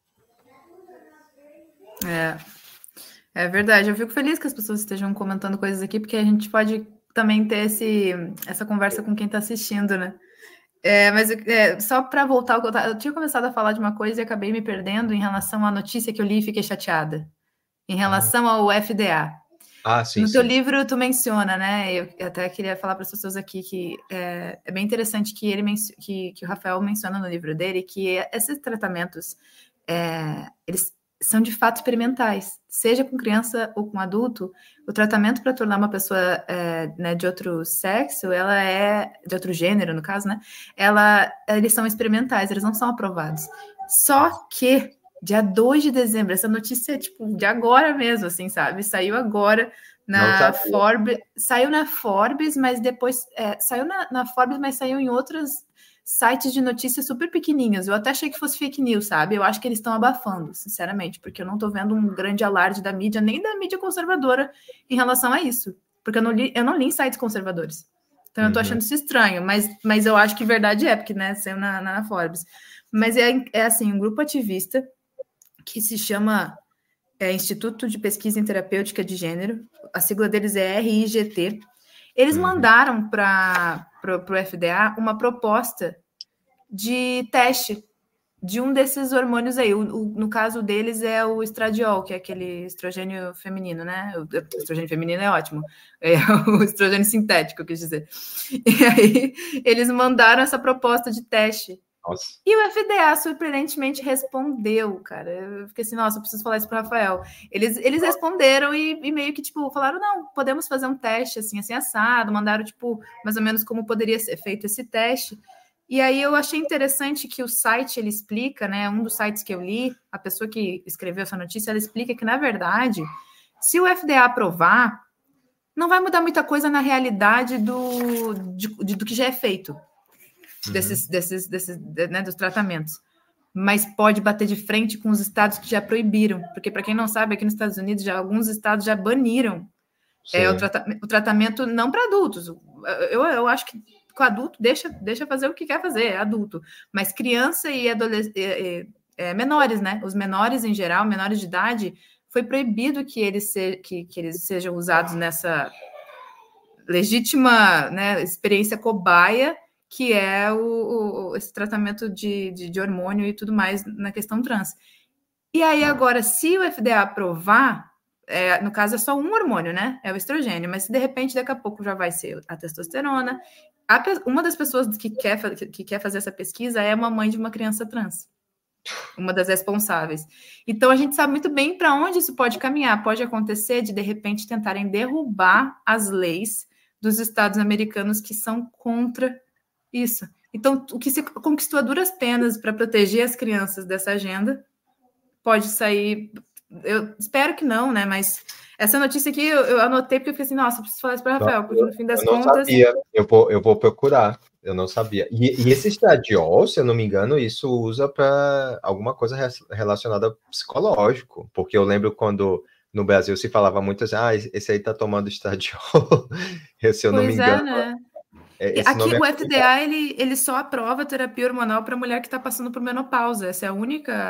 [SPEAKER 1] É verdade. Eu fico feliz que as pessoas estejam comentando coisas aqui, porque a gente pode também ter essa conversa com quem está assistindo, né? Mas só para voltar ao que eu tinha começado a falar de uma coisa e acabei me perdendo em relação à notícia que eu li e fiquei chateada. Em relação ao FDA.
[SPEAKER 2] Sim,
[SPEAKER 1] no teu livro, tu menciona, né? Eu até queria falar para as pessoas aqui que é bem interessante que o Rafael menciona no livro dele que esses tratamentos eles são de fato experimentais, seja com criança ou com adulto. O tratamento para tornar uma pessoa né, de outro sexo, ela é de outro gênero, no caso, né? Eles são experimentais, eles não são aprovados. Só que dia 2 de dezembro, essa notícia é tipo de agora mesmo, assim, sabe? Saiu agora na Forbes, saiu na Forbes, mas depois saiu na Forbes, mas saiu em outros sites de notícias super pequenininhos. Eu até achei que fosse fake news, sabe? Eu acho que eles estão abafando, sinceramente, porque eu não estou vendo um grande alarde da mídia, nem da mídia conservadora em relação a isso. Porque eu não li em sites conservadores. Então eu estou achando isso estranho, mas eu acho que verdade porque, né, saiu na Forbes. Mas é assim, um grupo ativista que se chama Instituto de Pesquisa em Terapêutica de Gênero, a sigla deles é RIGT. Eles mandaram para o FDA uma proposta de teste de um desses hormônios aí. No caso deles é o estradiol, que é aquele estrogênio feminino, né? O estrogênio feminino é ótimo. É o estrogênio sintético, eu quis dizer. E aí eles mandaram essa proposta de teste.
[SPEAKER 2] Nossa.
[SPEAKER 1] E o FDA surpreendentemente respondeu, cara. Eu fiquei assim, nossa, eu preciso falar isso para o Rafael. Eles responderam e meio que, tipo, falaram, não, podemos fazer um teste assim assado, mandaram, tipo, mais ou menos como poderia ser feito esse teste. E aí eu achei interessante que o site, ele explica, né, um dos sites que eu li, a pessoa que escreveu essa notícia, ela explica que, na verdade, se o FDA aprovar, não vai mudar muita coisa na realidade do que já é feito. Né, dos tratamentos, mas pode bater de frente com os estados que já proibiram, porque para quem não sabe, aqui nos Estados Unidos alguns estados já baniram o tratamento não para adultos. Eu acho que com adulto deixa fazer o que quer fazer, é adulto, mas criança e menores, né? Os menores em geral, menores de idade, foi proibido que eles sejam usados nessa legítima, né, experiência cobaia, que é esse tratamento de hormônio e tudo mais na questão trans. E aí, agora, se o FDA aprovar, no caso é só um hormônio, né? É o estrogênio, mas se de repente daqui a pouco já vai ser a testosterona. Uma das pessoas que quer fazer essa pesquisa é uma mãe de uma criança trans. Uma das responsáveis. Então, a gente sabe muito bem para onde isso pode caminhar. Pode acontecer de repente, tentarem derrubar as leis dos estados americanos que são contra isso. Então, o que se conquistou a duras penas para proteger as crianças dessa agenda pode sair. Eu espero que não, né? Mas essa notícia aqui eu anotei porque eu fiquei assim, nossa, eu preciso falar isso para o Rafael, porque no fim das contas.
[SPEAKER 2] Sabia. Eu vou procurar. Eu não sabia. E esse estradiol, se eu não me engano, isso usa para alguma coisa relacionada ao psicológico. Porque eu lembro quando no Brasil se falava muito assim, esse aí tá tomando estradiol. Se eu não me engano.
[SPEAKER 1] Né? Aqui o FDA ele só aprova terapia hormonal para mulher que está passando por menopausa. Essa é a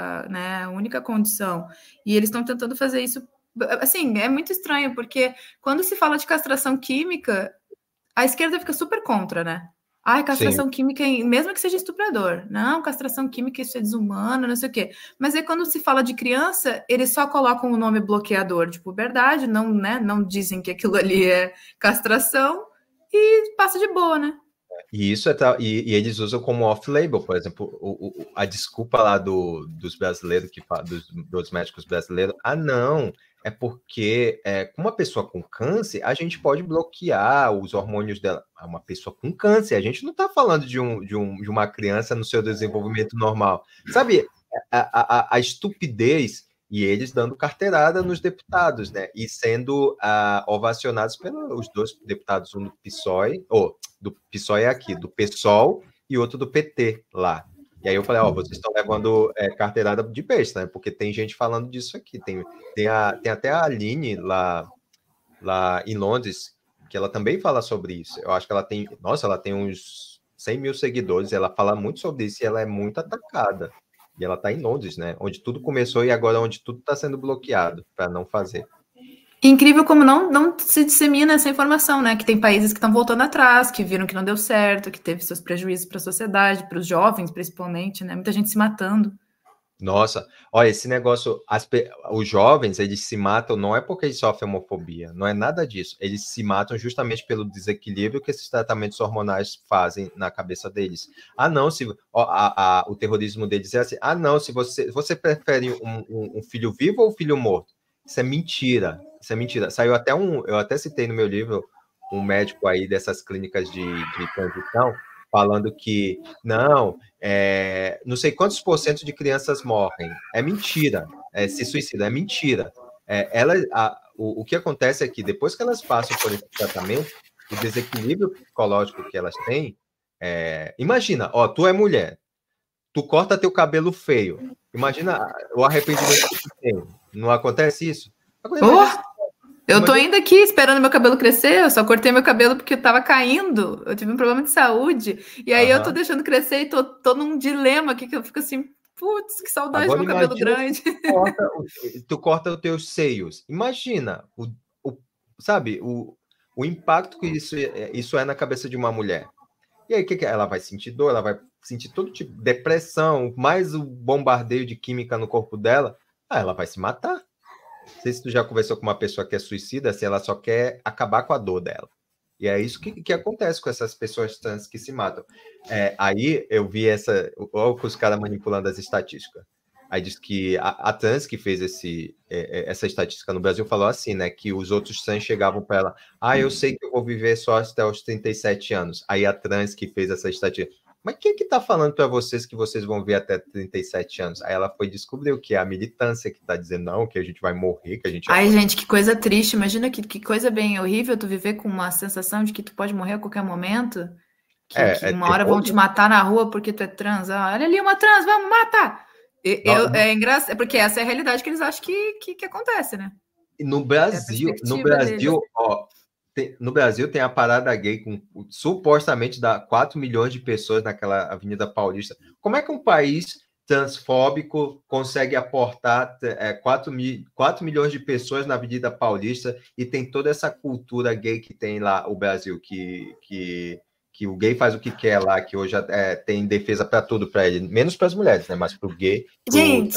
[SPEAKER 1] única condição. E eles estão tentando fazer isso. Assim, é muito estranho, porque quando se fala de castração química, a esquerda fica super contra, né? Castração química, mesmo que seja estuprador. Não, castração química, isso é desumano, não sei o quê. Mas aí quando se fala de criança, eles só colocam o nome bloqueador de puberdade, não, né? Não dizem que aquilo ali é castração e passa de boa, né?
[SPEAKER 2] E isso e eles usam como off-label, por exemplo, a desculpa lá dos brasileiros, dos médicos brasileiros, não, é porque com uma pessoa com câncer, a gente pode bloquear os hormônios dela. Uma pessoa com câncer, a gente não está falando de uma criança no seu desenvolvimento normal. Sabe, a estupidez, e eles dando carteirada nos deputados, né? E sendo ovacionados pelos dois deputados, um do PSOE, do PSOE aqui, do PSOL, e outro do PT lá. E aí eu falei, vocês estão levando carteirada de besta, né? Porque tem gente falando disso aqui. Tem até a Aline lá em Londres, que ela também fala sobre isso. Eu acho que ela tem uns 100 mil seguidores, ela fala muito sobre isso e ela é muito atacada. E ela está em Londres, né? Onde tudo começou e agora onde tudo está sendo bloqueado para não fazer.
[SPEAKER 1] Incrível como não se dissemina essa informação, né? Que tem países que estão voltando atrás, que viram que não deu certo, que teve seus prejuízos para a sociedade, para os jovens, principalmente, né? Muita gente se matando.
[SPEAKER 2] Nossa, olha, esse negócio, os jovens, eles se matam, não é porque eles sofrem homofobia, não é nada disso. Eles se matam justamente pelo desequilíbrio que esses tratamentos hormonais fazem na cabeça deles. Ah, não, se ó, o terrorismo deles é assim, ah, não, se você prefere um filho vivo ou um filho morto? Isso é mentira, isso é mentira. Saiu até eu até citei no meu livro, um médico aí dessas clínicas de transição, falando que, não, não sei quantos por cento de crianças morrem. É mentira. Se suicida, é mentira. O que acontece é que depois que elas passam por esse tratamento, o desequilíbrio psicológico que elas têm, imagina, ó, tu é mulher, tu corta teu cabelo feio. Imagina o arrependimento que tu tem. Não acontece isso? Agora, imagina,
[SPEAKER 1] eu tô ainda aqui esperando meu cabelo crescer, eu só cortei meu cabelo porque eu tava caindo, eu tive um problema de saúde, e aí eu tô deixando crescer e tô num dilema aqui que eu fico assim, putz, que saudade do meu cabelo grande.
[SPEAKER 2] Tu corta os teus seios. Imagina, sabe, o impacto que isso é na cabeça de uma mulher. E aí, o que ela vai sentir dor, ela vai sentir todo tipo de depressão, mais o bombardeio de química no corpo dela, ela vai se matar. Não sei se tu já conversou com uma pessoa que é suicida, se ela só quer acabar com a dor dela. E é isso que acontece com essas pessoas trans que se matam. Aí eu vi olha os caras manipulando as estatísticas. Aí diz que a trans que fez essa estatística no Brasil falou assim, né? Que os outros trans chegavam para ela, eu sei que eu vou viver só até os 37 anos. Aí a trans que fez essa estatística, mas quem que tá falando para vocês que vocês vão ver até 37 anos? Aí ela foi descobrir o que é a militância que tá dizendo, não, que a gente vai morrer, que a gente...
[SPEAKER 1] Ai, gente, que coisa triste. Imagina que coisa bem horrível tu viver com uma sensação de que tu pode morrer a qualquer momento. Que uma hora vão te matar na rua porque tu é trans. Olha ali uma trans, vamos matar! É engraçado, porque essa é a realidade que eles acham que acontece, né?
[SPEAKER 2] No Brasil, ó, no Brasil tem a parada gay com supostamente dá 4 milhões de pessoas naquela Avenida Paulista. Como é que um país transfóbico consegue aportar 4 milhões de pessoas na Avenida Paulista e tem toda essa cultura gay que tem lá o Brasil, que o gay faz o que quer lá, que hoje tem defesa para tudo para ele, menos para as mulheres, né? Mas para o gay...
[SPEAKER 1] Gente,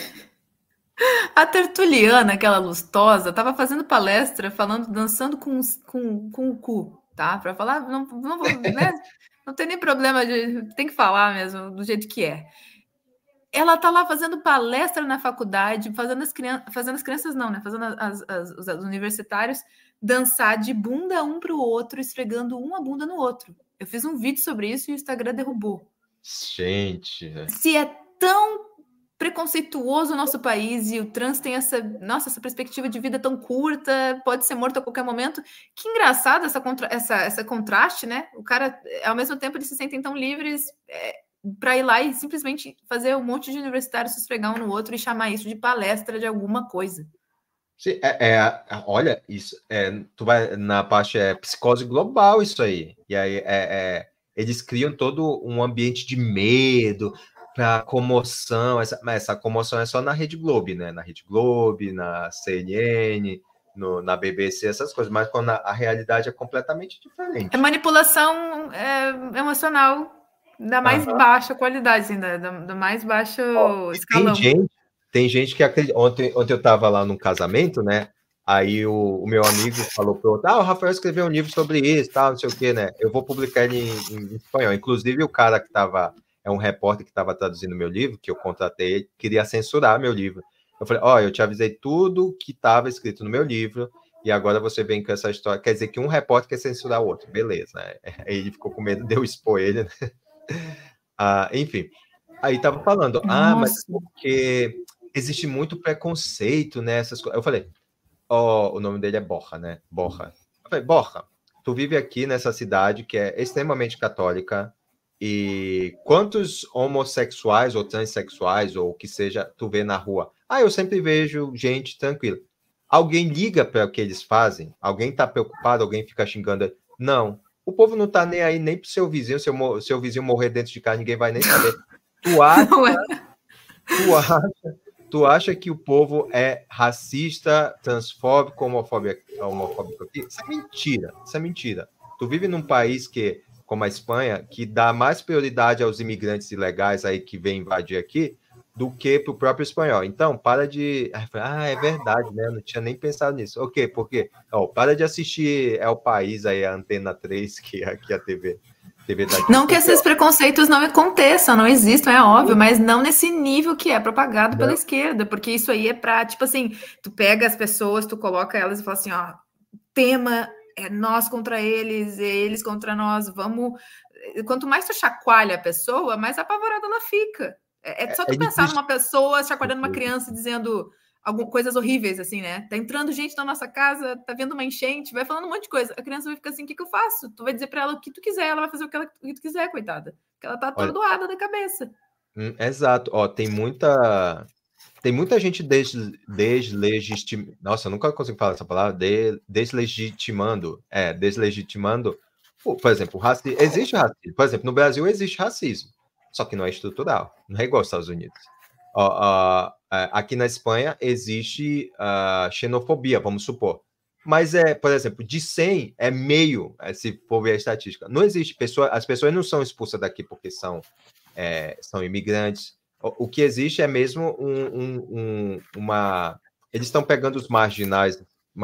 [SPEAKER 1] a Tertuliana, aquela lustosa, estava fazendo palestra, dançando com o cu, tá? Para falar, não vou, né? Não tem nem problema, tem que falar mesmo, do jeito que é. Ela tá lá fazendo palestra na faculdade, fazendo as crianças não, né? Fazendo os universitários dançar de bunda um para o outro, esfregando uma bunda no outro. Eu fiz um vídeo sobre isso e o Instagram derrubou.
[SPEAKER 2] Gente...
[SPEAKER 1] Se é tão preconceituoso o nosso país e o trans tem essa perspectiva de vida tão curta, pode ser morto a qualquer momento. Que engraçado essa contraste, né? O cara, ao mesmo tempo, eles se sentem tão livres para ir lá e simplesmente fazer um monte de universitários se esfregar um no outro e chamar isso de palestra de alguma coisa.
[SPEAKER 2] Sim, olha, isso tu vai na parte psicose global, isso aí. E aí eles criam todo um ambiente de medo para comoção. Essa comoção é só na Rede Globo, né? Na Rede Globo, na CNN, na BBC, essas coisas. Mas quando a realidade é completamente diferente.
[SPEAKER 1] É manipulação emocional da mais baixa qualidade, assim, do mais baixo escalão.
[SPEAKER 2] Tem gente que acredita. Ontem eu estava lá num casamento, né? Aí o meu amigo falou para o outro, o Rafael escreveu um livro sobre isso, tal, não sei o quê, né? Eu vou publicar ele em espanhol. Inclusive, o cara que estava, um repórter que estava traduzindo meu livro, que eu contratei, queria censurar meu livro. Eu falei, eu te avisei tudo que estava escrito no meu livro, e agora você vem com essa história. Quer dizer que um repórter quer censurar o outro. Beleza, né? Aí ele ficou com medo de eu expor ele, né? Enfim. Aí tava falando, mas porque existe muito preconceito nessas coisas. Eu falei, o nome dele é Borja, né? Borja. Eu falei, Borja, tu vive aqui nessa cidade que é extremamente católica e quantos homossexuais ou transexuais ou o que seja tu vê na rua? Eu sempre vejo gente tranquila. Alguém liga para o que eles fazem? Alguém tá preocupado? Alguém fica xingando? Não. O povo não tá nem aí nem pro seu vizinho. Seu vizinho morrer dentro de casa, ninguém vai nem saber. Tu acha que o povo é racista, transfóbico, homofóbico aqui? Isso é mentira. Tu vive num país como a Espanha, que dá mais prioridade aos imigrantes ilegais aí que vêm invadir aqui do que para o próprio espanhol. Então, para de... é verdade, né? Eu não tinha nem pensado nisso. Ok, porque para de assistir É o País, aí a Antena 3, que é aqui a TV daqui,
[SPEAKER 1] Não que
[SPEAKER 2] porque
[SPEAKER 1] esses preconceitos não aconteçam, não existam, é óbvio, mas não nesse nível que é propagado pela
[SPEAKER 2] não,
[SPEAKER 1] esquerda, porque isso aí é pra, tipo assim, tu pega as pessoas, tu coloca elas e fala assim, ó, tema é nós contra eles contra nós, vamos... Quanto mais tu chacoalha a pessoa, mais apavorada ela fica. É só tu
[SPEAKER 2] é
[SPEAKER 1] pensar
[SPEAKER 2] difícil.
[SPEAKER 1] numa pessoa chacoalhando uma criança dizendo algumas coisas horríveis, assim, né? Tá entrando gente na nossa casa, tá vendo uma enchente, vai falando um monte de coisa. A criança vai ficar assim, o que eu faço? Tu vai dizer pra ela o que tu quiser, ela vai fazer o que tu quiser, coitada. Porque ela tá
[SPEAKER 2] Olha,
[SPEAKER 1] atordoada da cabeça.
[SPEAKER 2] exato. Tem muita gente deslegitimando. Nossa, eu nunca consigo falar essa palavra. Deslegitimando. Deslegitimando. Por exemplo, existe racismo. Por exemplo, no Brasil existe racismo. Só que não é estrutural. Não é igual aos Estados Unidos. Aqui na Espanha existe xenofobia, vamos supor. Mas, por exemplo, de 100 é meio, se for ver a estatística. Não existe as pessoas não são expulsas daqui porque são imigrantes. O que existe é mesmo uma... Eles estão pegando os marginais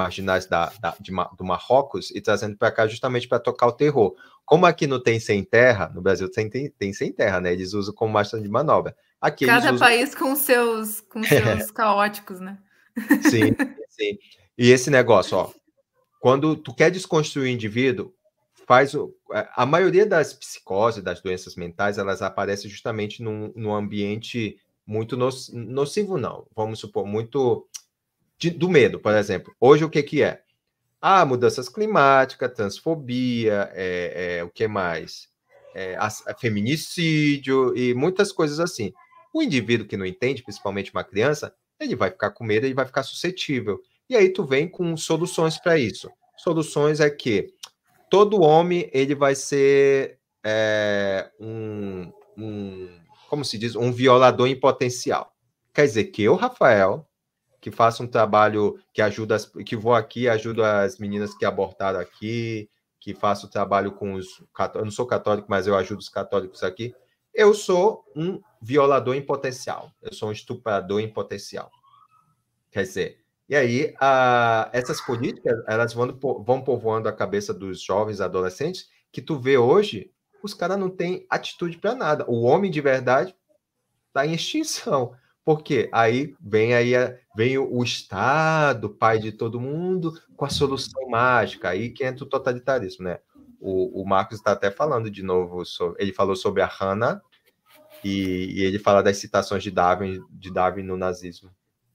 [SPEAKER 2] do Marrocos e trazendo para cá justamente para tocar o terror. Como aqui não tem sem terra, no Brasil tem sem terra, né? Eles usam como massa de manobra. Aqui eles
[SPEAKER 1] Cada
[SPEAKER 2] usam...
[SPEAKER 1] país com seus caóticos, né?
[SPEAKER 2] Sim, sim. E esse negócio, quando tu quer desconstruir o indivíduo, a maioria das psicoses, das doenças mentais, elas aparecem justamente num ambiente muito nocivo, não. Vamos supor, muito do medo, por exemplo. Hoje, o que é? Mudanças climáticas, transfobia, o que mais? Feminicídio e muitas coisas assim. O indivíduo que não entende, principalmente uma criança, ele vai ficar com medo, ele vai ficar suscetível. E aí tu vem com soluções para isso. Soluções é que todo homem ele vai ser como se diz, um violador em potencial. Quer dizer que eu, Rafael, que faço um trabalho que vou aqui, ajudo as meninas que abortaram aqui, que faço trabalho com os católicos, eu não sou católico, mas eu ajudo os católicos aqui, eu sou um violador em potencial, eu sou um estuprador em potencial. Quer dizer, e aí essas políticas, elas vão povoando a cabeça dos jovens, adolescentes, que tu vê hoje, os caras não têm atitude para nada. O homem de verdade está em extinção. Por quê? Aí vem o Estado, pai de todo mundo, com a solução mágica. Aí que entra o totalitarismo, né? O Marcos está até falando de novo, ele falou sobre a Hannah e ele fala das citações de Darwin no nazismo.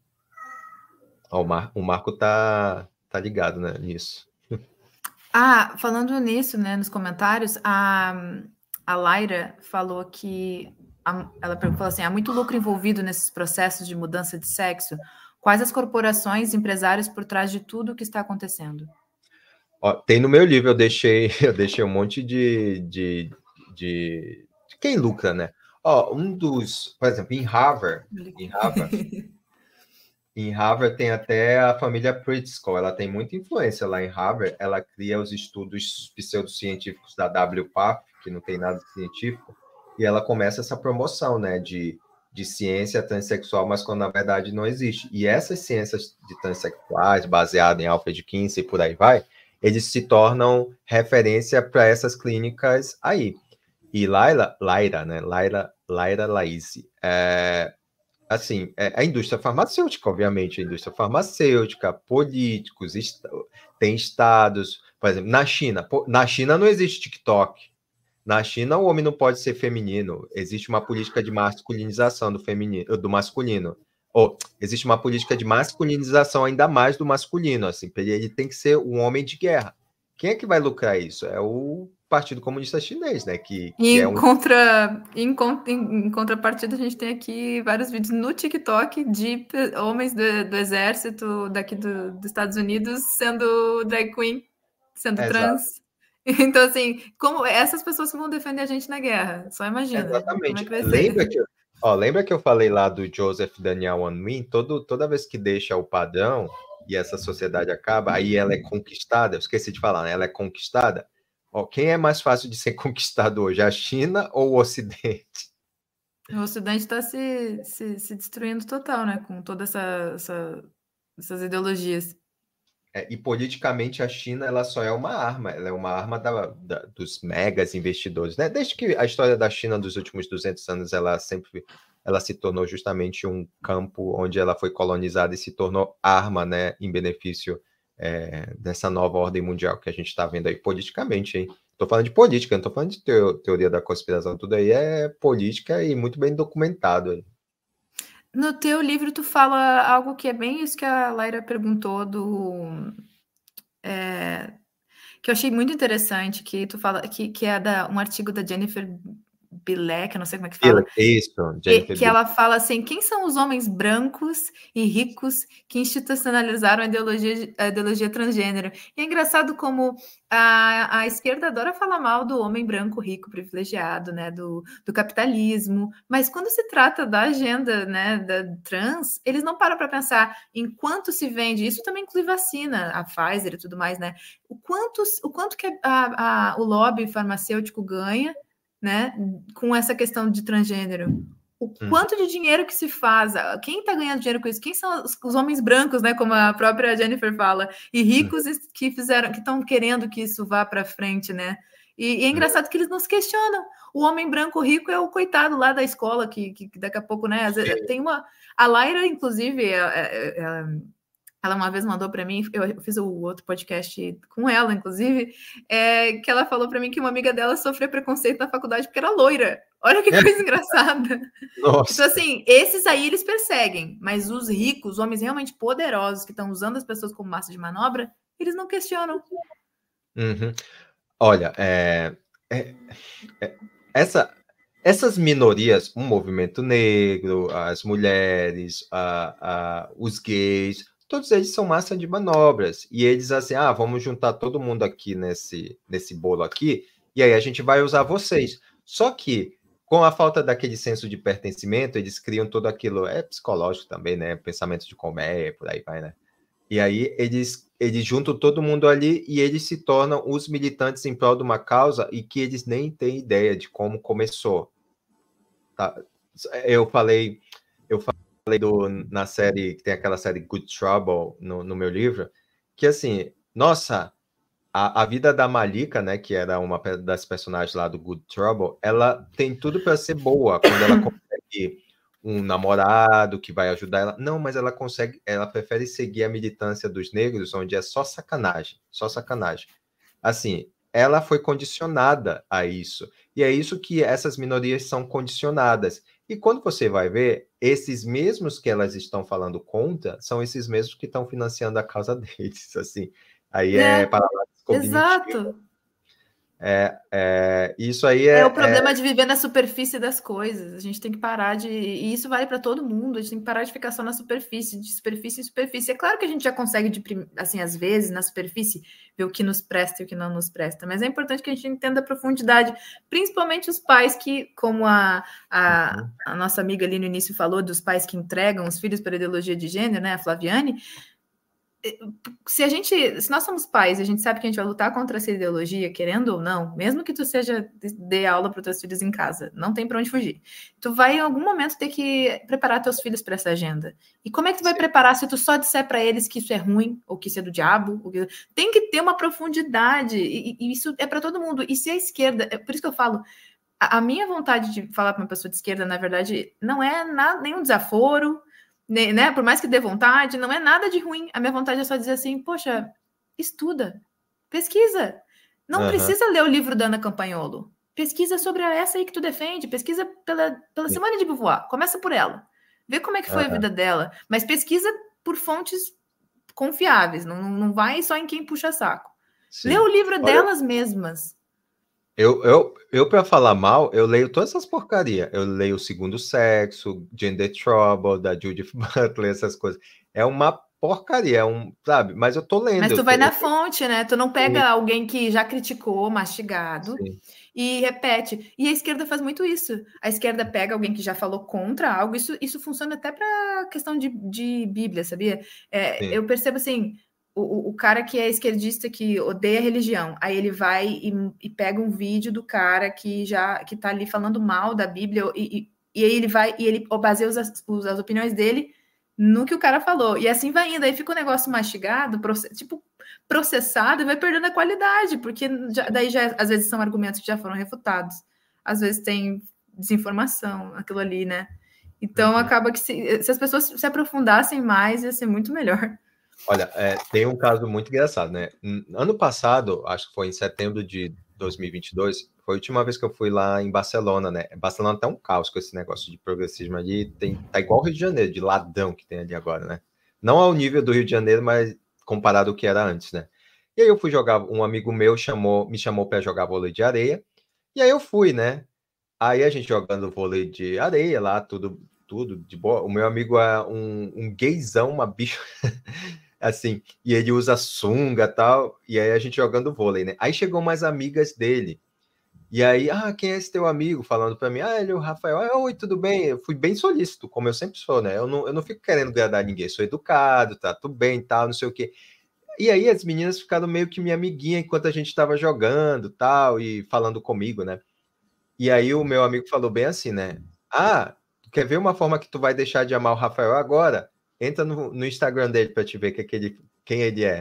[SPEAKER 2] O Marco tá ligado, né, nisso.
[SPEAKER 1] Falando nisso, né, nos comentários, a Laira falou que ela falou assim: há muito lucro envolvido nesses processos de mudança de sexo. Quais as corporações, empresários por trás de tudo o que está acontecendo?
[SPEAKER 2] Tem no meu livro, eu deixei um monte de quem lucra, né? Por exemplo, em Harvard tem até a família Pritzker, ela tem muita influência lá em Harvard, ela cria os estudos pseudocientíficos da WPATH, que não tem nada de científico, e ela começa essa promoção, né, de ciência transexual, mas quando na verdade não existe. E essas ciências de transexuais, baseadas em Alfred Kinsey e por aí vai, eles se tornam referência para essas clínicas aí. E Laira Laise, assim, a indústria farmacêutica, obviamente, a indústria farmacêutica, políticos, tem estados, por exemplo, na China não existe TikTok. Na China, o homem não pode ser feminino. Existe uma política de masculinização do masculino. Ou existe uma política de masculinização ainda mais do masculino. Assim, ele tem que ser um homem de guerra. Quem é que vai lucrar isso? É o Partido Comunista Chinês, né? Que é
[SPEAKER 1] em contrapartida, a gente tem aqui vários vídeos no TikTok de homens do exército daqui dos Estados Unidos sendo drag queen, sendo trans. Então, assim, como essas pessoas que vão defender a gente na guerra, só imagina como é que vai ser.
[SPEAKER 2] Lembra que eu falei lá do Joseph Daniel Unwin? Toda vez que deixa o padrão e essa sociedade acaba, aí ela é conquistada, eu esqueci de falar, né? Ela é conquistada. Quem é mais fácil de ser conquistado hoje, a China ou o Ocidente?
[SPEAKER 1] O Ocidente está se destruindo total, né? Com todas essas ideologias.
[SPEAKER 2] E politicamente a China ela só é uma arma, ela é uma arma dos megas investidores, né? Desde que a história da China dos últimos 200 anos ela se tornou justamente um campo onde ela foi colonizada e se tornou arma, né, em benefício dessa nova ordem mundial que a gente está vendo aí politicamente, hein? Estou falando de política, não estou falando de teoria da conspiração, tudo aí é política e muito bem documentado aí.
[SPEAKER 1] No teu livro, tu fala algo que é bem isso que a Laira perguntou que eu achei muito interessante, que tu fala que é um artigo da Jennifer Bilek, eu não sei como é que fala.
[SPEAKER 2] Isso, Jennifer
[SPEAKER 1] Que ela fala assim: quem são os homens brancos e ricos que institucionalizaram a ideologia transgênero? E é engraçado como a esquerda adora falar mal do homem branco, rico, privilegiado, né, do capitalismo, mas quando se trata da agenda, né, da trans, eles não param para pensar em quanto se vende, isso também inclui vacina, a Pfizer e tudo mais, né? O quanto que o lobby farmacêutico ganha, né, com essa questão de transgênero. O quanto de dinheiro que se faz, quem está ganhando dinheiro com isso? Quem são os homens brancos, né, como a própria Jennifer fala, e ricos que estão querendo que isso vá para frente, né? E é engraçado que eles não se questionam. O homem branco rico é o coitado lá da escola que daqui a pouco, né? Às vezes, tem a Laira, inclusive, ela uma vez mandou para mim, eu fiz o outro podcast com ela, inclusive, que ela falou para mim que uma amiga dela sofreu preconceito na faculdade porque era loira. Olha que coisa engraçada.
[SPEAKER 2] Nossa.
[SPEAKER 1] Então, assim, esses aí eles perseguem, mas os ricos, os homens realmente poderosos que estão usando as pessoas como massa de manobra, eles não questionam.
[SPEAKER 2] Uhum. Olha, essas minorias, o movimento negro, as mulheres, os gays, todos eles são massa de manobras. E eles assim, vamos juntar todo mundo aqui nesse bolo aqui, e aí a gente vai usar vocês. Só que, com a falta daquele senso de pertencimento, eles criam tudo aquilo, psicológico também, né? Pensamento de colmeia, por aí vai, né? E aí eles juntam todo mundo ali e eles se tornam os militantes em prol de uma causa e que eles nem têm ideia de como começou. Tá? Eu falei na série, que tem aquela série Good Trouble no meu livro, que assim, nossa, a vida da Malika, né, que era uma das personagens lá do Good Trouble, ela tem tudo para ser boa quando ela consegue um namorado que vai ajudar ela. Não, mas ela prefere seguir a militância dos negros, onde é só sacanagem, só sacanagem. Assim, ela foi condicionada a isso. E é isso que essas minorias são condicionadas. E quando você vai ver, esses mesmos que elas estão falando contra, são esses mesmos que estão financiando a causa deles, assim. Aí paradoxo cognitivo.
[SPEAKER 1] Exato.
[SPEAKER 2] Isso aí
[SPEAKER 1] é o problema de viver na superfície das coisas. A gente tem que parar de... E isso vale para todo mundo. A gente tem que parar de ficar só na superfície, de superfície em superfície. É claro que a gente já consegue, assim, às vezes, na superfície, ver o que nos presta e o que não nos presta. Mas é importante que a gente entenda a profundidade. Principalmente os pais que, como a nossa amiga ali no início falou, dos pais que entregam os filhos para a ideologia de gênero, né, a Flaviane... Se nós somos pais e a gente sabe que a gente vai lutar contra essa ideologia, querendo ou não, mesmo que tu dê aula para os teus filhos em casa, não tem para onde fugir. Tu vai em algum momento ter que preparar teus filhos para essa agenda. E como é que tu vai preparar se tu só disser para eles que isso é ruim, ou que isso é do diabo? Tem que ter uma profundidade, e isso é para todo mundo. E se a esquerda, por isso que eu falo, a minha vontade de falar para uma pessoa de esquerda, na verdade, não é nenhum desaforo, né? Por mais que dê vontade, não é nada de ruim. A minha vontade é só dizer assim, poxa, estuda, pesquisa. Não precisa ler o livro da Ana Campanholo. Pesquisa sobre essa aí que tu defende, pesquisa pela Simone de Beauvoir, começa por ela. Vê como é que foi a vida dela, mas pesquisa por fontes confiáveis, não vai só em quem puxa saco. Sim. Lê o livro delas mesmas.
[SPEAKER 2] Eu para falar mal, eu leio todas essas porcarias. Eu leio O Segundo Sexo, Gender Trouble, da Judith Butler, essas coisas. É uma porcaria, sabe? Mas eu tô lendo.
[SPEAKER 1] Mas tu vai na fonte, né? Tu não pega alguém que já criticou, mastigado, e repete. E a esquerda faz muito isso. A esquerda pega alguém que já falou contra algo. Isso funciona até para questão de Bíblia, sabia? Eu percebo assim... O cara que é esquerdista, que odeia a religião, aí ele vai e pega um vídeo do cara que tá ali falando mal da Bíblia e e aí ele vai, e ele baseia as opiniões dele no que o cara falou. E assim vai indo. Aí fica um negócio mastigado, tipo, processado, e vai perdendo a qualidade, porque daí já, às vezes são argumentos que já foram refutados. Às vezes tem desinformação, aquilo ali, né? Então acaba que se as pessoas se aprofundassem mais, ia ser muito melhor.
[SPEAKER 2] Olha, tem um caso muito engraçado, né? Ano passado, acho que foi em setembro de 2022, foi a última vez que eu fui lá em Barcelona, né? Barcelona tá um caos com esse negócio de progressismo ali, tá igual o Rio de Janeiro, de ladrão que tem ali agora, né? Não ao nível do Rio de Janeiro, mas comparado ao que era antes, né? E aí eu fui jogar, um amigo meu me chamou para jogar vôlei de areia, e aí eu fui, né? Aí a gente jogando vôlei de areia lá, tudo de boa. O meu amigo é um gaysão, uma bicha, assim, e ele usa sunga e tal, e aí a gente jogando vôlei, né? Aí chegou mais amigas dele, e aí, quem é esse teu amigo? Falando pra mim, ele é o Rafael. Oi, tudo bem? Eu fui bem solícito, como eu sempre sou, né? Eu não fico querendo agradar ninguém, sou educado, tá tudo bem, tal, não sei o quê. E aí as meninas ficaram meio que minha amiguinha enquanto a gente tava jogando, tal, e falando comigo, né? E aí o meu amigo falou bem assim, né? Tu quer ver uma forma que tu vai deixar de amar o Rafael agora? Entra no Instagram dele pra te ver quem ele é.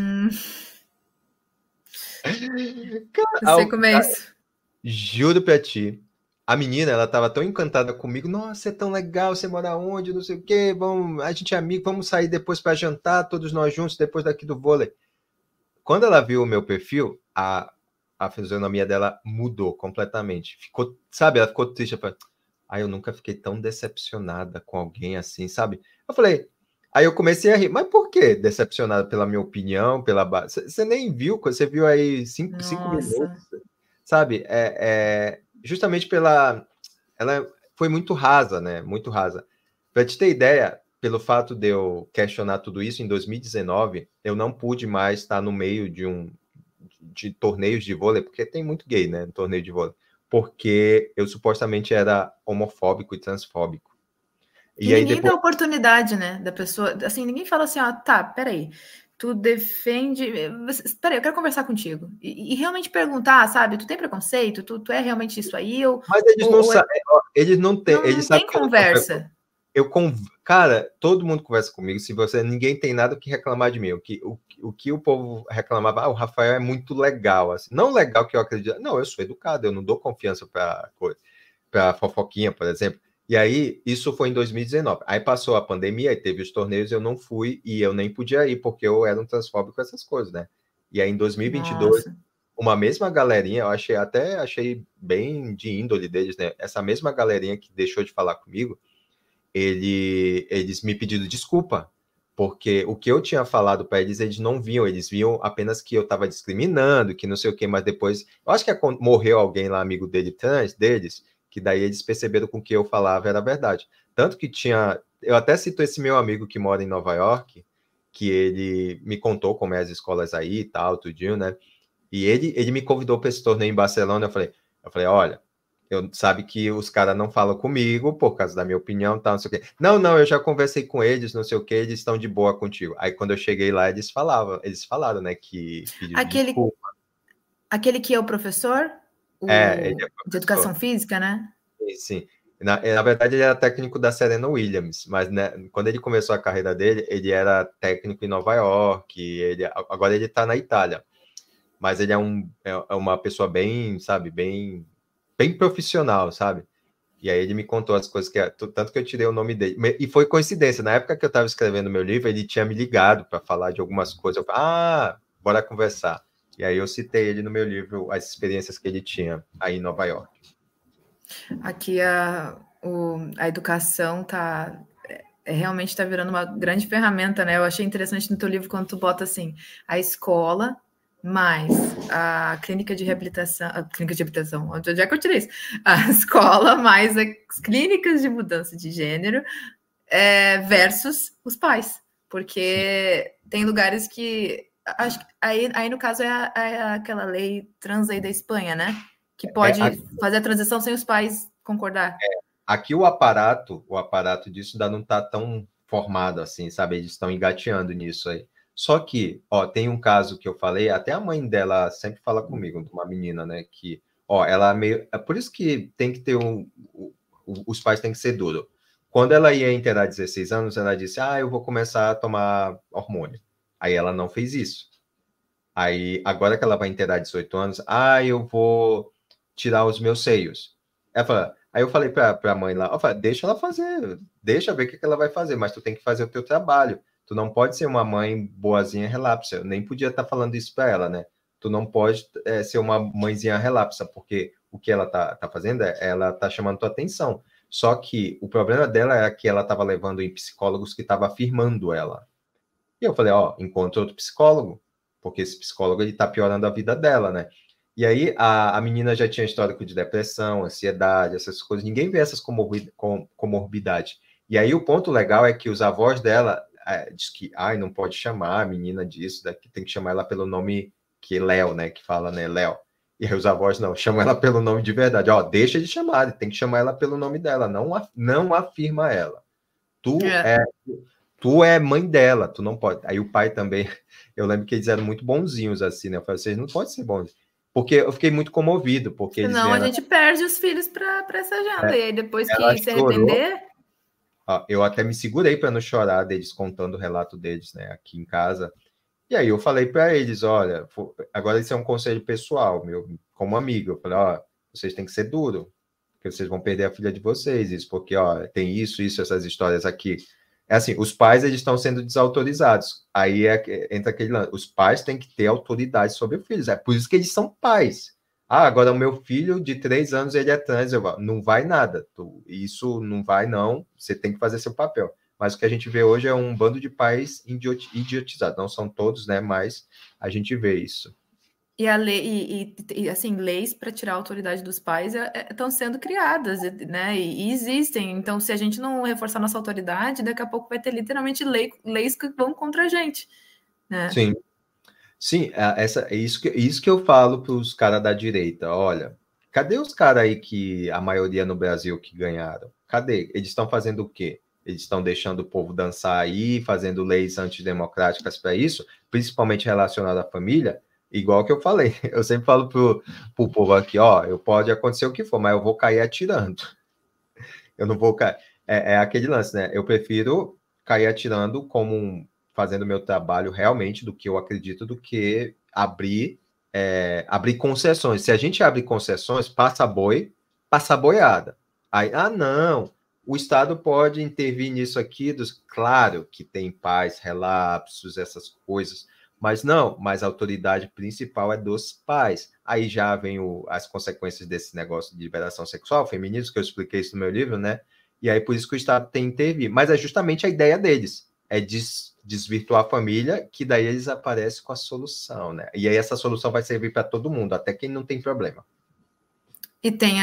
[SPEAKER 1] Eu sei como é isso.
[SPEAKER 2] Juro pra ti. A menina, ela tava tão encantada comigo. Nossa, é tão legal, você mora onde? Não sei o quê. A gente é amigo, vamos sair depois pra jantar, todos nós juntos, depois daqui do vôlei. Quando ela viu o meu perfil, a fisionomia dela mudou completamente. Ficou, sabe, ela ficou triste. Eu nunca fiquei tão decepcionada com alguém assim, sabe? Eu falei, aí eu comecei a rir, mas por quê? Decepcionada pela minha opinião, pela base. Você nem viu, você viu aí cinco minutos, sabe? Justamente ela foi muito rasa, né? Muito rasa. Pra te ter ideia, pelo fato de eu questionar tudo isso em 2019, eu não pude mais estar no meio de torneios de vôlei, porque tem muito gay, né, no torneio de vôlei, porque eu supostamente era homofóbico e transfóbico.
[SPEAKER 1] E aí ninguém dá oportunidade, né, da pessoa, assim, ninguém fala assim, tá, peraí, tu defende, peraí, eu quero conversar contigo, e realmente perguntar, sabe, tu tem preconceito, tu é realmente isso aí,
[SPEAKER 2] Mas eles não sabem, eles não têm, eles sabem
[SPEAKER 1] tem
[SPEAKER 2] que
[SPEAKER 1] conversa.
[SPEAKER 2] Cara, todo mundo conversa comigo. Se ninguém tem nada que reclamar de mim. O que o povo reclamava, o Rafael é muito legal. Assim. Não legal que eu acredito. Não, eu sou educado, eu não dou confiança para fofoquinha, por exemplo. E aí, isso foi em 2019. Aí passou a pandemia e teve os torneios, eu não fui e eu nem podia ir, porque eu era um transfóbico com essas coisas, né? E aí, em 2022, uma mesma galerinha, achei bem de índole deles, né? Essa mesma galerinha que deixou de falar comigo, eles me pediram desculpa, porque o que eu tinha falado para eles não viam, eles viam apenas que eu estava discriminando, que não sei o que, mas depois, eu acho que morreu alguém lá, amigo deles, que daí eles perceberam que o que eu falava era verdade. Tanto que eu até cito esse meu amigo que mora em Nova York, que ele me contou como é as escolas aí e tal, tudinho, né? E ele me convidou para esse torneio em Barcelona, eu falei, olha, eu sabe que os caras não falam comigo por causa da minha opinião, tal, não sei o quê. Não, eu já conversei com eles, não sei o quê, eles estão de boa contigo. Aí quando eu cheguei lá, eles falaram, né, que pediram desculpa.
[SPEAKER 1] Aquele que é o professor?
[SPEAKER 2] Ele é
[SPEAKER 1] de educação física, né?
[SPEAKER 2] Sim. Na verdade, ele era técnico da Serena Williams, mas né, quando ele começou a carreira dele, ele era técnico em Nova York, agora ele está na Itália. Mas ele é uma pessoa bem, sabe, bem profissional, sabe? E aí ele me contou as coisas tanto que eu tirei o nome dele. E foi coincidência, na época que eu estava escrevendo meu livro, ele tinha me ligado para falar de algumas coisas. Eu falei, bora conversar. E aí eu citei ele no meu livro, as experiências que ele tinha aí em Nova York.
[SPEAKER 1] Aqui a educação realmente está virando uma grande ferramenta, né? Eu achei interessante no teu livro quando tu bota assim, a escola mais a clínica de reabilitação, onde é que eu tirei isso? A escola mais as clínicas de mudança de gênero versus os pais, porque tem lugares que acho que aí no caso é aquela lei trans aí da Espanha, né? Que pode fazer a transição sem os pais concordar.
[SPEAKER 2] Aqui o aparato disso ainda não está tão formado assim, sabe? Eles estão engateando nisso aí. Só que, tem um caso que eu falei, até a mãe dela sempre fala comigo, uma menina, né? Que, ela meio. É por isso que tem que ter o os pais têm que ser duros. Quando ela ia inteirar 16 anos, ela disse, eu vou começar a tomar hormônio. Aí ela não fez isso. Aí, agora que ela vai inteirar 18 anos, eu vou tirar os meus seios. Aí eu falei para a mãe lá, deixa ela fazer, deixa ver o que ela vai fazer, mas tu tem que fazer o teu trabalho. Tu não pode ser uma mãe boazinha relapsa. Eu nem podia estar falando isso para ela, né? Tu não pode ser uma mãezinha relapsa, porque o que ela tá fazendo ela tá chamando tua atenção. Só que o problema dela era que ela estava levando em psicólogos que estavam afirmando ela. E eu falei, encontra outro psicólogo, porque esse psicólogo ele tá piorando a vida dela, né? E aí a menina já tinha histórico de depressão, ansiedade, essas coisas. Ninguém vê essas comorbidades. E aí o ponto legal é que os avós dela diz que não pode chamar a menina disso, daqui tem que chamar ela pelo nome que é Léo, né? Que fala, né, Léo. E aí os avós não, chamam ela pelo nome de verdade. Deixa de chamar, tem que chamar ela pelo nome dela, não afirma ela. Tu é mãe dela, tu não pode. Aí o pai também, eu lembro que eles eram muito bonzinhos assim, né? Eu falei, vocês não podem ser bons. Porque eu fiquei muito comovido, porque eles
[SPEAKER 1] Senão a gente perde os filhos para essa agenda. E aí depois que se arrepender...
[SPEAKER 2] Eu até me segurei para não chorar deles contando o relato deles, né? Aqui em casa. E aí eu falei para eles, olha, agora isso é um conselho pessoal, meu, como amigo. Eu falei, vocês têm que ser duro, porque vocês vão perder a filha de vocês, isso, porque, tem isso, essas histórias aqui. É assim, os pais, eles estão sendo desautorizados. Aí entra aquele lance, os pais têm que ter autoridade sobre os filhos, é por isso que eles são pais. Agora o meu filho de 3 anos, ele é trans, não vai nada, isso não vai não, você tem que fazer seu papel. Mas o que a gente vê hoje é um bando de pais idiotizados. Não são todos, né? Mas a gente vê isso.
[SPEAKER 1] E a lei, assim, leis para tirar a autoridade dos pais estão sendo criadas, né? E existem. Então, se a gente não reforçar nossa autoridade, daqui a pouco vai ter literalmente leis que vão contra a gente, né?
[SPEAKER 2] Sim. Sim, isso que eu falo para os caras da direita. Olha, cadê os caras aí que a maioria no Brasil que ganharam? Cadê? Eles estão fazendo o quê? Eles estão deixando o povo dançar aí, fazendo leis antidemocráticas para isso, principalmente relacionado à família, igual que eu falei. Eu sempre falo pro povo aqui, pode acontecer o que for, mas eu vou cair atirando. Eu não vou cair. É aquele lance, né? Eu prefiro cair atirando fazendo meu trabalho realmente do que eu acredito, do que abrir concessões. Se a gente abre concessões, passa boiada. Aí, não, o Estado pode intervir nisso aqui, claro que tem pais, relapsos, essas coisas, mas a autoridade principal é dos pais. Aí já vem as consequências desse negócio de liberação sexual, feminismo, que eu expliquei isso no meu livro, né? E aí por isso que o Estado tem que intervir. Mas é justamente a ideia deles, é desvirtuar a família, que daí eles aparecem com a solução, né? E aí essa solução vai servir para todo mundo, até quem não tem problema.
[SPEAKER 1] E tem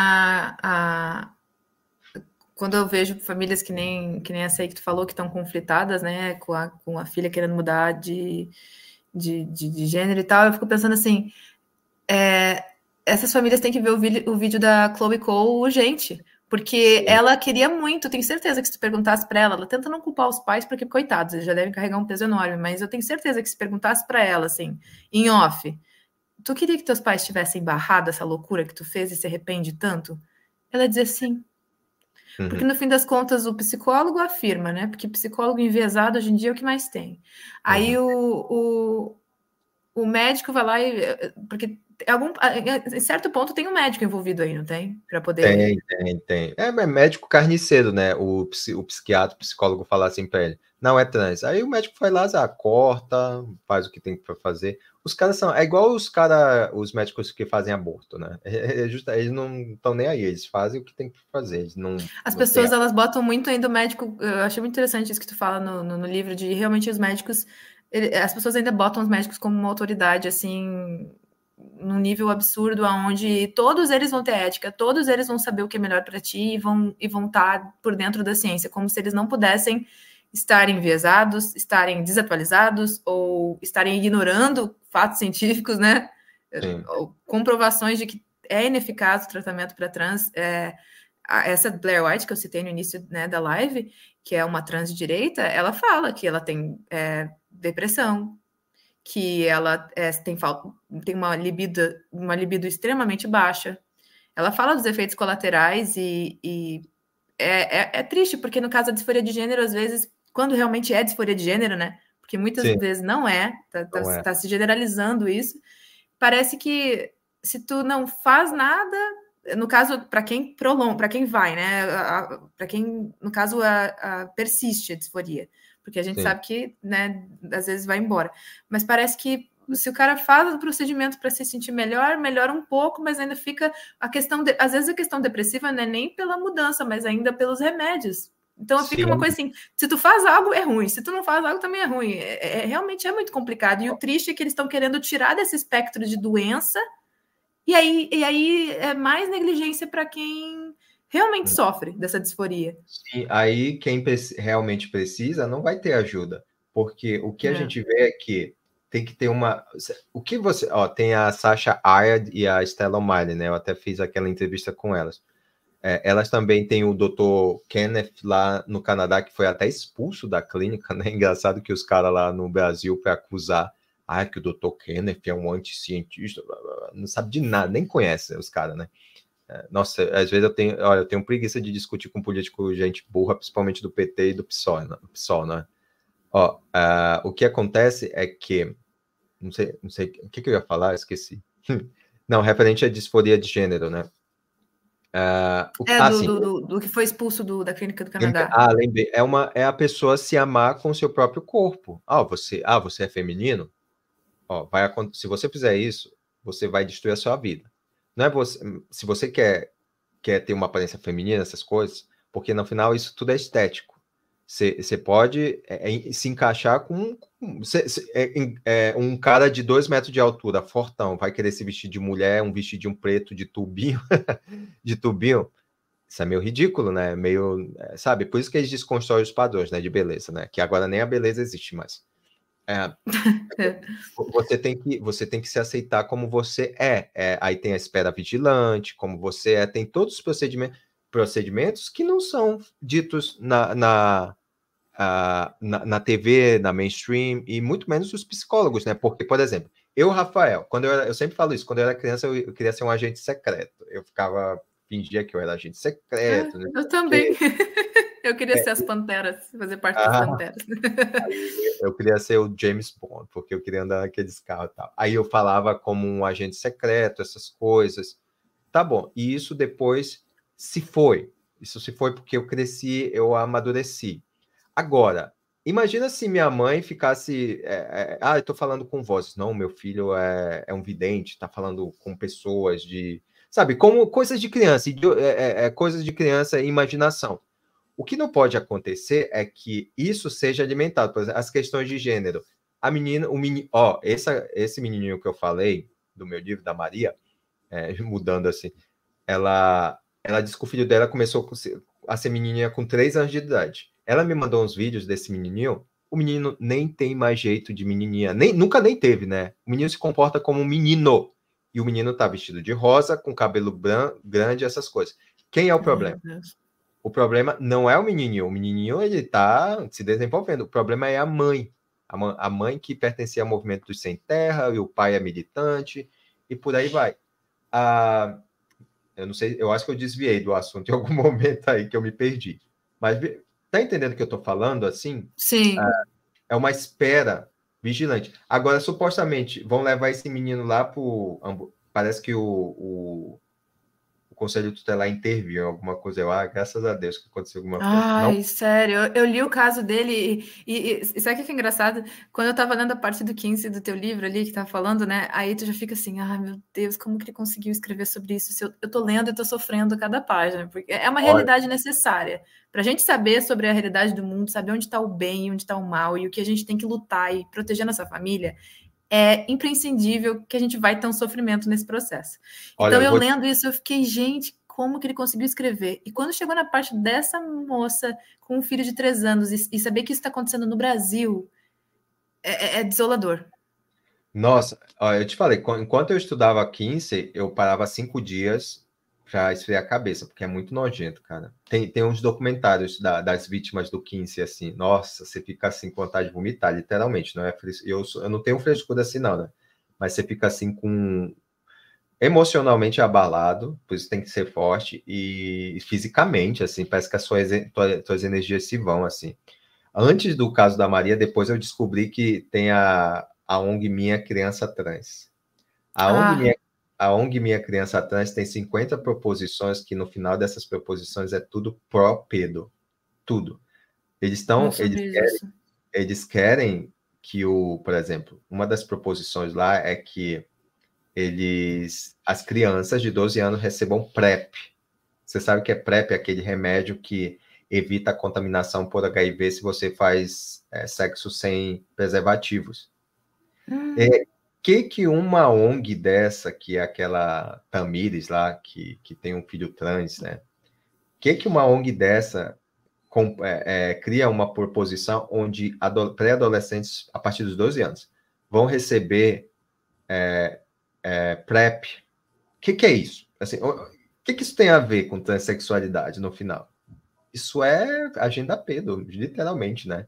[SPEAKER 1] quando eu vejo famílias que nem essa aí que tu falou, que estão conflitadas, né, com a filha querendo mudar de gênero e tal, eu fico pensando assim, essas famílias têm que ver o vídeo da Chloe Cole urgente, porque sim, ela queria muito, tenho certeza que se tu perguntasse para ela tenta não culpar os pais, porque coitados, eles já devem carregar um peso enorme, mas eu tenho certeza que se perguntasse para ela, assim, em off, tu queria que teus pais tivessem barrado essa loucura que tu fez e se arrepende tanto? Ela ia dizer sim. Porque no fim das contas o psicólogo afirma, né? Porque psicólogo enviesado hoje em dia é o que mais tem. Aí o médico vai lá porque em certo ponto tem um médico envolvido aí, não tem? Para poder...
[SPEAKER 2] Tem. É médico carniceiro, né? O psiquiatra, o psicólogo fala assim para ele, não é trans. Aí o médico vai lá, corta, faz o que tem para fazer. Os caras são... É igual os médicos que fazem aborto, né? Eles não estão nem aí, eles fazem o que tem que fazer. Eles não,
[SPEAKER 1] as pessoas, elas botam muito ainda o médico... Eu achei muito interessante isso que tu fala no livro, de realmente os médicos... As pessoas ainda botam os médicos como uma autoridade, assim... num nível absurdo, aonde todos eles vão ter ética, todos eles vão saber o que é melhor para ti e vão estar por dentro da ciência, como se eles não pudessem estar enviesados, estarem desatualizados ou estarem ignorando fatos científicos, né? Ou comprovações de que é ineficaz o tratamento para trans. Essa Blair White que eu citei no início, né, da live, que é uma trans de direita, ela fala que ela tem depressão, que ela tem uma libido extremamente baixa, ela fala dos efeitos colaterais e é triste, porque no caso da disforia de gênero, às vezes, quando realmente é disforia de gênero, né? Porque muitas
[SPEAKER 2] Sim,
[SPEAKER 1] vezes não é,
[SPEAKER 2] não é.
[SPEAKER 1] tá se generalizando isso. Parece que se tu não faz nada, no caso, para quem prolonga, para quem vai, né? Para quem, no caso, persiste a disforia, porque a gente
[SPEAKER 2] Sim.
[SPEAKER 1] sabe que, né, às vezes vai embora. Mas parece que se o cara faz o procedimento para se sentir melhor, melhora um pouco, mas ainda fica a questão, às vezes a questão depressiva não é nem pela mudança, mas ainda pelos remédios. Então fica uma
[SPEAKER 2] Sim.
[SPEAKER 1] coisa assim, se tu faz algo é ruim, se tu não faz algo também é ruim. Realmente é muito complicado. E o triste é que eles estão querendo tirar desse espectro de doença, e aí é mais negligência para quem realmente sofre dessa disforia.
[SPEAKER 2] Sim, aí quem realmente precisa não vai ter ajuda, porque o que a gente vê é que tem que ter uma... O que você... Ó, tem a Sasha Ayad e a Stella O'Malley, né? Eu até fiz aquela entrevista com elas. Elas também têm o Dr. Kenneth lá no Canadá, que foi até expulso da clínica, né? Engraçado que os caras lá no Brasil, para acusar, que o Dr. Kenneth é um anticientista, blá, blá, blá, não sabe de nada, nem conhece os caras, né? Nossa, às vezes eu tenho preguiça de discutir com político, gente burra, principalmente do PT e do PSOL, né? Ó, o que acontece é que, não sei o que eu ia falar, esqueci. Não, referente à disforia de gênero, né? Sim.
[SPEAKER 1] Do que foi expulso da clínica do Canadá.
[SPEAKER 2] Lembrei. É a pessoa se amar com o seu próprio corpo. Você é feminino? Se você fizer isso, você vai destruir a sua vida. Não é você, se você quer ter uma aparência feminina, essas coisas, porque no final isso tudo é estético. Você pode se encaixar com um cara de 2 metros de altura, fortão, vai querer se vestir de mulher, um vestidinho preto de tubinho, de tubinho. Isso é meio ridículo, né? Meio, sabe? Por isso que eles desconstroem os padrões, né, de beleza, né? Que agora nem a beleza existe mais. Você tem que se aceitar como você é. Aí tem a espera vigilante, como você é. Tem todos os procedimentos que não são ditos na TV, na mainstream, e muito menos os psicólogos, né? Porque, por exemplo, Rafael, eu sempre falo isso, quando eu era criança, eu queria ser um agente secreto. Eu fingia que eu era agente secreto, né?
[SPEAKER 1] Eu também. Eu queria ser as Panteras, fazer parte das Panteras.
[SPEAKER 2] Eu queria ser o James Bond, porque eu queria andar naqueles carros e tal. Aí eu falava como um agente secreto, essas coisas. Tá bom. E isso depois se foi. Isso se foi porque eu cresci, eu amadureci. Agora, imagina se minha mãe ficasse... eu tô falando com vozes. Não, meu filho é um vidente, tá falando com pessoas de... Sabe, como coisas de criança, coisas de criança e imaginação. O que não pode acontecer é que isso seja alimentado, por exemplo, as questões de gênero. A menina, esse menininho que eu falei, do meu livro, da Maria, mudando assim, ela disse que o filho dela começou a ser menininha com 3 anos de idade. Ela me mandou uns vídeos desse menininho, o menino nem tem mais jeito de menininha, nunca nem teve, né? O menino se comporta como um menino, e o menino tá vestido de rosa, com cabelo grande, essas coisas. Quem é o problema? O problema não é o menininho ele tá se desenvolvendo, o problema é a mãe. A mãe que pertencia ao movimento dos sem terra, e o pai é militante, e por aí vai. Eu não sei, eu acho que eu desviei do assunto em algum momento aí que eu me perdi. Mas tá entendendo o que eu tô falando, assim?
[SPEAKER 1] Sim.
[SPEAKER 2] É uma espera vigilante. Agora, supostamente, vão levar esse menino lá pro... Parece que o Conselho Tutelar interviu em alguma coisa. Graças a Deus que aconteceu alguma coisa. Não.
[SPEAKER 1] Ai, sério, eu li o caso dele e sabe o que é engraçado? Quando eu tava lendo a parte do 15 do teu livro ali, que tava falando, né? Aí tu já fica assim, ai meu Deus, como que ele conseguiu escrever sobre isso? Se eu tô lendo e tô sofrendo cada página, porque é uma realidade necessária. Pra gente saber sobre a realidade do mundo, saber onde tá o bem, onde tá o mal e o que a gente tem que lutar e proteger nossa família, é imprescindível que a gente vai ter um sofrimento nesse processo. Então, eu lendo isso, eu fiquei, gente, como que ele conseguiu escrever? E quando chegou na parte dessa moça com um filho de 3 anos e saber que isso está acontecendo no Brasil, é desolador.
[SPEAKER 2] Nossa, eu te falei, enquanto eu estudava 15, eu parava 5 dias para esfriar a cabeça, porque é muito nojento, cara. Tem uns documentários das vítimas do 15, assim, nossa, você fica assim com vontade de vomitar, literalmente, não é? Eu não tenho frescura assim, não, né? Mas você fica assim com... emocionalmente abalado, por isso tem que ser forte, e fisicamente, assim, parece que as tuas energias se vão, assim. Antes do caso da Maria, depois eu descobri que tem a ONG Minha Criança Trans. A ONG
[SPEAKER 1] Ah,
[SPEAKER 2] Minha, a ONG Minha Criança Trans tem 50 proposições, que no final dessas proposições é tudo pró-pedo. Tudo. Eles
[SPEAKER 1] não
[SPEAKER 2] estão,
[SPEAKER 1] sabia disso.
[SPEAKER 2] eles querem que por exemplo, uma das proposições lá é que as crianças de 12 anos recebam PrEP. Você sabe que é PrEP, é aquele remédio que evita a contaminação por HIV se você faz sexo sem preservativos. Que uma ONG dessa, que é aquela Tamires lá, que tem um filho trans, né? Que uma ONG dessa cria uma proposição onde pré-adolescentes, a partir dos 12 anos, vão receber PrEP? Que é isso? Assim, que isso tem a ver com transexualidade no final? Isso é agenda pedo, literalmente, né?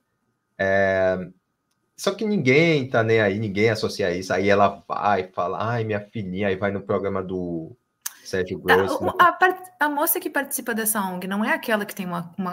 [SPEAKER 2] Só que ninguém tá nem aí, ninguém associa isso. Aí ela vai falar, ai, minha filhinha, aí vai no programa do Sérgio Grosso.
[SPEAKER 1] A moça que participa dessa ONG não é aquela que tem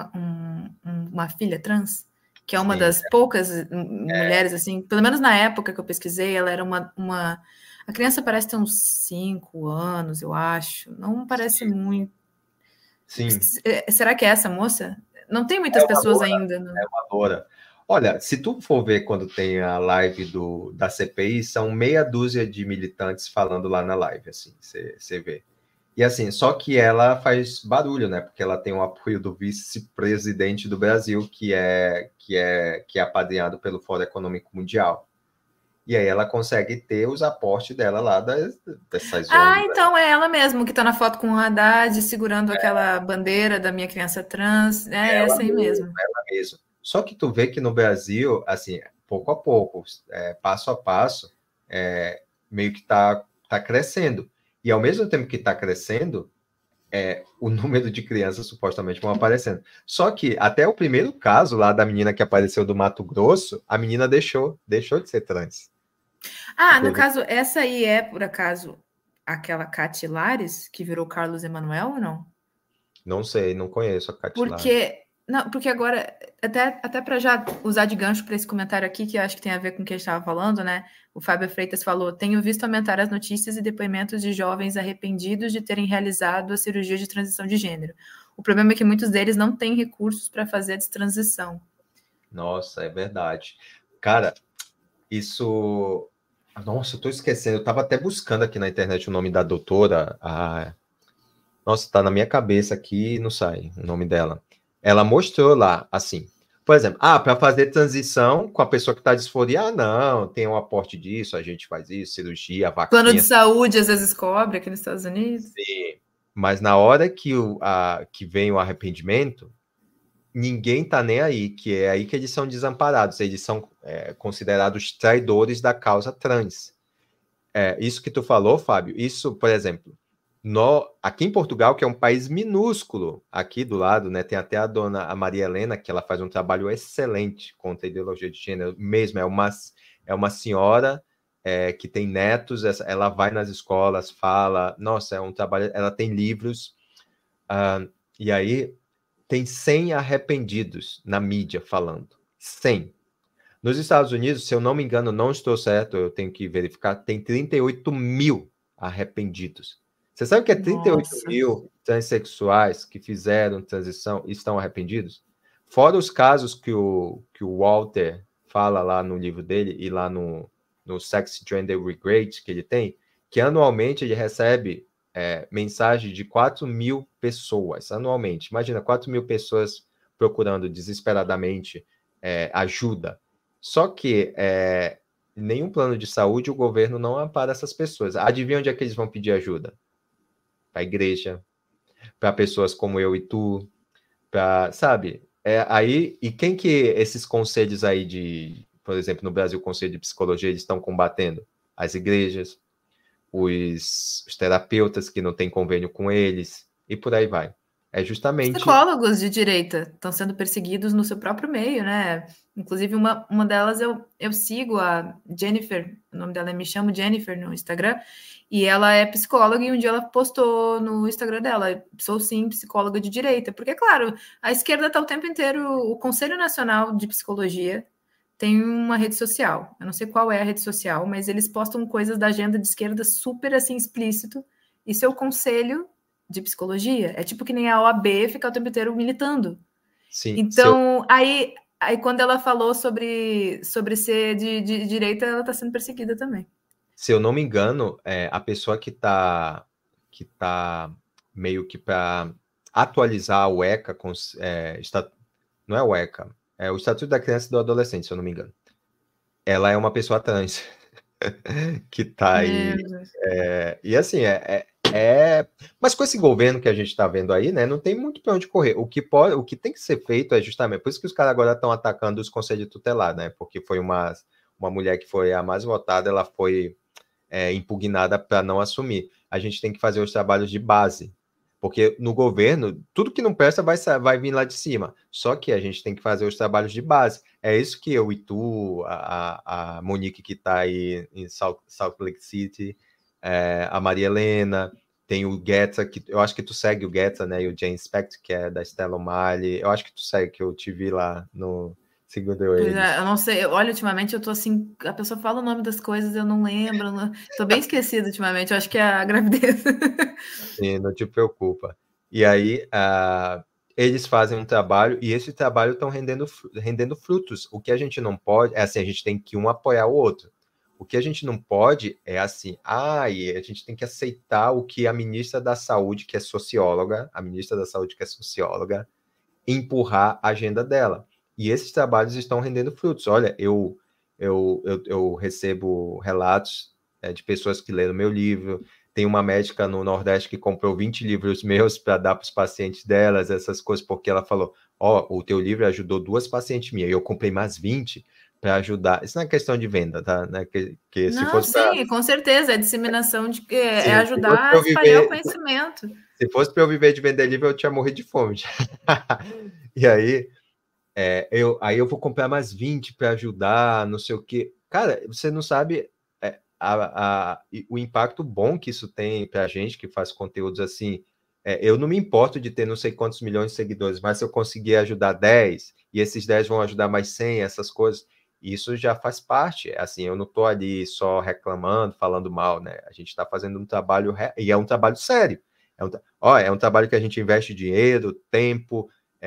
[SPEAKER 1] uma filha trans? Que é uma
[SPEAKER 2] Sim,
[SPEAKER 1] das poucas mulheres, assim, pelo menos na época que eu pesquisei, ela era uma... A criança parece ter uns 5 anos, eu acho. Não parece muito.
[SPEAKER 2] sim.
[SPEAKER 1] Será que é essa moça? Não tem
[SPEAKER 2] É
[SPEAKER 1] muitas
[SPEAKER 2] uma
[SPEAKER 1] pessoas
[SPEAKER 2] loura,
[SPEAKER 1] ainda.
[SPEAKER 2] é uma loura. Olha, se tu for ver quando tem a live da CPI, são meia dúzia de militantes falando lá na live, assim, você vê. E assim, só que ela faz barulho, né? Porque ela tem o apoio do vice-presidente do Brasil, que é apadrinhado pelo Fórum Econômico Mundial. E aí ela consegue ter os aportes dela lá dessas
[SPEAKER 1] Ah,
[SPEAKER 2] ONGs.
[SPEAKER 1] então é ela mesmo que está na foto com o Haddad segurando aquela bandeira da minha criança trans. É
[SPEAKER 2] Ela
[SPEAKER 1] essa aí
[SPEAKER 2] mesma,
[SPEAKER 1] mesmo.
[SPEAKER 2] ela mesma. Só que tu vê que no Brasil, assim, pouco a pouco, passo a passo, meio que tá crescendo. E ao mesmo tempo que está crescendo, o número de crianças supostamente vão aparecendo. Só que até o primeiro caso lá da menina que apareceu do Mato Grosso, a menina deixou de ser trans.
[SPEAKER 1] Ah, no caso, essa aí é, por acaso, aquela Cati Lares, que virou Carlos Emanuel ou não?
[SPEAKER 2] Não sei, não conheço a Catilar.
[SPEAKER 1] Porque, não, porque agora, até para já usar de gancho para esse comentário aqui, que eu acho que tem a ver com o que a gente estava falando, né? O Fábio Freitas falou: tenho visto aumentar as notícias e depoimentos de jovens arrependidos de terem realizado a cirurgia de transição de gênero. O problema é que muitos deles não têm recursos para fazer a destransição.
[SPEAKER 2] Nossa, é verdade. Cara, isso. Nossa, eu tô esquecendo. Eu tava até buscando aqui na internet o nome da doutora. Nossa, tá na minha cabeça aqui e não sai o nome dela. Ela mostrou lá, assim. Por exemplo, para fazer transição com a pessoa que tá disforia, não, tem um aporte disso, a gente faz isso, cirurgia,
[SPEAKER 1] Plano de
[SPEAKER 2] vaquinha.
[SPEAKER 1] saúde às vezes cobre aqui nos Estados Unidos.
[SPEAKER 2] Sim. Mas na hora que vem o arrependimento, ninguém tá nem aí, que é aí que eles são desamparados, eles são considerados traidores da causa trans. Isso que tu falou, Fábio, isso, por exemplo, aqui em Portugal, que é um país minúsculo, aqui do lado, né, tem até a Maria Helena, que ela faz um trabalho excelente contra a ideologia de gênero, mesmo, é uma senhora que tem netos, ela vai nas escolas, fala, nossa, é um trabalho, ela tem livros, e aí tem 100 arrependidos na mídia falando, 100. Nos Estados Unidos, se eu não me engano, não estou certo, eu tenho que verificar, tem 38 mil arrependidos. Você sabe o que é 38
[SPEAKER 1] Nossa.
[SPEAKER 2] mil transexuais que fizeram transição e estão arrependidos? Fora os casos que o Walter fala lá no livro dele e lá no Sex, Gender, Regret que ele tem, que anualmente ele recebe mensagem de 4 mil pessoas, anualmente. Imagina, 4 mil pessoas procurando desesperadamente ajuda. Só que nenhum plano de saúde o governo não ampara essas pessoas. Adivinha onde é que eles vão pedir ajuda? Para a igreja, para pessoas como eu e tu, sabe? Aí, e quem que esses conselhos aí por exemplo, no Brasil, o Conselho de Psicologia, eles estão combatendo? As igrejas, os terapeutas que não têm convênio com eles, e por aí vai. É justamente.
[SPEAKER 1] Psicólogos de direita estão sendo perseguidos no seu próprio meio, né? Inclusive, uma delas eu sigo, a Jennifer, o nome dela é Me Chamo Jennifer no Instagram, e ela é psicóloga, e um dia ela postou no Instagram dela, sou sim psicóloga de direita, porque, claro, a esquerda está o tempo inteiro, o Conselho Nacional de Psicologia tem uma rede social, eu não sei qual é a rede social, mas eles postam coisas da agenda de esquerda super, assim, explícito, e seu conselho de psicologia. É tipo que nem a OAB ficar o tempo inteiro militando.
[SPEAKER 2] Sim,
[SPEAKER 1] Então, aí quando ela falou sobre ser de direita, ela está sendo perseguida também.
[SPEAKER 2] se eu não me engano, a pessoa que tá meio que para atualizar o ECA, não é o ECA, é o Estatuto da Criança e do Adolescente, se eu não me engano. Ela é uma pessoa trans que tá aí.
[SPEAKER 1] Meu Deus.
[SPEAKER 2] E assim, mas com esse governo que a gente está vendo aí, né, não tem muito para onde correr. O que tem que ser feito é justamente, por isso que os caras agora estão atacando os conselhos tutelares, né, porque foi uma mulher que foi a mais votada, ela foi impugnada para não assumir. A gente tem que fazer os trabalhos de base, porque no governo, tudo que não presta vai vir lá de cima. Só que a gente tem que fazer os trabalhos de base. É isso que eu e tu, a Monique que está aí em Salt Lake City, a Maria Helena, tem o Guetta, que eu acho que tu segue o Guetta, né? E o Jane Spector, que é da Stella O'Malley. Eu acho que tu segue, que eu te vi lá no segundo
[SPEAKER 1] Pois é,
[SPEAKER 2] eles.
[SPEAKER 1] eu não sei, olha, ultimamente eu tô assim, a pessoa fala o nome das coisas, eu não lembro, tô bem esquecida ultimamente, eu acho que é a gravidez.
[SPEAKER 2] Sim, não te preocupa. E aí, eles fazem um trabalho e esse trabalho estão rendendo frutos. O que a gente não pode, é assim, a gente tem que um apoiar o outro. O que a gente não pode é assim, e a gente tem que aceitar o que a ministra da Saúde, que é socióloga, empurrar a agenda dela. E esses trabalhos estão rendendo frutos. Olha, eu recebo relatos de pessoas que leram meu livro. Tem uma médica no Nordeste que comprou 20 livros meus para dar para os pacientes delas, essas coisas, porque ela falou: o teu livro ajudou 2 pacientes minhas, e eu comprei mais 20 para ajudar. Isso não é questão de venda, tá? Né? Que se
[SPEAKER 1] Não,
[SPEAKER 2] fosse para.
[SPEAKER 1] sim, com certeza, é disseminação é
[SPEAKER 2] Sim,
[SPEAKER 1] ajudar a espalhar o conhecimento.
[SPEAKER 2] se fosse para eu viver de vender livro, eu tinha morrido de fome. E aí, aí eu vou comprar mais 20 para ajudar, não sei o quê. Cara, você não sabe o impacto bom que isso tem para a gente que faz conteúdos assim. Eu não me importo de ter não sei quantos milhões de seguidores, mas se eu conseguir ajudar 10 e esses 10 vão ajudar mais 100, essas coisas, isso já faz parte. Assim, eu não estou ali só reclamando, falando mal, né? A gente está fazendo um trabalho, e é um trabalho sério. É um trabalho que a gente investe dinheiro, tempo,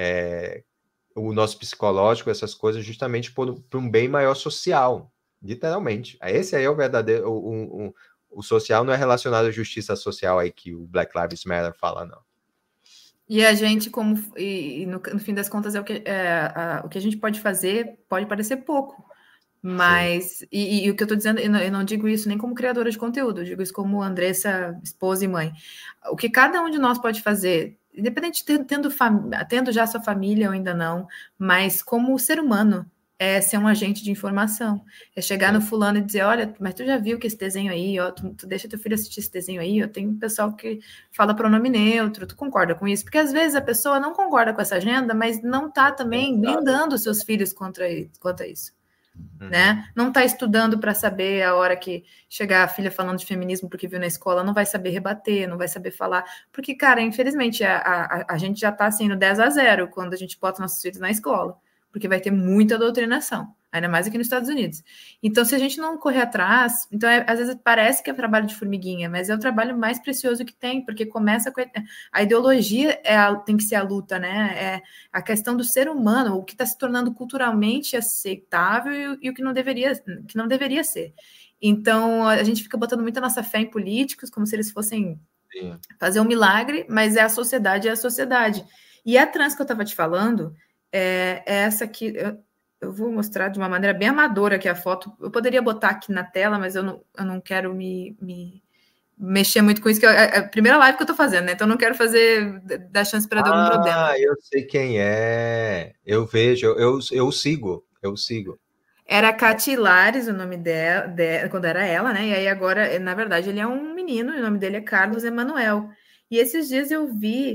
[SPEAKER 2] o nosso psicológico, essas coisas, justamente por um bem maior social, literalmente. Esse aí é o verdadeiro. O social não é relacionado à justiça social aí que o Black Lives Matter fala, não.
[SPEAKER 1] E a gente, no fim das contas, o que a gente pode fazer pode parecer pouco, mas. E o que eu estou dizendo, eu não digo isso nem como criadora de conteúdo, eu digo isso como Andressa, esposa e mãe. O que cada um de nós pode fazer, independente de tendo já sua família ou ainda não, mas como ser humano, é ser um agente de informação. É chegar no fulano e dizer: olha, mas tu já viu que esse desenho aí, ó, tu deixa teu filho assistir esse desenho aí, ó, tem um pessoal que fala pronome neutro, tu concorda com isso? Porque às vezes a pessoa não concorda com essa agenda, mas não está também blindando seus filhos quanto a isso. Né? Não está estudando para saber a hora que chegar a filha falando de feminismo porque viu na escola, não vai saber rebater, não vai saber falar, porque, cara, infelizmente a gente já está assim no 10-0 quando a gente bota nossos filhos na escola, porque vai ter muita doutrinação, ainda mais aqui nos Estados Unidos. Então, se a gente não correr atrás, então às vezes parece que é trabalho de formiguinha, mas é o trabalho mais precioso que tem, porque começa com a ideologia tem que ser a luta, né? É a questão do ser humano, o que está se tornando culturalmente aceitável e o que não deveria ser. Então, a gente fica botando muita nossa fé em políticos, como se eles fossem fazer um milagre, mas é a sociedade. E a trans que eu estava te falando, é essa aqui, eu vou mostrar de uma maneira bem amadora aqui a foto. Eu poderia botar aqui na tela, mas eu não quero me mexer muito com isso, que é a primeira live que eu tô fazendo, né? Então eu não quero dar chance para dar algum problema.
[SPEAKER 2] Eu sei quem é. Eu vejo, eu sigo.
[SPEAKER 1] Era Cati Lares o nome dela, quando era ela, né? E aí agora, na verdade, ele é um menino, e o nome dele é Carlos Emanuel. E esses dias eu vi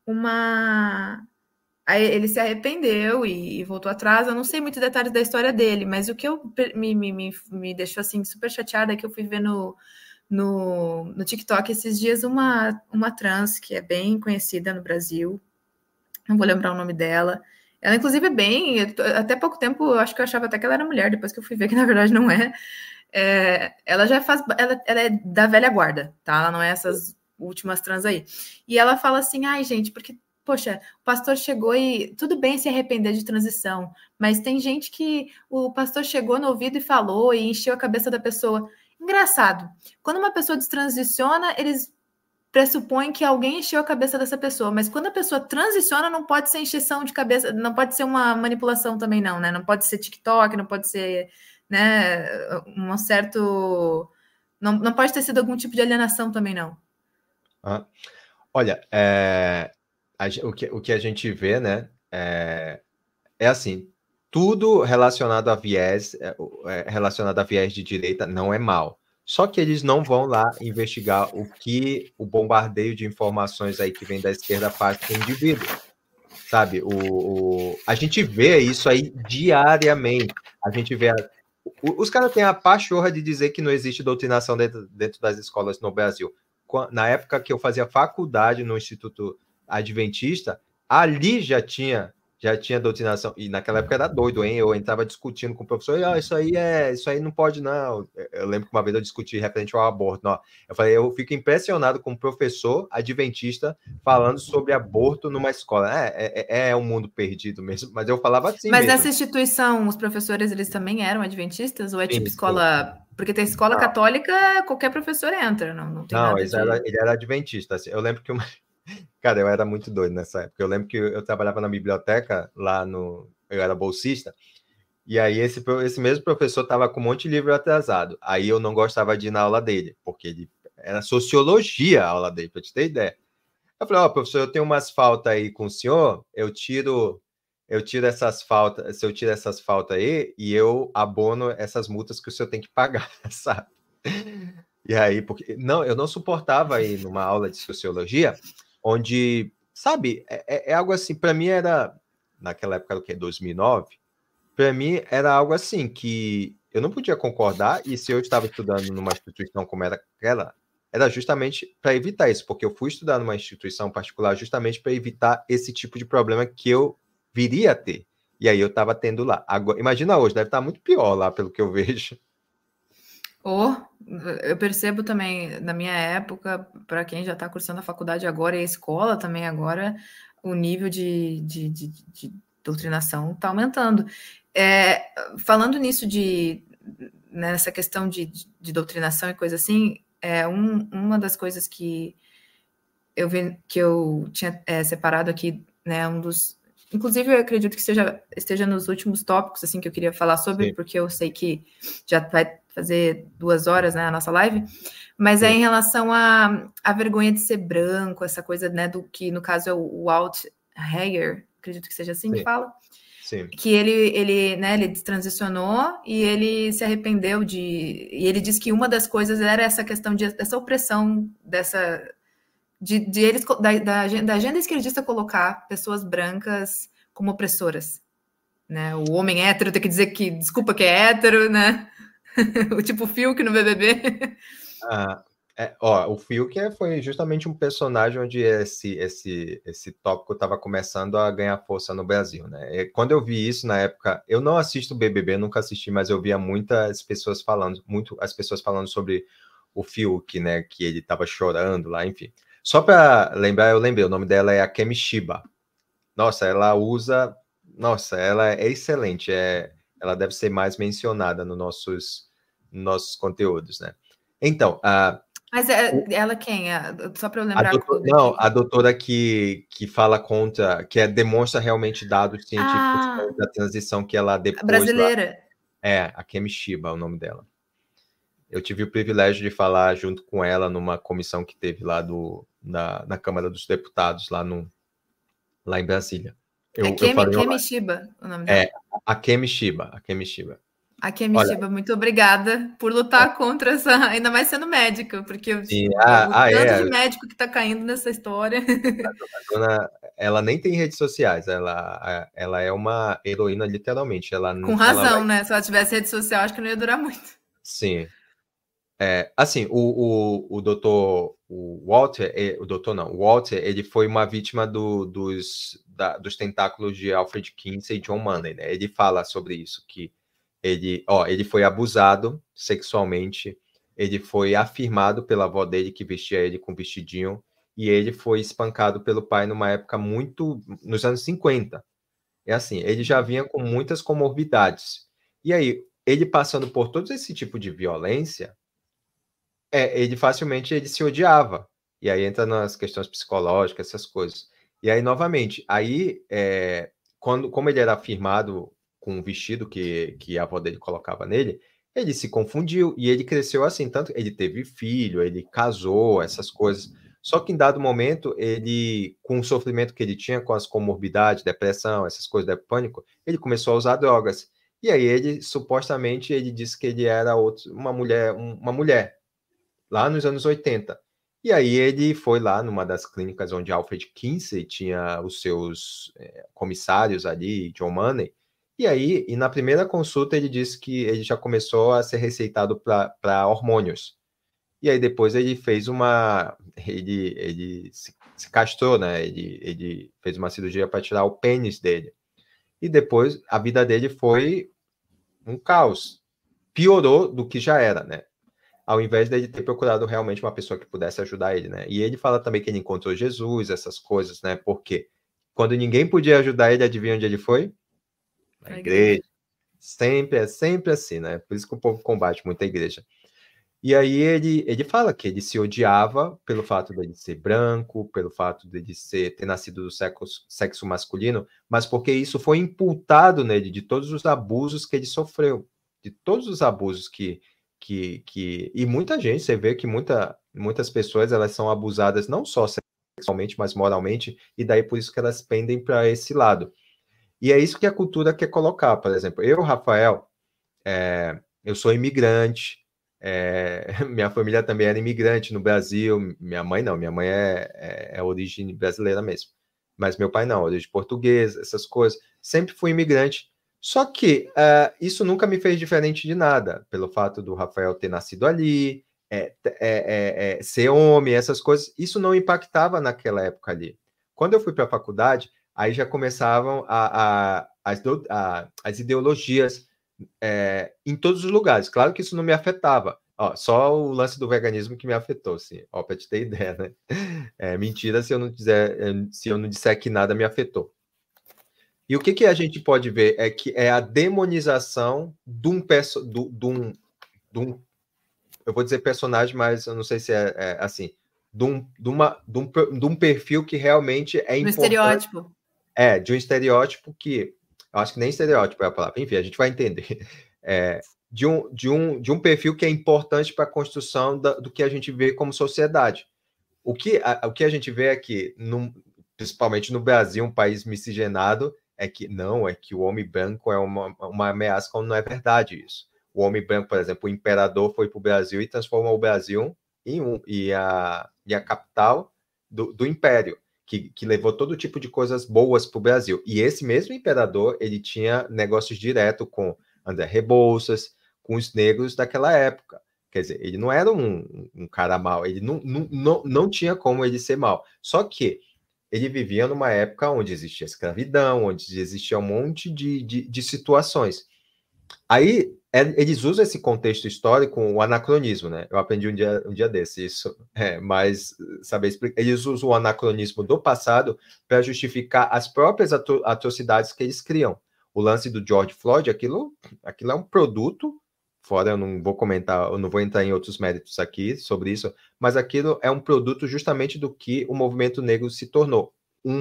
[SPEAKER 1] uma. Aí ele se arrependeu e voltou atrás. Eu não sei muitos detalhes da história dele, mas o que me deixou assim super chateada é que eu fui ver no TikTok esses dias uma trans que é bem conhecida no Brasil. Não vou lembrar o nome dela. Ela, inclusive, é bem. Até pouco tempo eu acho que eu achava até que ela era mulher, depois que eu fui ver que na verdade não é. Ela já faz. Ela é da velha guarda, tá? Ela não é essas últimas trans aí. E ela fala assim: ai, gente, porque, poxa, o pastor chegou e tudo bem se arrepender de transição, mas tem gente que o pastor chegou no ouvido e falou e encheu a cabeça da pessoa. Engraçado, quando uma pessoa destransiciona, eles pressupõem que alguém encheu a cabeça dessa pessoa, mas quando a pessoa transiciona, não pode ser encheção de cabeça, não pode ser uma manipulação também, não, né? Não pode ser TikTok, não pode ser, né, um certo. Não pode ter sido algum tipo de alienação também, não.
[SPEAKER 2] Olha, o que a gente vê, né, é assim, tudo relacionado a viés de direita não é mal. Só que eles não vão lá investigar o que o bombardeio de informações aí que vem da esquerda faz com o indivíduo, sabe? A gente vê isso aí diariamente. A gente vê... Os caras têm a pachorra de dizer que não existe doutrinação dentro das escolas no Brasil. Na época que eu fazia faculdade no Instituto Adventista, ali já tinha doutrinação, e naquela época era doido, hein? Eu entrava discutindo com o professor, isso aí não pode, não. Eu lembro que uma vez eu discuti referente ao aborto. Não. Eu falei, eu fico impressionado com um professor adventista falando sobre aborto numa escola. É um mundo perdido mesmo, mas eu falava assim
[SPEAKER 1] mas
[SPEAKER 2] mesmo.
[SPEAKER 1] nessa instituição, os professores, eles também eram adventistas? Ou é tipo
[SPEAKER 2] Sim,
[SPEAKER 1] escola...
[SPEAKER 2] sim.
[SPEAKER 1] Porque tem escola
[SPEAKER 2] Não,
[SPEAKER 1] católica, qualquer professor entra, não tem nada de...
[SPEAKER 2] ele era adventista. Assim. Eu lembro que cara, eu era muito doido nessa época. Eu lembro que eu trabalhava na biblioteca lá no. Eu era bolsista, e aí esse mesmo professor estava com um monte de livro atrasado. Aí eu não gostava de ir na aula dele, porque ele era sociologia a aula dele, para te ter ideia. Eu falei, professor, eu tenho umas faltas aí com o senhor, eu tiro essas faltas, se eu tiro essas faltas aí, e eu abono essas multas que o senhor tem que pagar, sabe? E aí, porque não, eu não suportava ir numa aula de sociologia onde, sabe, é algo assim, para mim era, naquela época do que, 2009, para mim era algo assim, que eu não podia concordar, e se eu estava estudando numa instituição como era aquela, era justamente para evitar isso, porque eu fui estudar numa instituição particular justamente para evitar esse tipo de problema que eu viria a ter. E aí eu estava tendo lá. Agora, imagina hoje, deve estar muito pior lá, pelo que eu vejo.
[SPEAKER 1] Eu percebo também, na minha época, para quem já está cursando a faculdade agora e a escola também agora, o nível de doutrinação está aumentando. Falando nisso nessa questão de doutrinação e coisa assim, uma das coisas que eu tinha separado aqui, né, inclusive eu acredito que esteja nos últimos tópicos assim que eu queria falar sobre,
[SPEAKER 2] Sim.
[SPEAKER 1] porque eu sei que já vai fazer 2 horas, né, a nossa live, mas é em relação à vergonha de ser branco, essa coisa, né, do que no caso é o Alt Heger, acredito que seja assim que fala.
[SPEAKER 2] Sim.
[SPEAKER 1] Que ele transicionou e ele se arrependeu e ele disse que uma das coisas era essa questão dessa opressão, de eles, da agenda esquerdista colocar pessoas brancas como opressoras, né? O homem hétero tem que dizer que desculpa que é hétero, né? O tipo Fiuk no BBB.
[SPEAKER 2] O Fiuk foi justamente um personagem onde esse tópico estava começando a ganhar força no Brasil, né? E quando eu vi isso na época, eu não assisto BBB, nunca assisti, mas eu via as pessoas falando sobre o Fiuk, né? Que ele estava chorando lá, enfim. Só para lembrar, eu lembrei, o nome dela é a Kemi Shiba. Nossa, ela é excelente. Ela deve ser mais mencionada nos nossos conteúdos, né? Então,
[SPEAKER 1] Mas ela quem? Só para eu lembrar.
[SPEAKER 2] A doutora que fala contra, demonstra realmente dados científicos da transição que ela depois...
[SPEAKER 1] Brasileira.
[SPEAKER 2] A Kemi Shiba é o nome dela. Eu tive o privilégio de falar junto com ela numa comissão que teve lá na Câmara dos Deputados, lá em Brasília.
[SPEAKER 1] Kemi Shiba o nome dela.
[SPEAKER 2] A Kemi Shiba.
[SPEAKER 1] Aqui,
[SPEAKER 2] Olha,
[SPEAKER 1] Amichiba, muito obrigada por lutar contra essa, ainda mais sendo médica, porque
[SPEAKER 2] sim,
[SPEAKER 1] o tanto de
[SPEAKER 2] é,
[SPEAKER 1] médico que está caindo nessa história.
[SPEAKER 2] a dona, ela nem tem redes sociais, ela é uma heroína, literalmente.
[SPEAKER 1] Com
[SPEAKER 2] Ela vai,
[SPEAKER 1] razão, né? Se ela tivesse rede social, acho que não ia durar muito.
[SPEAKER 2] sim. Assim, o doutor, o Walter, o doutor não, o Walter, ele foi uma vítima dos tentáculos de Alfred Kinsey e John Money, né? Ele fala sobre isso, que ele foi abusado sexualmente, ele foi afirmado pela avó dele, que vestia ele com vestidinho, e ele foi espancado pelo pai numa época muito, nos anos 50. É assim, ele já vinha com muitas comorbidades. E aí, ele passando por todo esse tipo de violência, ele facilmente ele se odiava. E aí entra nas questões psicológicas, essas coisas. E aí, novamente, como ele era afirmado com o vestido que a avó dele colocava nele, ele se confundiu e ele cresceu assim, tanto ele teve filho, ele casou, essas coisas. Só que em dado momento, ele, com o sofrimento que ele tinha com as comorbidades, depressão, essas coisas de pânico, ele começou a usar drogas. E aí ele, supostamente, ele disse que ele era uma mulher lá nos anos 80. E aí ele foi lá numa das clínicas onde Alfred Kinsey tinha os seus comissários ali, John Money, e na primeira consulta ele disse que ele já começou a ser receitado para hormônios. E aí depois ele fez ele se castrou, né? Ele fez uma cirurgia para tirar o pênis dele. E depois a vida dele foi um caos. Piorou do que já era, né? Ao invés dele ter procurado realmente uma pessoa que pudesse ajudar ele, né? E ele fala também que ele encontrou Jesus, essas coisas, né? Porque quando ninguém podia ajudar ele, adivinha onde ele foi? Na
[SPEAKER 1] A igreja.
[SPEAKER 2] igreja. Sempre, é sempre assim, né? Por isso que o povo combate muito a igreja. E aí ele fala que ele se odiava pelo fato dele ser branco, pelo fato dele ter nascido do sexo masculino, mas porque isso foi imputado nele de todos os abusos que ele sofreu, de todos os abusos e muita gente, você vê que muitas pessoas elas são abusadas não só sexualmente, mas moralmente, e daí por isso que elas pendem para esse lado. E é isso que a cultura quer colocar, por exemplo, eu, Rafael, eu sou imigrante, minha família também era imigrante no Brasil, minha mãe não, minha mãe é origem brasileira mesmo, mas meu pai não, origem portuguesa, essas coisas, sempre fui imigrante, só que isso nunca me fez diferente de nada, pelo fato do Rafael ter nascido ali, ser homem, essas coisas, isso não impactava naquela época ali. Quando eu fui para a faculdade, aí já começavam as ideologias em todos os lugares. Claro que isso não me afetava. Ó, só o lance do veganismo que me afetou, assim, para te ter ideia, né? Mentira se eu não disser que nada me afetou. E o que a gente pode ver é que é a demonização de um eu vou dizer personagem, mas eu não sei se é assim, de um perfil que realmente é
[SPEAKER 1] No
[SPEAKER 2] importante,
[SPEAKER 1] estereótipo.
[SPEAKER 2] de um estereótipo que, eu acho que nem estereótipo é a palavra, enfim, a gente vai entender, de um perfil que é importante para a construção do que a gente vê como sociedade. O que a gente vê aqui, principalmente no Brasil, um país miscigenado, é que o homem branco é uma ameaça, quando não é verdade isso. O homem branco, por exemplo, o imperador foi para o Brasil e transformou o Brasil e a capital do império, que levou todo tipo de coisas boas para o Brasil. E esse mesmo imperador, ele tinha negócios direto com André Rebouças, com os negros daquela época. Quer dizer, ele não era um cara mau, ele não tinha como ele ser mau. Só que ele vivia numa época onde existia escravidão, onde existia um monte de situações. Aí eles usam esse contexto histórico, o anacronismo, né? Eu aprendi um dia desse isso, mas saber explicar. Eles usam o anacronismo do passado para justificar as próprias atrocidades que eles criam. O lance do George Floyd, aquilo é um produto. Fora, eu não vou comentar, eu não vou entrar em outros méritos aqui sobre isso, mas aquilo é um produto justamente do que o movimento negro se tornou.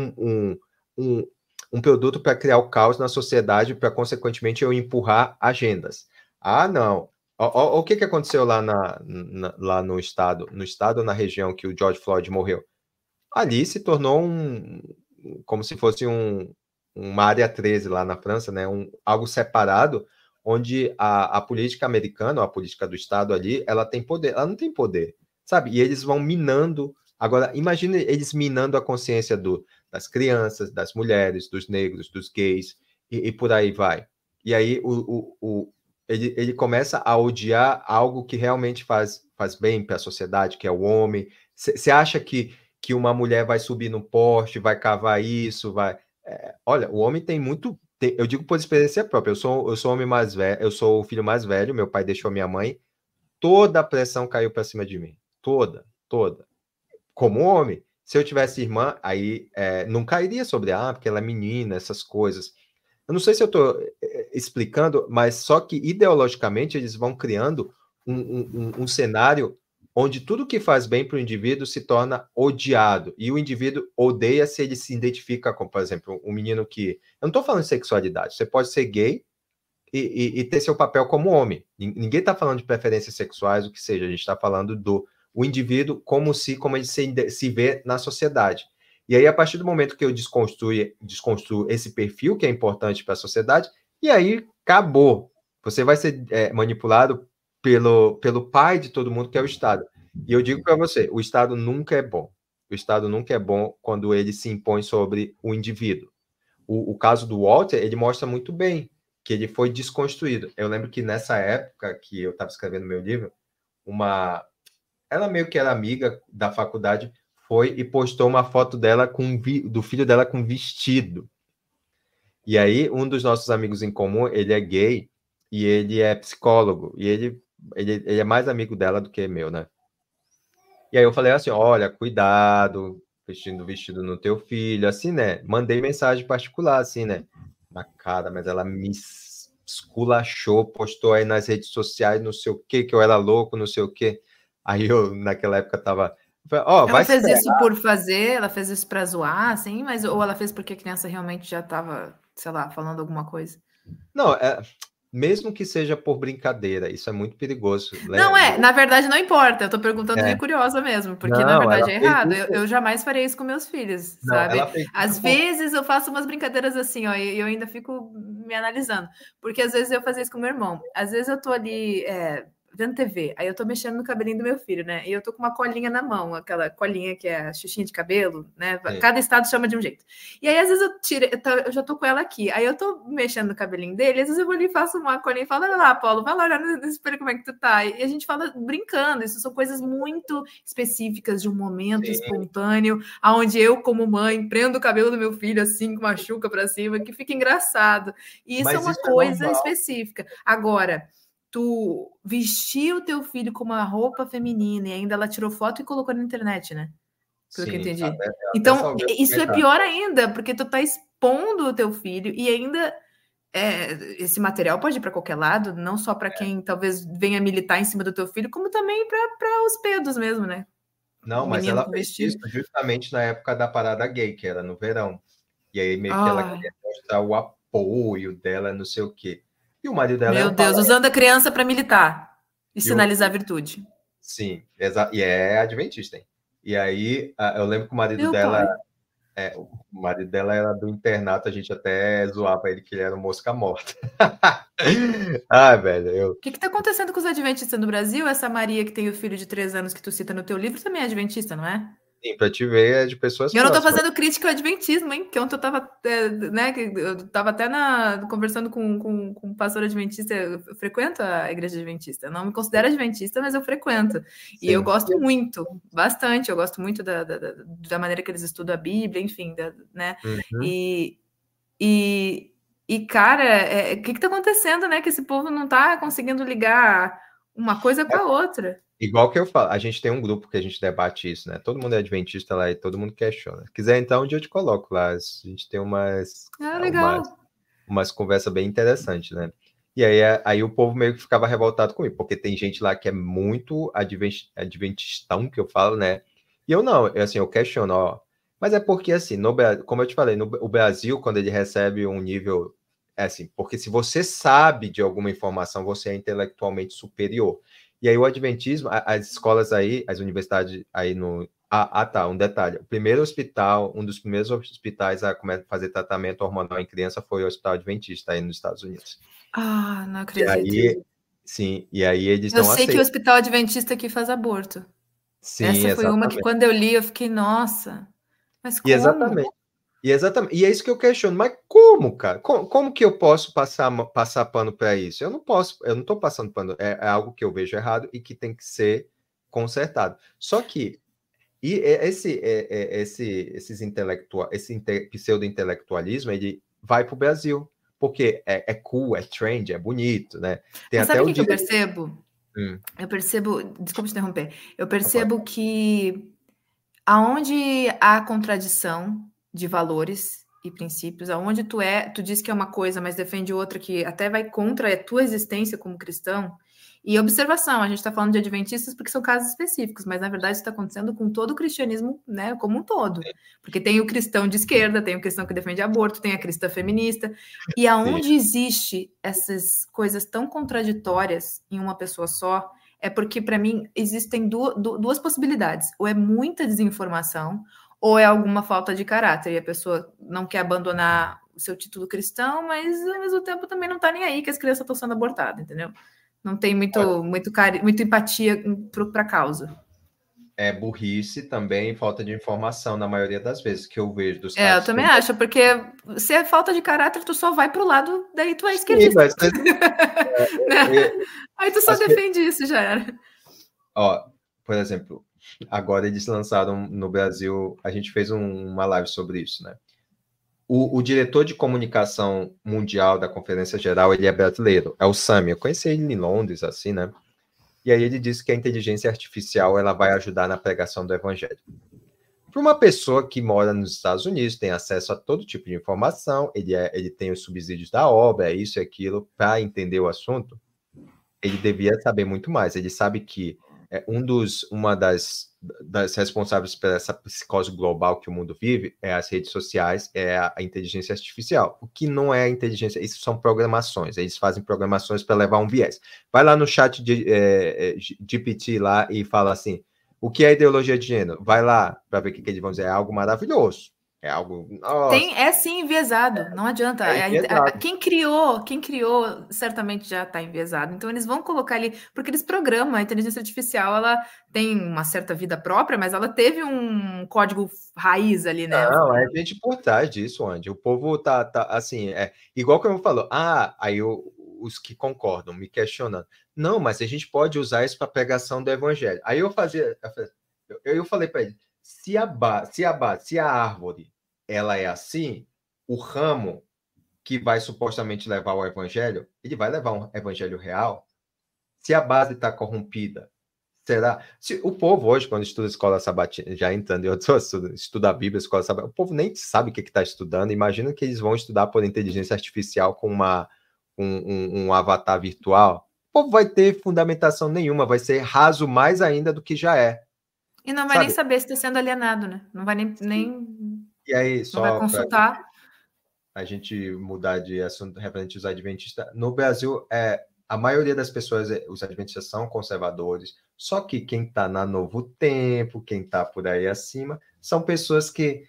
[SPEAKER 2] Um produto para criar o caos na sociedade, para, consequentemente, eu empurrar agendas. Ah, não. O que aconteceu lá, lá no estado ou na região que o George Floyd morreu? Ali se tornou como se fosse uma área 13 lá na França, né? Algo separado, onde a política americana, ou a política do Estado ali, ela tem poder, ela não tem poder, sabe? E eles vão minando. Agora, imagine eles minando a consciência das crianças, das mulheres, dos negros, dos gays, e por aí vai. E aí ele começa a odiar algo que realmente faz bem para a sociedade, que é o homem. Você acha que uma mulher vai subir no poste, vai cavar isso, vai... olha, o homem tem muito... eu digo por experiência própria, eu sou homem mais velho, eu sou o filho mais velho, meu pai deixou minha mãe, toda a pressão caiu para cima de mim. Toda, toda. Como homem. Se eu tivesse irmã, aí não cairia sobre, porque ela é menina, essas coisas. Eu não sei se eu estou explicando, mas só que ideologicamente eles vão criando um cenário onde tudo que faz bem para o indivíduo se torna odiado. E o indivíduo odeia se ele se identifica com, por exemplo, um menino que... eu não estou falando de sexualidade. Você pode ser gay e ter seu papel como homem. Ninguém está falando de preferências sexuais, o que seja. A gente está falando o indivíduo como ele se vê na sociedade. E aí, a partir do momento que eu desconstruo esse perfil que é importante para a sociedade, e aí acabou. Você vai ser manipulado pelo pai de todo mundo, que é o Estado. E eu digo para você, o Estado nunca é bom. O Estado nunca é bom quando ele se impõe sobre o indivíduo. O caso do Walter, ele mostra muito bem que ele foi desconstruído. Eu lembro que nessa época que eu estava escrevendo meu livro, ela meio que era amiga da faculdade, foi e postou uma foto dela do filho dela com vestido. E aí, um dos nossos amigos em comum, ele é gay e ele é psicólogo. E ele é mais amigo dela do que meu, né? E aí eu falei assim, olha, cuidado, vestido no teu filho, assim, né? Mandei mensagem particular, assim, né? Na cara, mas ela me esculachou, postou aí nas redes sociais, não sei o quê, que eu era louco, não sei o quê. Aí eu, naquela época, tava...
[SPEAKER 1] Ela fez isso por fazer, ela fez isso pra zoar, assim, mas ou ela fez porque a criança realmente já tava, sei lá, falando alguma coisa?
[SPEAKER 2] Não, mesmo que seja por brincadeira, isso é muito perigoso.
[SPEAKER 1] Não, na verdade não importa, eu tô perguntando de curiosa mesmo, porque na
[SPEAKER 2] Não, ela
[SPEAKER 1] verdade é
[SPEAKER 2] fez
[SPEAKER 1] errado,
[SPEAKER 2] isso...
[SPEAKER 1] eu jamais faria isso com meus filhos,
[SPEAKER 2] Não,
[SPEAKER 1] sabe?
[SPEAKER 2] ela fez
[SPEAKER 1] Às
[SPEAKER 2] isso
[SPEAKER 1] vezes eu faço umas brincadeiras assim, ó, e eu ainda fico me analisando, porque às vezes eu fazia isso com meu irmão, às vezes eu tô ali vendo TV, aí eu tô mexendo no cabelinho do meu filho, né? E eu tô com uma colinha na mão, aquela colinha que é a xuxinha de cabelo, né?
[SPEAKER 2] Sim.
[SPEAKER 1] Cada estado chama de um jeito. E aí às vezes eu já tô com ela aqui, aí eu tô mexendo no cabelinho dele, às vezes eu vou ali e faço uma colinha e falo, olha lá, Paulo, vai lá olhar no espelho como é que tu tá. E a gente fala brincando, isso são coisas muito específicas de um momento espontâneo, onde eu, como mãe, prendo o cabelo do meu filho assim, com uma chuca pra cima, que fica engraçado. E isso é uma coisa específica. Agora, tu vestir o teu filho com uma roupa feminina e ainda ela tirou foto e colocou na internet, né? Pelo que eu entendi. Então, isso é pior ainda, porque tu tá expondo o teu filho e ainda esse material pode ir para qualquer lado, não só para quem talvez venha militar em cima do teu filho, como também para os pedos mesmo, né?
[SPEAKER 2] Não, mas ela fez isso justamente na época da parada gay, que era no verão. E aí meio que ela queria mostrar o apoio dela, não sei o quê. E o marido dela
[SPEAKER 1] Meu Deus, usando a criança para militar e sinalizar virtude.
[SPEAKER 2] Sim, e é adventista, hein? E aí eu lembro que o marido dela era do internato, a gente até zoava ele que ele era um mosca morta. Velho,
[SPEAKER 1] O que tá acontecendo com os adventistas no Brasil? Essa Maria que tem o filho de 3 anos que tu cita no teu livro também é adventista, não é?
[SPEAKER 2] Sim, pra te ver, é de pessoas
[SPEAKER 1] eu próximas. Eu não tô fazendo crítica ao adventismo, hein? Que ontem eu tava, né? Eu tava até conversando com um pastor adventista. Eu frequento a igreja adventista. Eu não me considero adventista, mas eu frequento. Sim. E eu gosto muito, bastante. Eu gosto muito da maneira que eles estudam a Bíblia, enfim, né? Uhum. E cara, o que tá acontecendo, né? Que esse povo não tá conseguindo ligar uma coisa com a outra.
[SPEAKER 2] Igual que eu falo, a gente tem um grupo que a gente debate isso, né? Todo mundo é adventista lá e todo mundo questiona. Se quiser, então, um dia eu te coloco lá. A gente tem umas conversas bem interessantes, né? E aí o povo meio que ficava revoltado comigo, porque tem gente lá que é muito adventistão, que eu falo, né? E eu não, eu questiono, ó. Mas é porque, assim, como eu te falei, o Brasil, quando ele recebe um nível, porque se você sabe de alguma informação, você é intelectualmente superior. E aí o adventismo, as escolas aí, as universidades aí no... tá, um detalhe. Um dos primeiros hospitais a fazer tratamento hormonal em criança foi o Hospital Adventista aí nos Estados Unidos.
[SPEAKER 1] Ah, não
[SPEAKER 2] E
[SPEAKER 1] acredito.
[SPEAKER 2] aí, sim, e aí eles
[SPEAKER 1] Eu
[SPEAKER 2] não
[SPEAKER 1] sei que o
[SPEAKER 2] aceitam.
[SPEAKER 1] hospital adventista aqui faz aborto.
[SPEAKER 2] Sim,
[SPEAKER 1] Essa foi uma que
[SPEAKER 2] exatamente.
[SPEAKER 1] quando eu li eu fiquei, nossa, mas
[SPEAKER 2] E
[SPEAKER 1] como?
[SPEAKER 2] exatamente. E exatamente. E é isso que eu questiono. Mas como, cara? Como que eu posso passar pano para isso? Eu não posso, eu não estou passando pano. É algo que eu vejo errado e que tem que ser consertado. Só que esse pseudo-intelectualismo, ele vai para o Brasil. Porque é cool, é trend, é bonito, né? Tem
[SPEAKER 1] Mas
[SPEAKER 2] até
[SPEAKER 1] sabe o
[SPEAKER 2] o
[SPEAKER 1] que que eu
[SPEAKER 2] direito.
[SPEAKER 1] percebo? Eu percebo, desculpa te interromper, eu
[SPEAKER 2] Pode.
[SPEAKER 1] percebo que aonde há contradição de valores e princípios, aonde tu diz que é uma coisa, mas defende outra que até vai contra a tua existência como cristão. E observação, a gente está falando de adventistas porque são casos específicos, mas na verdade isso está acontecendo com todo o cristianismo, né, como um todo. Porque tem o cristão de esquerda, tem o cristão que defende aborto, tem a cristã feminista, e
[SPEAKER 2] Sim,
[SPEAKER 1] aonde existe essas coisas tão contraditórias em uma pessoa só, é porque, para mim, existem duas possibilidades. Ou é muita desinformação, ou é alguma falta de caráter. E a pessoa não quer abandonar o seu título cristão, mas, ao mesmo tempo, também não está nem aí que as crianças estão sendo abortadas, entendeu? Não tem muita empatia para a causa.
[SPEAKER 2] é burrice também, falta de informação na maioria das vezes que eu vejo dos
[SPEAKER 1] É, eu
[SPEAKER 2] casos que
[SPEAKER 1] também
[SPEAKER 2] eu...
[SPEAKER 1] acho, porque se é falta de caráter, tu só vai pro lado, daí tu é
[SPEAKER 2] Sim,
[SPEAKER 1] esquerdista.
[SPEAKER 2] mas
[SPEAKER 1] Né? Aí tu só
[SPEAKER 2] as pe-
[SPEAKER 1] defende isso, já era.
[SPEAKER 2] ó, por exemplo, agora eles lançaram no Brasil, a gente fez uma live sobre isso, né? O diretor de comunicação mundial da Conferência Geral, ele é brasileiro, é o Sami. Eu conheci ele em Londres, assim, né? E aí ele disse que a inteligência artificial ela vai ajudar na pregação do evangelho. Para uma pessoa que mora nos Estados Unidos, tem acesso a todo tipo de informação, ele tem os subsídios da obra, isso e aquilo, para entender o assunto, ele devia saber muito mais. Ele sabe que uma das responsáveis por essa psicose global que o mundo vive é as redes sociais, é a inteligência artificial. O que não é inteligência, isso são programações. Eles fazem programações para levar um viés. Vai lá no chat de GPT lá e fala assim, o que é ideologia de gênero? Vai lá para ver o que eles vão dizer. É algo maravilhoso. É algo, nossa,
[SPEAKER 1] É sim enviesado, não adianta.
[SPEAKER 2] é enviesado.
[SPEAKER 1] Quem criou certamente já está enviesado. Então eles vão colocar ali, porque eles programam, a inteligência artificial, ela tem uma certa vida própria, mas ela teve um código raiz ali, né?
[SPEAKER 2] Não, é gente por trás disso, Andy. O povo tá assim, igual que eu falo, aí os que concordam me questionando. Não, mas a gente pode usar isso para pregação do evangelho. Aí eu falei para ele, se a árvore ela é assim, o ramo que vai supostamente levar ao evangelho, ele vai levar um evangelho real. Se a base está corrompida, será? Se o povo hoje, quando estuda escola sabatina, já entrando em outro assunto, estuda a Bíblia, escola sabatina, o povo nem sabe o que está estudando. Imagina que eles vão estudar por inteligência artificial com um avatar virtual. O povo vai ter fundamentação nenhuma, vai ser raso mais ainda do que já é,
[SPEAKER 1] E não vai nem
[SPEAKER 2] sabe?
[SPEAKER 1] saber se está sendo alienado, né? Não vai nem
[SPEAKER 2] E aí,
[SPEAKER 1] não vai
[SPEAKER 2] só para
[SPEAKER 1] consultar.
[SPEAKER 2] a gente mudar de assunto referente aos adventistas, no Brasil, a maioria das pessoas, os adventistas são conservadores, só que quem está na Novo Tempo, quem está por aí acima, são pessoas que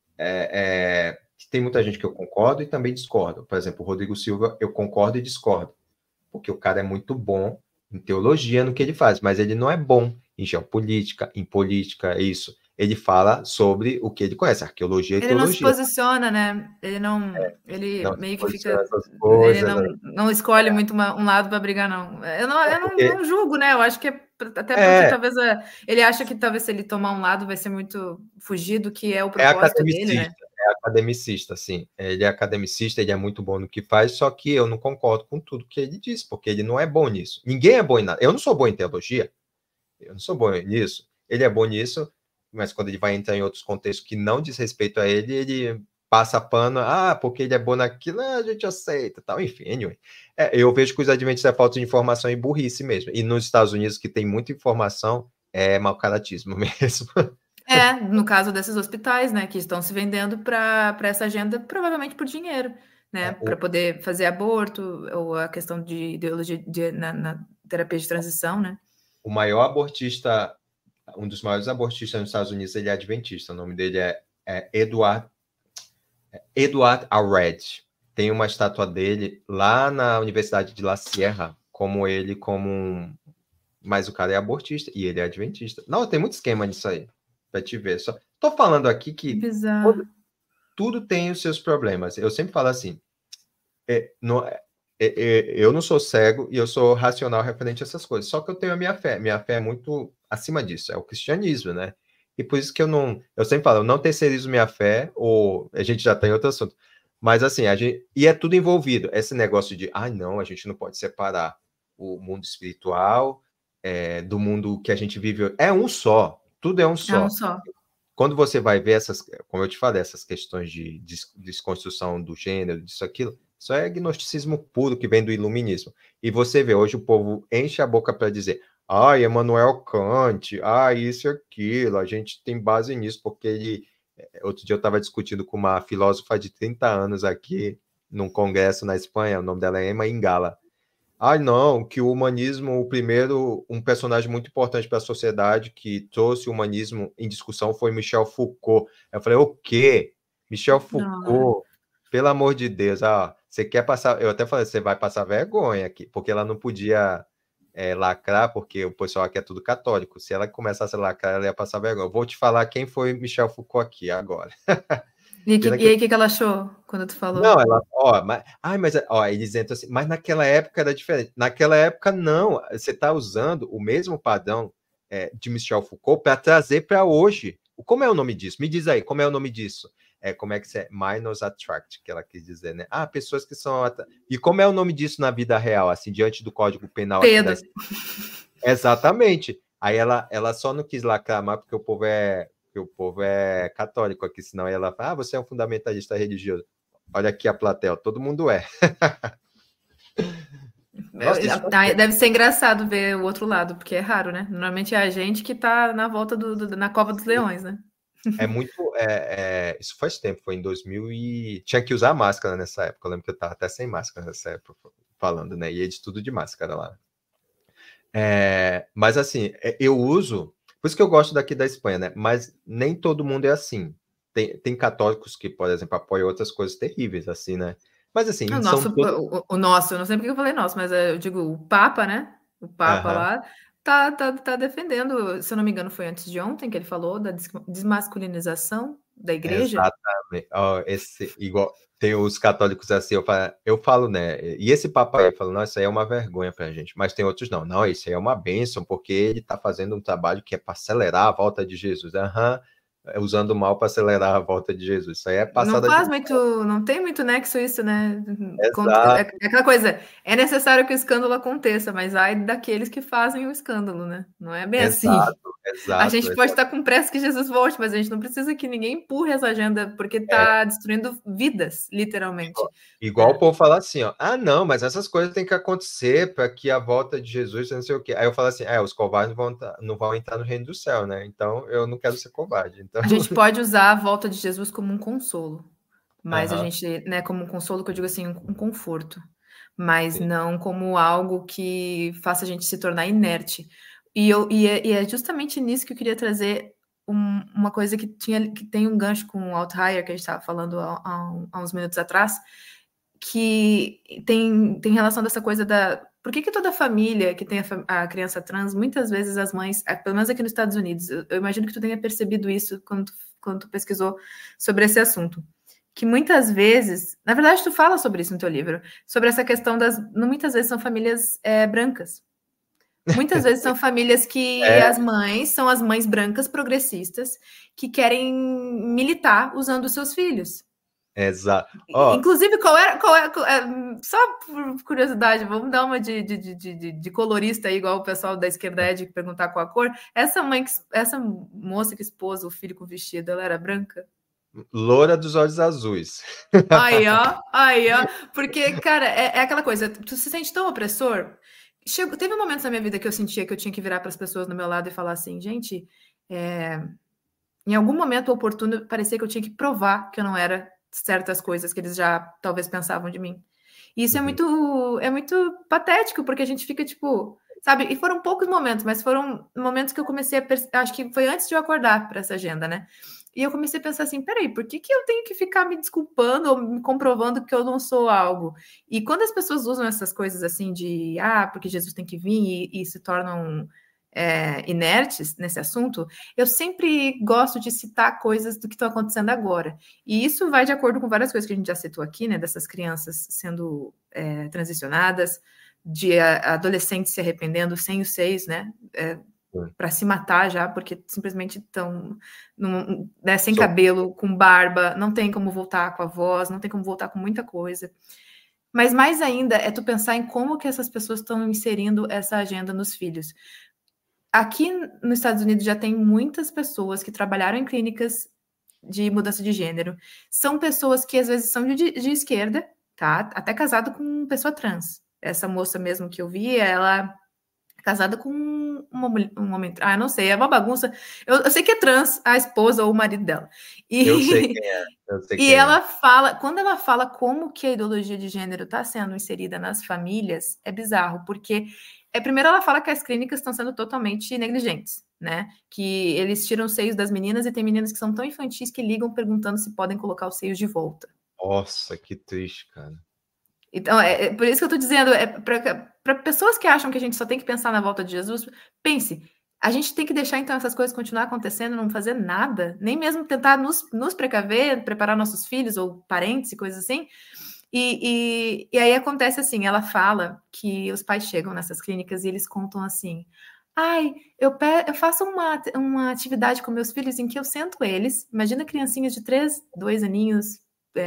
[SPEAKER 2] tem muita gente que eu concordo e também discordo. Por exemplo, o Rodrigo Silva, eu concordo e discordo, porque o cara é muito bom em teologia no que ele faz, mas ele não é bom em geopolítica, em política, isso. Ele fala sobre o que ele conhece, arqueologia e
[SPEAKER 1] Ele não se
[SPEAKER 2] teologia.
[SPEAKER 1] posiciona, né? Ele não, ele
[SPEAKER 2] Não se
[SPEAKER 1] meio que
[SPEAKER 2] posiciona
[SPEAKER 1] fica,
[SPEAKER 2] essas
[SPEAKER 1] ele
[SPEAKER 2] coisas,
[SPEAKER 1] não escolhe muito um lado para brigar, não.
[SPEAKER 2] porque
[SPEAKER 1] Não julgo, né? Eu acho que até porque
[SPEAKER 2] é,
[SPEAKER 1] talvez ele acha que talvez se ele tomar um lado vai ser muito fugir do que é o
[SPEAKER 2] é
[SPEAKER 1] propósito dele, né?
[SPEAKER 2] academicista, assim. Ele é academicista, ele é muito bom no que faz, só que eu não concordo com tudo que ele diz, porque ele não é bom nisso. Ninguém é bom em nada. Eu não sou bom em teologia, eu não sou bom nisso. Ele é bom nisso, mas quando ele vai entrar em outros contextos que não diz respeito a ele, ele passa pano, porque ele é bom naquilo, a gente aceita, tal. Enfim, anyway. Eu vejo que os adventistas é falta de informação e burrice mesmo. E nos Estados Unidos, que tem muita informação, é mau caratismo mesmo.
[SPEAKER 1] No caso desses hospitais, né, que estão se vendendo para essa agenda, provavelmente por dinheiro, né,
[SPEAKER 2] É,
[SPEAKER 1] para
[SPEAKER 2] o,
[SPEAKER 1] poder fazer aborto ou a questão de ideologia na terapia de transição, né?
[SPEAKER 2] o maior abortista, um dos maiores abortistas nos Estados Unidos, ele é adventista. O nome dele é Edward Allred. tem uma estátua dele lá na Universidade de La Sierra, mas o cara é abortista e ele é adventista. Não, tem muito esquema nisso aí, pra te ver. Só tô falando aqui
[SPEAKER 1] Que
[SPEAKER 2] que
[SPEAKER 1] bizarro.
[SPEAKER 2] tudo tem os seus problemas. Eu sempre falo assim, eu não sou cego e eu sou racional referente a essas coisas. Só que eu tenho a minha fé. Minha fé é muito acima disso, é o cristianismo, né? E por isso que eu sempre falo, eu não terceirizo minha fé, ou a gente já está em outro assunto. Mas assim, e é tudo envolvido. Esse negócio de, não, a gente não pode separar o mundo espiritual do mundo que a gente vive. É um só, tudo é um
[SPEAKER 1] É um
[SPEAKER 2] só.
[SPEAKER 1] só.
[SPEAKER 2] Quando você vai ver como eu te falei, essas questões de desconstrução do gênero, disso, aquilo, isso é gnosticismo puro que vem do iluminismo. E você vê, hoje o povo enche a boca para dizer, Immanuel Kant, isso e aquilo, a gente tem base nisso, porque outro dia eu estava discutindo com uma filósofa de 30 anos aqui, num congresso na Espanha, o nome dela é Emma Ingala. Não, que o humanismo, um personagem muito importante para a sociedade que trouxe o humanismo em discussão foi Michel Foucault. Eu falei, o quê? Michel
[SPEAKER 1] Não.
[SPEAKER 2] Foucault, pelo amor de Deus, você quer passar. Eu até falei, você vai passar vergonha aqui, porque ela não podia lacrar, porque o pessoal aqui é tudo católico. Se ela começasse a lacrar, ela ia passar vergonha. Eu vou te falar quem foi Michel Foucault aqui agora. Pena
[SPEAKER 1] E
[SPEAKER 2] que
[SPEAKER 1] aí, o que ela achou quando tu falou?
[SPEAKER 2] não, eles entram assim, mas naquela época era diferente. Naquela época, não, você está usando o mesmo padrão de Michel Foucault para trazer para hoje. Como é o nome disso? Me diz aí, como é o nome disso? Como é que é? Minors attract, que ela quis dizer, né? Pessoas que são. E como é o nome disso na vida real, assim, diante do Código Penal aqui da.
[SPEAKER 1] Pedro.
[SPEAKER 2] Exatamente. Aí ela só não quis lacrar mais porque o povo é católico aqui, senão ela fala, você é um fundamentalista religioso. Olha aqui a plateia, todo mundo é. Nossa, isso
[SPEAKER 1] Deve ser engraçado ver o outro lado, porque é raro, né? Normalmente é a gente que tá na volta na cova dos leões, né?
[SPEAKER 2] é muito. Isso faz tempo, foi em 2000 e. Tinha que usar máscara nessa época. Eu lembro que eu tava até sem máscara nessa época, falando, né? E é de tudo de máscara lá. Mas assim, eu uso. Por isso que eu gosto daqui da Espanha, né? Mas nem todo mundo é assim. Tem católicos que, por exemplo, apoiam outras coisas terríveis, assim, né? Mas assim, são todos.
[SPEAKER 1] O nosso, eu não sei porque eu falei nosso, mas eu digo o Papa, né? O Papa
[SPEAKER 2] Aham.
[SPEAKER 1] lá tá defendendo, se eu não me engano, foi antes de ontem que ele falou da desmasculinização da igreja.
[SPEAKER 2] Exatamente. Igual tem os católicos assim, eu falo, né? E esse papai fala, não, isso aí é uma vergonha pra gente. Mas tem outros não, não, isso aí é uma bênção, porque ele tá fazendo um trabalho que é para acelerar a volta de Jesus. Aham, usando mal para acelerar a volta de Jesus. Isso aí é
[SPEAKER 1] Não
[SPEAKER 2] passada de.
[SPEAKER 1] faz muito, não tem muito nexo isso, né? É
[SPEAKER 2] Exato,
[SPEAKER 1] aquela coisa, é necessário que o escândalo aconteça, mas ai daqueles que fazem o escândalo, né? Não é bem assim.
[SPEAKER 2] exato,
[SPEAKER 1] A
[SPEAKER 2] exato,
[SPEAKER 1] gente pode
[SPEAKER 2] exato.
[SPEAKER 1] estar com pressa que Jesus volte, mas a gente não precisa que ninguém empurre essa agenda, porque
[SPEAKER 2] É,
[SPEAKER 1] está destruindo vidas, literalmente.
[SPEAKER 2] igual o povo fala assim, ó, não, mas essas coisas têm que acontecer para que a volta de Jesus, não sei o quê. Aí eu falo assim, os covardes não vão entrar no reino do céu, né? Então eu não quero ser covarde. Então,
[SPEAKER 1] A gente pode usar a volta de Jesus como um consolo, mas a
[SPEAKER 2] aham,
[SPEAKER 1] gente, né, como um consolo que eu digo assim, um conforto, mas
[SPEAKER 2] sim.
[SPEAKER 1] não como algo que faça a gente se tornar inerte. E é justamente nisso que eu queria trazer uma coisa que tem um gancho com o Altheimer, que a gente estava falando há uns minutos atrás, que tem relação dessa coisa da. Por que toda família que tem a criança trans, muitas vezes as mães, pelo menos aqui nos Estados Unidos, eu imagino que tu tenha percebido isso quando tu pesquisou sobre esse assunto. Que muitas vezes, na verdade, tu fala sobre isso no teu livro, sobre essa questão muitas vezes são famílias brancas. Muitas vezes são famílias que
[SPEAKER 2] É,
[SPEAKER 1] as mães são as mães brancas progressistas que querem militar usando os seus filhos.
[SPEAKER 2] exato. Ó,
[SPEAKER 1] Inclusive, só por curiosidade, vamos dar uma de colorista aí, igual o pessoal da esquerda é de perguntar qual a cor. Essa moça que expôs o filho com o vestido, ela era branca?
[SPEAKER 2] loura dos olhos azuis.
[SPEAKER 1] Aí, ó, porque, cara, é aquela coisa, tu se sente tão opressor. Teve momentos na minha vida que eu sentia que eu tinha que virar para as pessoas do meu lado e falar assim, gente, em algum momento oportuno, parecia que eu tinha que provar que eu não era certas coisas que eles já talvez pensavam de mim. E isso
[SPEAKER 2] Uhum.
[SPEAKER 1] é muito patético, porque a gente fica tipo, sabe? E foram poucos momentos, mas foram momentos que eu comecei acho que foi antes de eu acordar para essa agenda, né? E eu comecei a pensar assim, peraí, por que eu tenho que ficar me desculpando ou me comprovando que eu não sou algo? E quando as pessoas usam essas coisas assim de, porque Jesus tem que vir e se tornam inertes nesse assunto, eu sempre gosto de citar coisas do que estão acontecendo agora. E isso vai de acordo com várias coisas que a gente já citou aqui, né, dessas crianças sendo transicionadas, de adolescentes se arrependendo sem os seios, né, para se matar já, porque simplesmente estão sem cabelo, com barba, não tem como voltar com a voz, não tem como voltar com muita coisa. Mas mais ainda é tu pensar em como que essas pessoas estão inserindo essa agenda nos filhos. Aqui nos Estados Unidos já tem muitas pessoas que trabalharam em clínicas de mudança de gênero. São pessoas que às vezes são de esquerda, tá? Até casado com pessoa trans. Essa moça mesmo que eu vi, ela é casada com um homem. Não sei, é uma bagunça. Eu sei que é trans, a esposa ou o marido dela.
[SPEAKER 2] Eu sei quem é.
[SPEAKER 1] E ela fala, quando ela fala como que a ideologia de gênero está sendo inserida nas famílias, é bizarro, porque primeiro ela fala que as clínicas estão sendo totalmente negligentes, né? Que eles tiram os seios das meninas e tem meninas que são tão infantis que ligam perguntando se podem colocar os seios de volta.
[SPEAKER 2] Nossa, que triste, cara.
[SPEAKER 1] Então, por isso que eu tô dizendo, para pessoas que acham que a gente só tem que pensar na volta de Jesus, pense, a gente tem que deixar, então, essas coisas continuar acontecendo, não fazer nada, nem mesmo tentar nos precaver, preparar nossos filhos ou parentes e coisas assim. E aí acontece assim, ela fala que os pais chegam nessas clínicas e eles contam assim, eu faço uma atividade com meus filhos em que eu sento eles, imagina criancinhas de 3, 2 aninhos,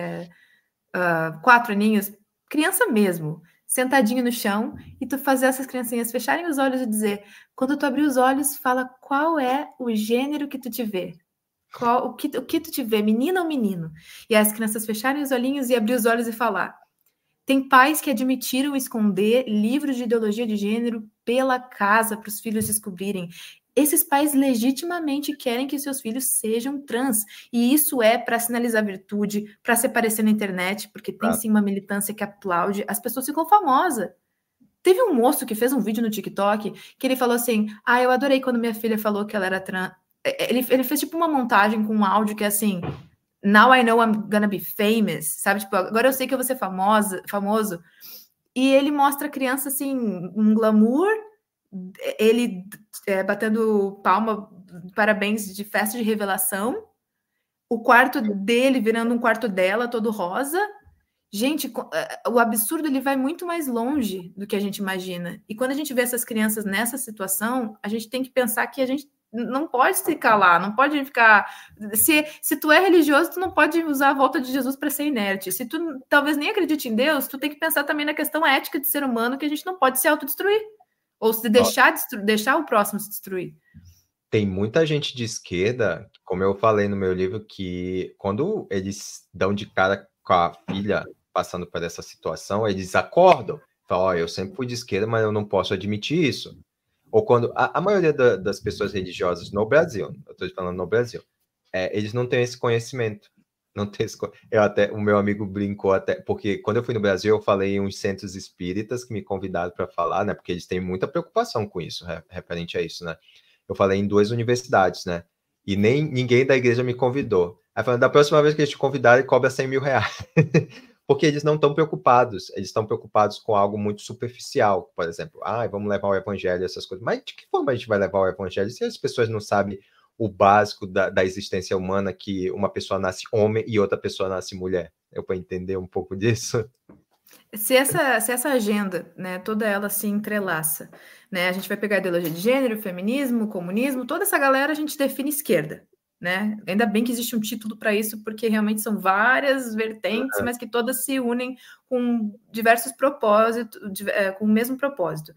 [SPEAKER 1] 4 aninhos, criança mesmo, sentadinho no chão, e tu fazer essas criancinhas fecharem os olhos e dizer, quando tu abrir os olhos, fala qual é o gênero que tu te vê. O que tu te vê, menina ou menino? E as crianças fecharem os olhinhos e abrir os olhos e falar. Tem pais que admitiram esconder livros de ideologia de gênero pela casa para os filhos descobrirem. Esses pais legitimamente querem que seus filhos sejam trans. E isso é para sinalizar virtude, para se aparecer na internet, porque tem sim uma militância que aplaude. As pessoas ficam famosas. Teve um moço que fez um vídeo no TikTok que ele falou assim, eu adorei quando minha filha falou que ela era trans. Ele fez tipo uma montagem com um áudio que é assim, now I know I'm gonna be famous, sabe? Tipo, agora eu sei que eu vou ser famoso. E ele mostra a criança assim, um glamour, ele batendo palma, parabéns de festa de revelação, o quarto dele virando um quarto dela, todo rosa. Gente, o absurdo ele vai muito mais longe do que a gente imagina. E quando a gente vê essas crianças nessa situação, a gente tem que pensar que a gente não pode se calar, não pode ficar. Se tu é religioso, tu não pode usar a volta de Jesus para ser inerte. Se tu talvez nem acredite em Deus, tu tem que pensar também na questão ética de ser humano, que a gente não pode se autodestruir. Ou se deixar o próximo se destruir.
[SPEAKER 2] Tem muita gente de esquerda, como eu falei no meu livro, que quando eles dão de cara com a filha passando por essa situação, eles acordam. Falam, eu sempre fui de esquerda, mas eu não posso admitir isso. Ou quando a maioria das pessoas religiosas no Brasil, eu estou falando no Brasil, eles não têm esse conhecimento. Não tem esse, o meu amigo brincou até, porque quando eu fui no Brasil, eu falei em uns centros espíritas que me convidaram para falar, né? Porque eles têm muita preocupação com isso, referente a isso, né? Eu falei em 2 universidades, né? E nem ninguém da igreja me convidou. Aí falando, da próxima vez que eles te convidarem, cobra 100 mil reais. Porque eles não estão preocupados. Eles estão preocupados com algo muito superficial. Por exemplo, vamos levar o evangelho, essas coisas. Mas de que forma a gente vai levar o evangelho se as pessoas não sabem o básico da existência humana, que uma pessoa nasce homem e outra pessoa nasce mulher? Eu para entender um pouco disso.
[SPEAKER 1] Se essa agenda, né, toda ela se entrelaça, né, a gente vai pegar a ideologia de gênero, feminismo, comunismo, toda essa galera a gente define esquerda, né? Ainda bem que existe um título para isso, porque realmente são várias vertentes, mas que todas se unem com diversos propósitos, com o mesmo propósito.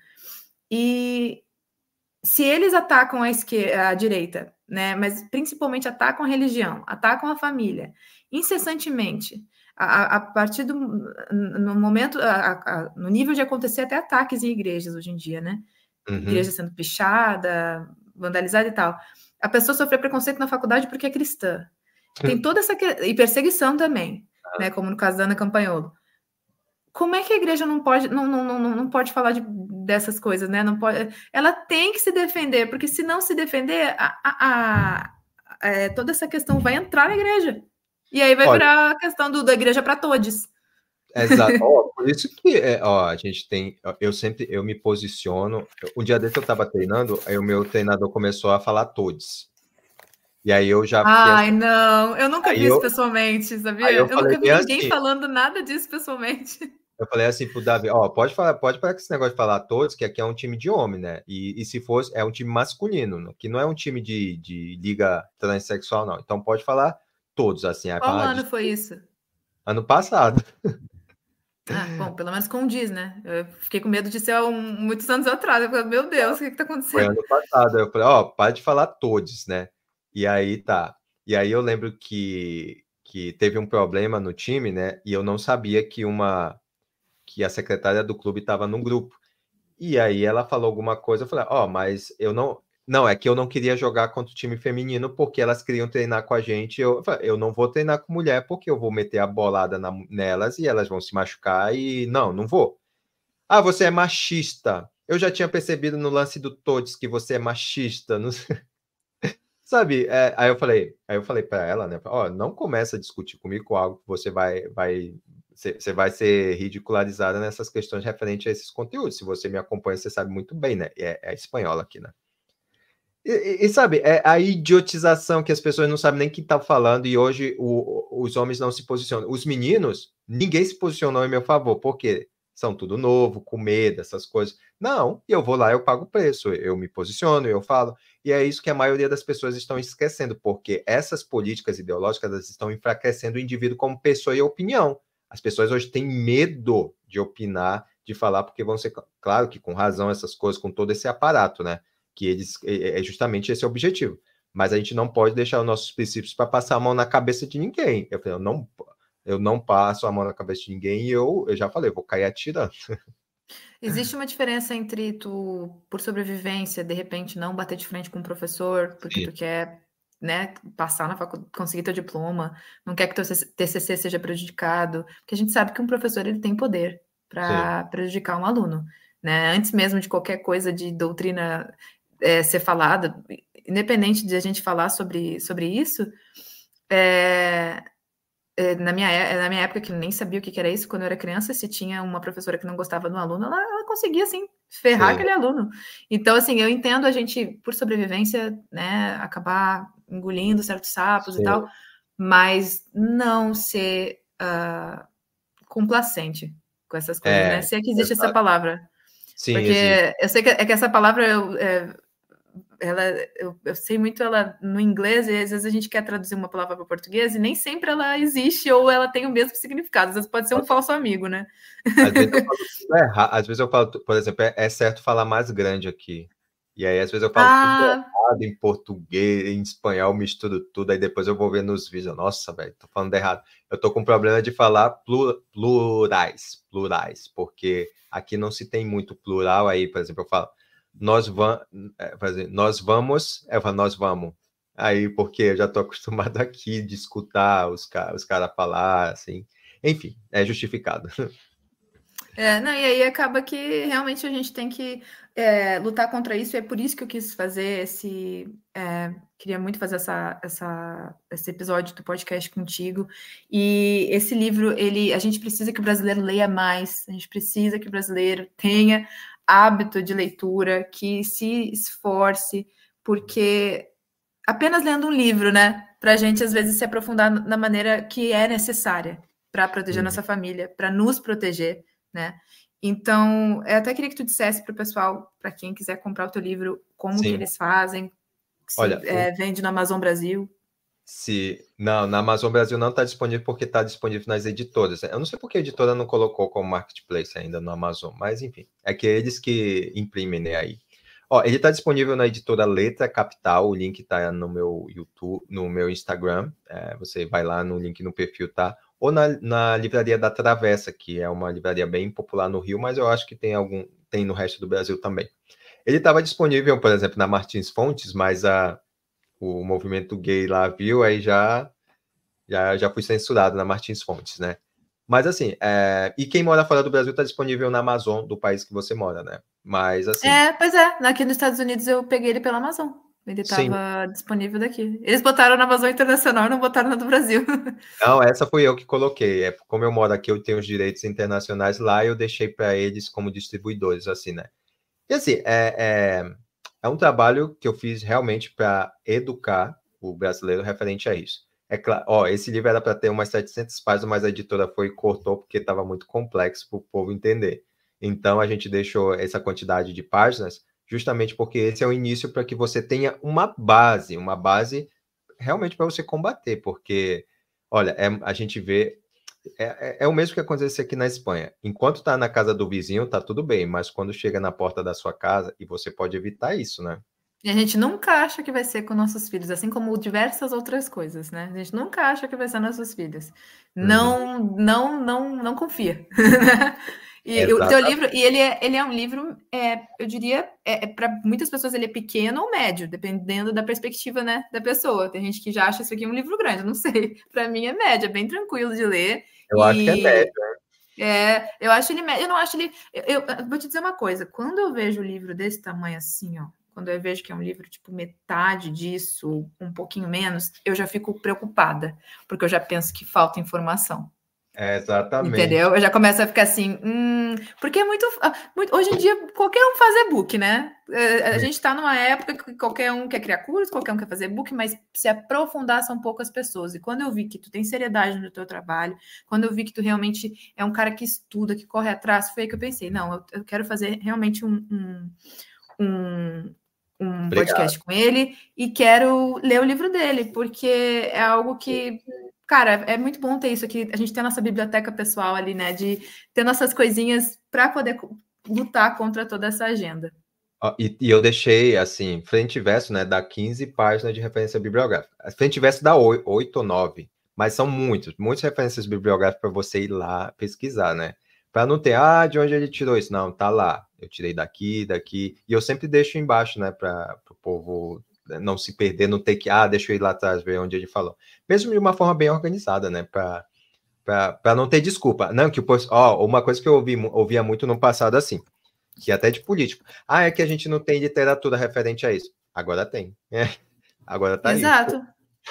[SPEAKER 1] E se eles atacam a direita, né, mas principalmente atacam a religião, atacam a família, incessantemente, a partir no momento, no nível de acontecer até ataques em igrejas hoje em dia, né? Igreja sendo pichada, vandalizada e tal. A pessoa sofreu preconceito na faculdade porque é cristã. Tem toda essa... E perseguição também, né? Como no caso da Ana Campanholo. Como é que a igreja não pode falar dessas coisas, né? Não pode, ela tem que se defender, porque se não se defender, toda essa questão vai entrar na igreja. E aí vai virar a questão da igreja para todos.
[SPEAKER 2] Exato. Por isso que a gente tem. Eu me posiciono. Um dia desse eu estava treinando, aí o meu treinador começou a falar todos. E aí eu já fiquei
[SPEAKER 1] assim, não, eu nunca vi isso pessoalmente, sabia? Eu nunca vi ninguém assim, falando nada disso pessoalmente.
[SPEAKER 2] Eu falei assim pro Davi, pode falar com esse negócio de falar todos, que aqui é um time de homem, né? E se fosse, é um time masculino, que não é um time de liga transexual, não. Então pode falar todos, assim.
[SPEAKER 1] Qual ano foi isso?
[SPEAKER 2] Ano passado.
[SPEAKER 1] Bom, pelo menos condiz, né? Eu fiquei com medo de ser muitos anos atrás. Eu falei, meu Deus, o que tá acontecendo?
[SPEAKER 2] Foi ano passado. Eu falei, para de falar todos, né? E aí tá. E aí eu lembro que teve um problema no time, né? E eu não sabia que a secretária do clube estava no grupo. E aí ela falou alguma coisa, eu falei, mas eu não... Não, é que eu não queria jogar contra o time feminino porque elas queriam treinar com a gente. Eu falei, eu não vou treinar com mulher porque eu vou meter a bolada nelas e elas vão se machucar e não vou. Ah, você é machista. Eu já tinha percebido no lance do Todes que você é machista. Não... Sabe? Aí eu falei para ela, né? Não começa a discutir comigo com algo que você vai ser ridicularizada nessas questões referentes a esses conteúdos. Se você me acompanha, você sabe muito bem, né? É espanhola aqui, né? E sabe, é a idiotização que as pessoas não sabem nem quem tá falando e hoje os homens não se posicionam. Os meninos, ninguém se posicionou em meu favor, porque são tudo novo, com medo, essas coisas. Não, e eu vou lá, eu pago o preço, eu me posiciono, eu falo. E é isso que a maioria das pessoas estão esquecendo, porque essas políticas ideológicas elas estão enfraquecendo o indivíduo como pessoa e opinião. As pessoas hoje têm medo de opinar, de falar, porque vão ser, claro que com razão essas coisas, com todo esse aparato, né? Que é justamente esse o objetivo. Mas a gente não pode deixar os nossos princípios para passar a mão na cabeça de ninguém. Eu não passo a mão na cabeça de ninguém e eu já falei, eu vou cair atirando.
[SPEAKER 1] Existe uma diferença entre tu, por sobrevivência, de repente não bater de frente com um professor, porque tu quer, né, passar na faculdade, conseguir teu diploma, não quer que teu TCC seja prejudicado, porque a gente sabe que um professor ele tem poder para prejudicar um aluno, né? Antes mesmo de qualquer coisa de doutrina ser falada, independente de a gente falar sobre isso, na minha época, que eu nem sabia o que era isso, quando eu era criança, se tinha uma professora que não gostava do aluno, ela conseguia, assim, ferrar aquele aluno. Então, assim, eu entendo a gente, por sobrevivência, né, acabar engolindo certos sapos e tal, mas não ser complacente com essas coisas, né? Se é que existe essa palavra.
[SPEAKER 2] Sim,
[SPEAKER 1] porque
[SPEAKER 2] existe.
[SPEAKER 1] Eu sei que essa palavra... eu sei muito ela no inglês e às vezes a gente quer traduzir uma palavra para o português e nem sempre ela existe ou ela tem o mesmo significado. Às vezes pode ser um falso amigo, né?
[SPEAKER 2] Às vezes eu falo tudo errado. Às vezes eu falo, por exemplo, é certo falar mais grande aqui. E aí, às vezes, eu falo tudo errado em português, em espanhol, misturo tudo, aí depois eu vou ver nos vídeos. Nossa, velho, tô falando errado. Eu tô com problema de falar plurais, porque aqui não se tem muito plural. Aí, por exemplo, eu falo nós vamos, eu falo nós vamos. Aí, porque eu já tô acostumado aqui de escutar os caras falar, assim. Enfim, é justificado.
[SPEAKER 1] E aí acaba que realmente a gente tem que lutar contra isso, e é por isso que eu quis fazer queria muito fazer esse episódio do podcast contigo. E esse livro, a gente precisa que o brasileiro leia mais, a gente precisa que o brasileiro tenha hábito de leitura, que se esforce, porque apenas lendo um livro, né, para a gente às vezes se aprofundar na maneira que é necessária para proteger nossa família, para nos proteger, né? Então, eu até queria que tu dissesse para o pessoal, para quem quiser comprar o teu livro, como que eles fazem, se vende no Amazon Brasil.
[SPEAKER 2] Não, na Amazon Brasil não está disponível porque está disponível nas editoras. Eu não sei porque a editora não colocou como marketplace ainda no Amazon, mas enfim, é que eles que imprimem, né, aí. Ele está disponível na editora Letra Capital, o link está no meu YouTube, no meu Instagram, você vai lá no link no perfil, tá? Ou na livraria da Travessa, que é uma livraria bem popular no Rio, mas eu acho que tem no resto do Brasil também. Ele estava disponível, por exemplo, na Martins Fontes, mas o movimento gay lá viu, aí já fui censurado na Martins Fontes, né? Mas assim, e quem mora fora do Brasil está disponível na Amazon do país que você mora, né? Mas assim...
[SPEAKER 1] Pois é, aqui nos Estados Unidos eu peguei ele pela Amazon. Ele
[SPEAKER 2] Sim.
[SPEAKER 1] estava disponível daqui. Eles botaram na Amazon Internacional e não botaram na do Brasil.
[SPEAKER 2] Não, essa fui eu que coloquei. É, como eu moro aqui, eu tenho os direitos internacionais lá, eu deixei para eles como distribuidores, assim, né? E assim, é um trabalho que eu fiz realmente para educar o brasileiro referente a isso. É claro, ó, esse livro era para ter umas 700 páginas, mas a editora foi e cortou porque estava muito complexo para o povo entender. Então a gente deixou essa quantidade de páginas justamente porque esse é o início para que você tenha uma base realmente para você combater, porque, olha, a gente vê é o mesmo que acontece aqui na Espanha. Enquanto tá na casa do vizinho, tá tudo bem, mas quando chega na porta da sua casa, e você pode evitar isso, né?
[SPEAKER 1] E a gente nunca acha que vai ser com nossos filhos, assim como diversas outras coisas, né? A gente nunca acha que vai ser nossos filhos.
[SPEAKER 2] Uhum.
[SPEAKER 1] Não confia. E o teu
[SPEAKER 2] Exatamente.
[SPEAKER 1] livro, ele é um livro, eu diria, para muitas pessoas ele é pequeno ou médio, dependendo da perspectiva, né, da pessoa. Tem gente que já acha isso aqui um livro grande, eu não sei. Para mim é médio, é bem tranquilo de ler.
[SPEAKER 2] Eu acho que é
[SPEAKER 1] E
[SPEAKER 2] médio.
[SPEAKER 1] eu acho ele, eu não acho ele. Eu vou te dizer uma coisa: quando eu vejo um livro desse tamanho assim, ó, quando eu vejo que é um livro tipo metade disso, um pouquinho menos, eu já fico preocupada, porque eu já penso que falta informação.
[SPEAKER 2] Exatamente.
[SPEAKER 1] Entendeu? Eu já começo a ficar assim, porque é hoje em dia, qualquer um faz e-book, né? A gente está numa época que qualquer um quer criar curso, qualquer um quer fazer e-book, mas se aprofundar são poucas pessoas. E quando eu vi que tu tem seriedade no teu trabalho, quando eu vi que tu realmente é um cara que estuda, que corre atrás, foi aí que eu pensei, não, eu quero fazer realmente um
[SPEAKER 2] Obrigado.
[SPEAKER 1] podcast com ele e quero ler o livro dele, porque é algo que, cara, é muito bom ter isso aqui. A gente tem a nossa biblioteca pessoal ali, né? De ter nossas coisinhas para poder lutar contra toda essa agenda.
[SPEAKER 2] Ó, e eu deixei, assim, frente e verso, né, dá 15 páginas de referência bibliográfica. A frente e verso dá 8 ou 9, mas são muitas referências bibliográficas para você ir lá pesquisar, né? Para não ter, de onde ele tirou isso? Não, tá lá. Eu tirei daqui, daqui. E eu sempre deixo embaixo, né, para o povo não se perder, não ter que, deixa eu ir lá atrás ver onde ele falou. Mesmo de uma forma bem organizada, né, para não ter desculpa. Não, que o uma coisa que eu ouvia muito no passado assim, que até de político. É que a gente não tem literatura referente a isso. Agora tem. Agora tá aí.
[SPEAKER 1] Exato.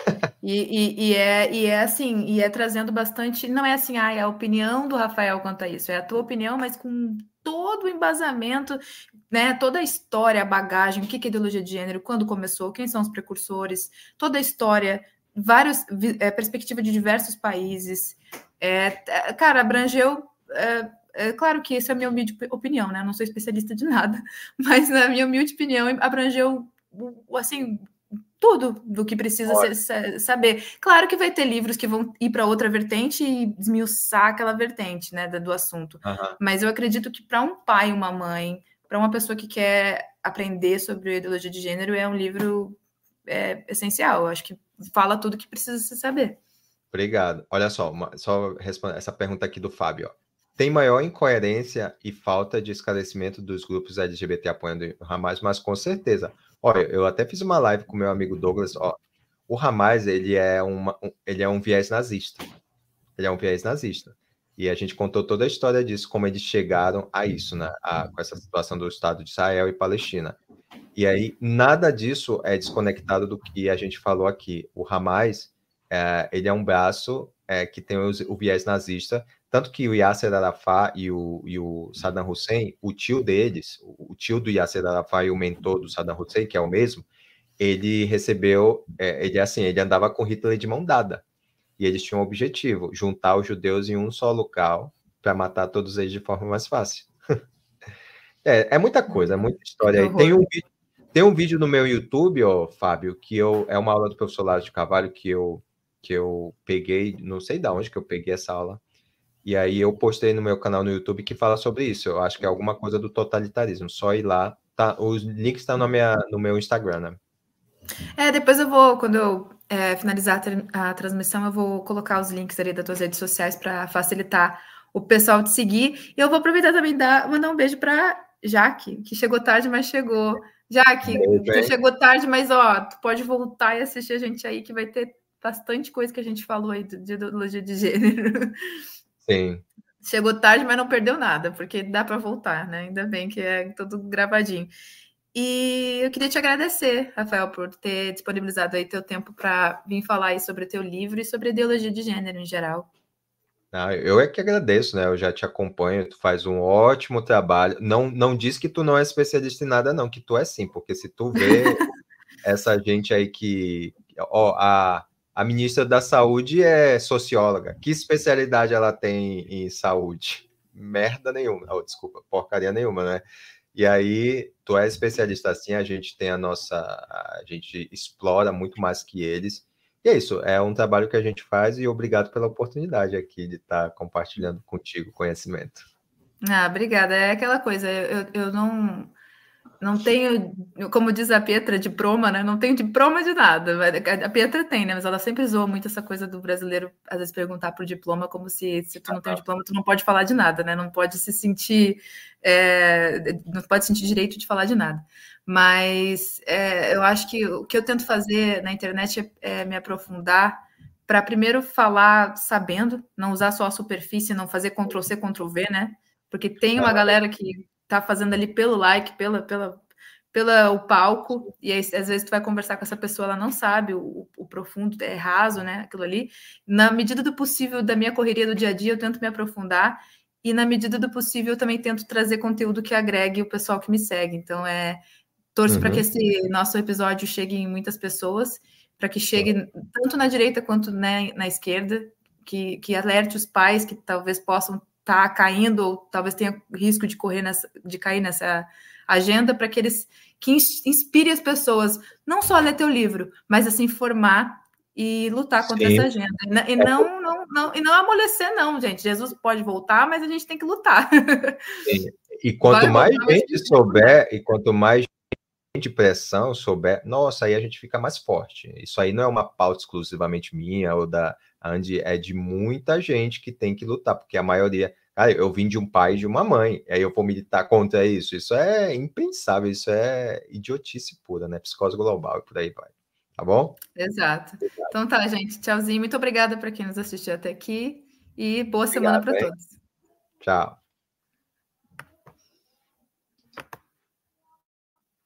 [SPEAKER 1] E é assim, e é trazendo bastante. Não é assim, é a opinião do Rafael quanto a isso, é a tua opinião, mas com todo o embasamento, né? Toda a história, a bagagem, o que é ideologia de gênero, quando começou, quem são os precursores, toda a história, vários perspectiva de diversos países. Cara, abrangeu. Claro que essa é a minha humilde opinião, né? Eu não sou especialista de nada, mas na minha humilde opinião, abrangeu assim tudo do que precisa saber. Claro que vai ter livros que vão ir para outra vertente e desmiuçar aquela vertente, né, do assunto.
[SPEAKER 2] Uhum.
[SPEAKER 1] Mas eu acredito que para um pai, uma mãe, para uma pessoa que quer aprender sobre ideologia de gênero, é um livro essencial. Eu acho que fala tudo que precisa se saber.
[SPEAKER 2] Obrigado. Olha só, só responder essa pergunta aqui do Fábio. Ó. Tem maior incoerência e falta de esclarecimento dos grupos LGBT apoiando o Hamas, mas com certeza. Olha, eu até fiz uma live com meu amigo Douglas. Ó, o Hamas ele é um viés nazista. Ele é um viés nazista. E a gente contou toda a história disso, como eles chegaram a isso, né? Com essa situação do Estado de Israel e Palestina. E aí, nada disso é desconectado do que a gente falou aqui. O Hamas, ele é um braço que tem o viés nazista, tanto que o Yasser Arafat e o Saddam Hussein, o tio deles, o tio do Yasser Arafat e o mentor do Saddam Hussein, que é o mesmo, ele recebeu, ele andava com Hitler de mão dada. E eles tinham um objetivo, juntar os judeus em um só local para matar todos eles de forma mais fácil. É muita coisa, é muita história
[SPEAKER 1] Que
[SPEAKER 2] aí.
[SPEAKER 1] horror.
[SPEAKER 2] Tem um vídeo no meu YouTube, Fábio, que é uma aula do professor Lázaro de Carvalho que eu peguei, não sei de onde que eu peguei essa aula, e aí eu postei no meu canal no YouTube que fala sobre isso. Eu acho que é alguma coisa do totalitarismo. Só ir lá, tá? Os links estão no meu Instagram, né?
[SPEAKER 1] Depois eu vou, quando eu finalizar a transmissão, eu vou colocar os links ali das tuas redes sociais para facilitar o pessoal te seguir. E eu vou aproveitar também mandar um beijo para Jaque, que chegou tarde, mas chegou. Jaque, tu chegou tarde, mas tu pode voltar e assistir a gente aí, que vai ter bastante coisa que a gente falou aí de ideologia de gênero.
[SPEAKER 2] Sim.
[SPEAKER 1] Chegou tarde, mas não perdeu nada, porque dá para voltar, né? Ainda bem que é tudo gravadinho. E eu queria te agradecer, Rafael, por ter disponibilizado aí teu tempo para vir falar aí sobre o teu livro e sobre a ideologia de gênero em geral.
[SPEAKER 2] Ah, eu é que agradeço, né? Eu já te acompanho, tu faz um ótimo trabalho. Não diz que tu não é especialista em nada, não, que tu é sim, porque se tu vê essa gente aí que. Ó, a ministra da Saúde é socióloga. Que especialidade ela tem em saúde? Merda nenhuma. Oh, desculpa, porcaria nenhuma, né? E aí, tu é especialista assim, a gente tem a nossa. A gente explora muito mais que eles. E é isso, é um trabalho que a gente faz e obrigado pela oportunidade aqui de estar compartilhando contigo conhecimento.
[SPEAKER 1] Ah, obrigada. É aquela coisa, eu não tenho, como diz a Pietra, diploma, né? Não tenho diploma de nada. A Pietra tem, né? Mas ela sempre zoa muito essa coisa do brasileiro, às vezes, perguntar por diploma, como se tu não tem um diploma, tu não pode falar de nada, né? Não pode se sentir, não pode sentir direito de falar de nada. Mas eu acho que o que eu tento fazer na internet é me aprofundar para primeiro falar sabendo, não usar só a superfície, não fazer Ctrl+C, Ctrl+V, né? Porque tem uma galera que tá fazendo ali pelo like, pela o palco, e aí, às vezes tu vai conversar com essa pessoa, ela não sabe o profundo, é raso, né, aquilo ali. Na medida do possível, da minha correria do dia a dia, eu tento me aprofundar, e na medida do possível, eu também tento trazer conteúdo que agregue o pessoal que me segue. Então, torço para que esse nosso episódio chegue em muitas pessoas, para que chegue tanto na direita quanto, né, na esquerda, que alerte os pais que talvez possam estar caindo ou talvez tenha risco de cair nessa agenda, para que eles que inspire as pessoas não só a ler teu livro, mas a se informar e lutar contra
[SPEAKER 2] Sim.
[SPEAKER 1] essa agenda. E não amolecer, não, gente. Jesus pode voltar, mas a gente tem que lutar.
[SPEAKER 2] Sim. E quanto
[SPEAKER 1] Vai
[SPEAKER 2] mais
[SPEAKER 1] voltar, mas a
[SPEAKER 2] gente
[SPEAKER 1] gente tem que lutar.
[SPEAKER 2] souber, e quanto mais de pressão souber, nossa, aí a gente fica mais forte. Isso aí não é uma pauta exclusivamente minha ou da Andy, é de muita gente que tem que lutar, porque a maioria. Cara, eu vim de um pai e de uma mãe, aí eu vou militar contra isso. Isso é impensável, isso é idiotice pura, né? Psicose global e por aí vai. Tá bom?
[SPEAKER 1] Exato. Então tá, gente. Tchauzinho. Muito obrigada para quem nos assistiu até aqui e boa semana
[SPEAKER 2] Obrigado,
[SPEAKER 1] para
[SPEAKER 2] hein?
[SPEAKER 1] todos.
[SPEAKER 2] Tchau.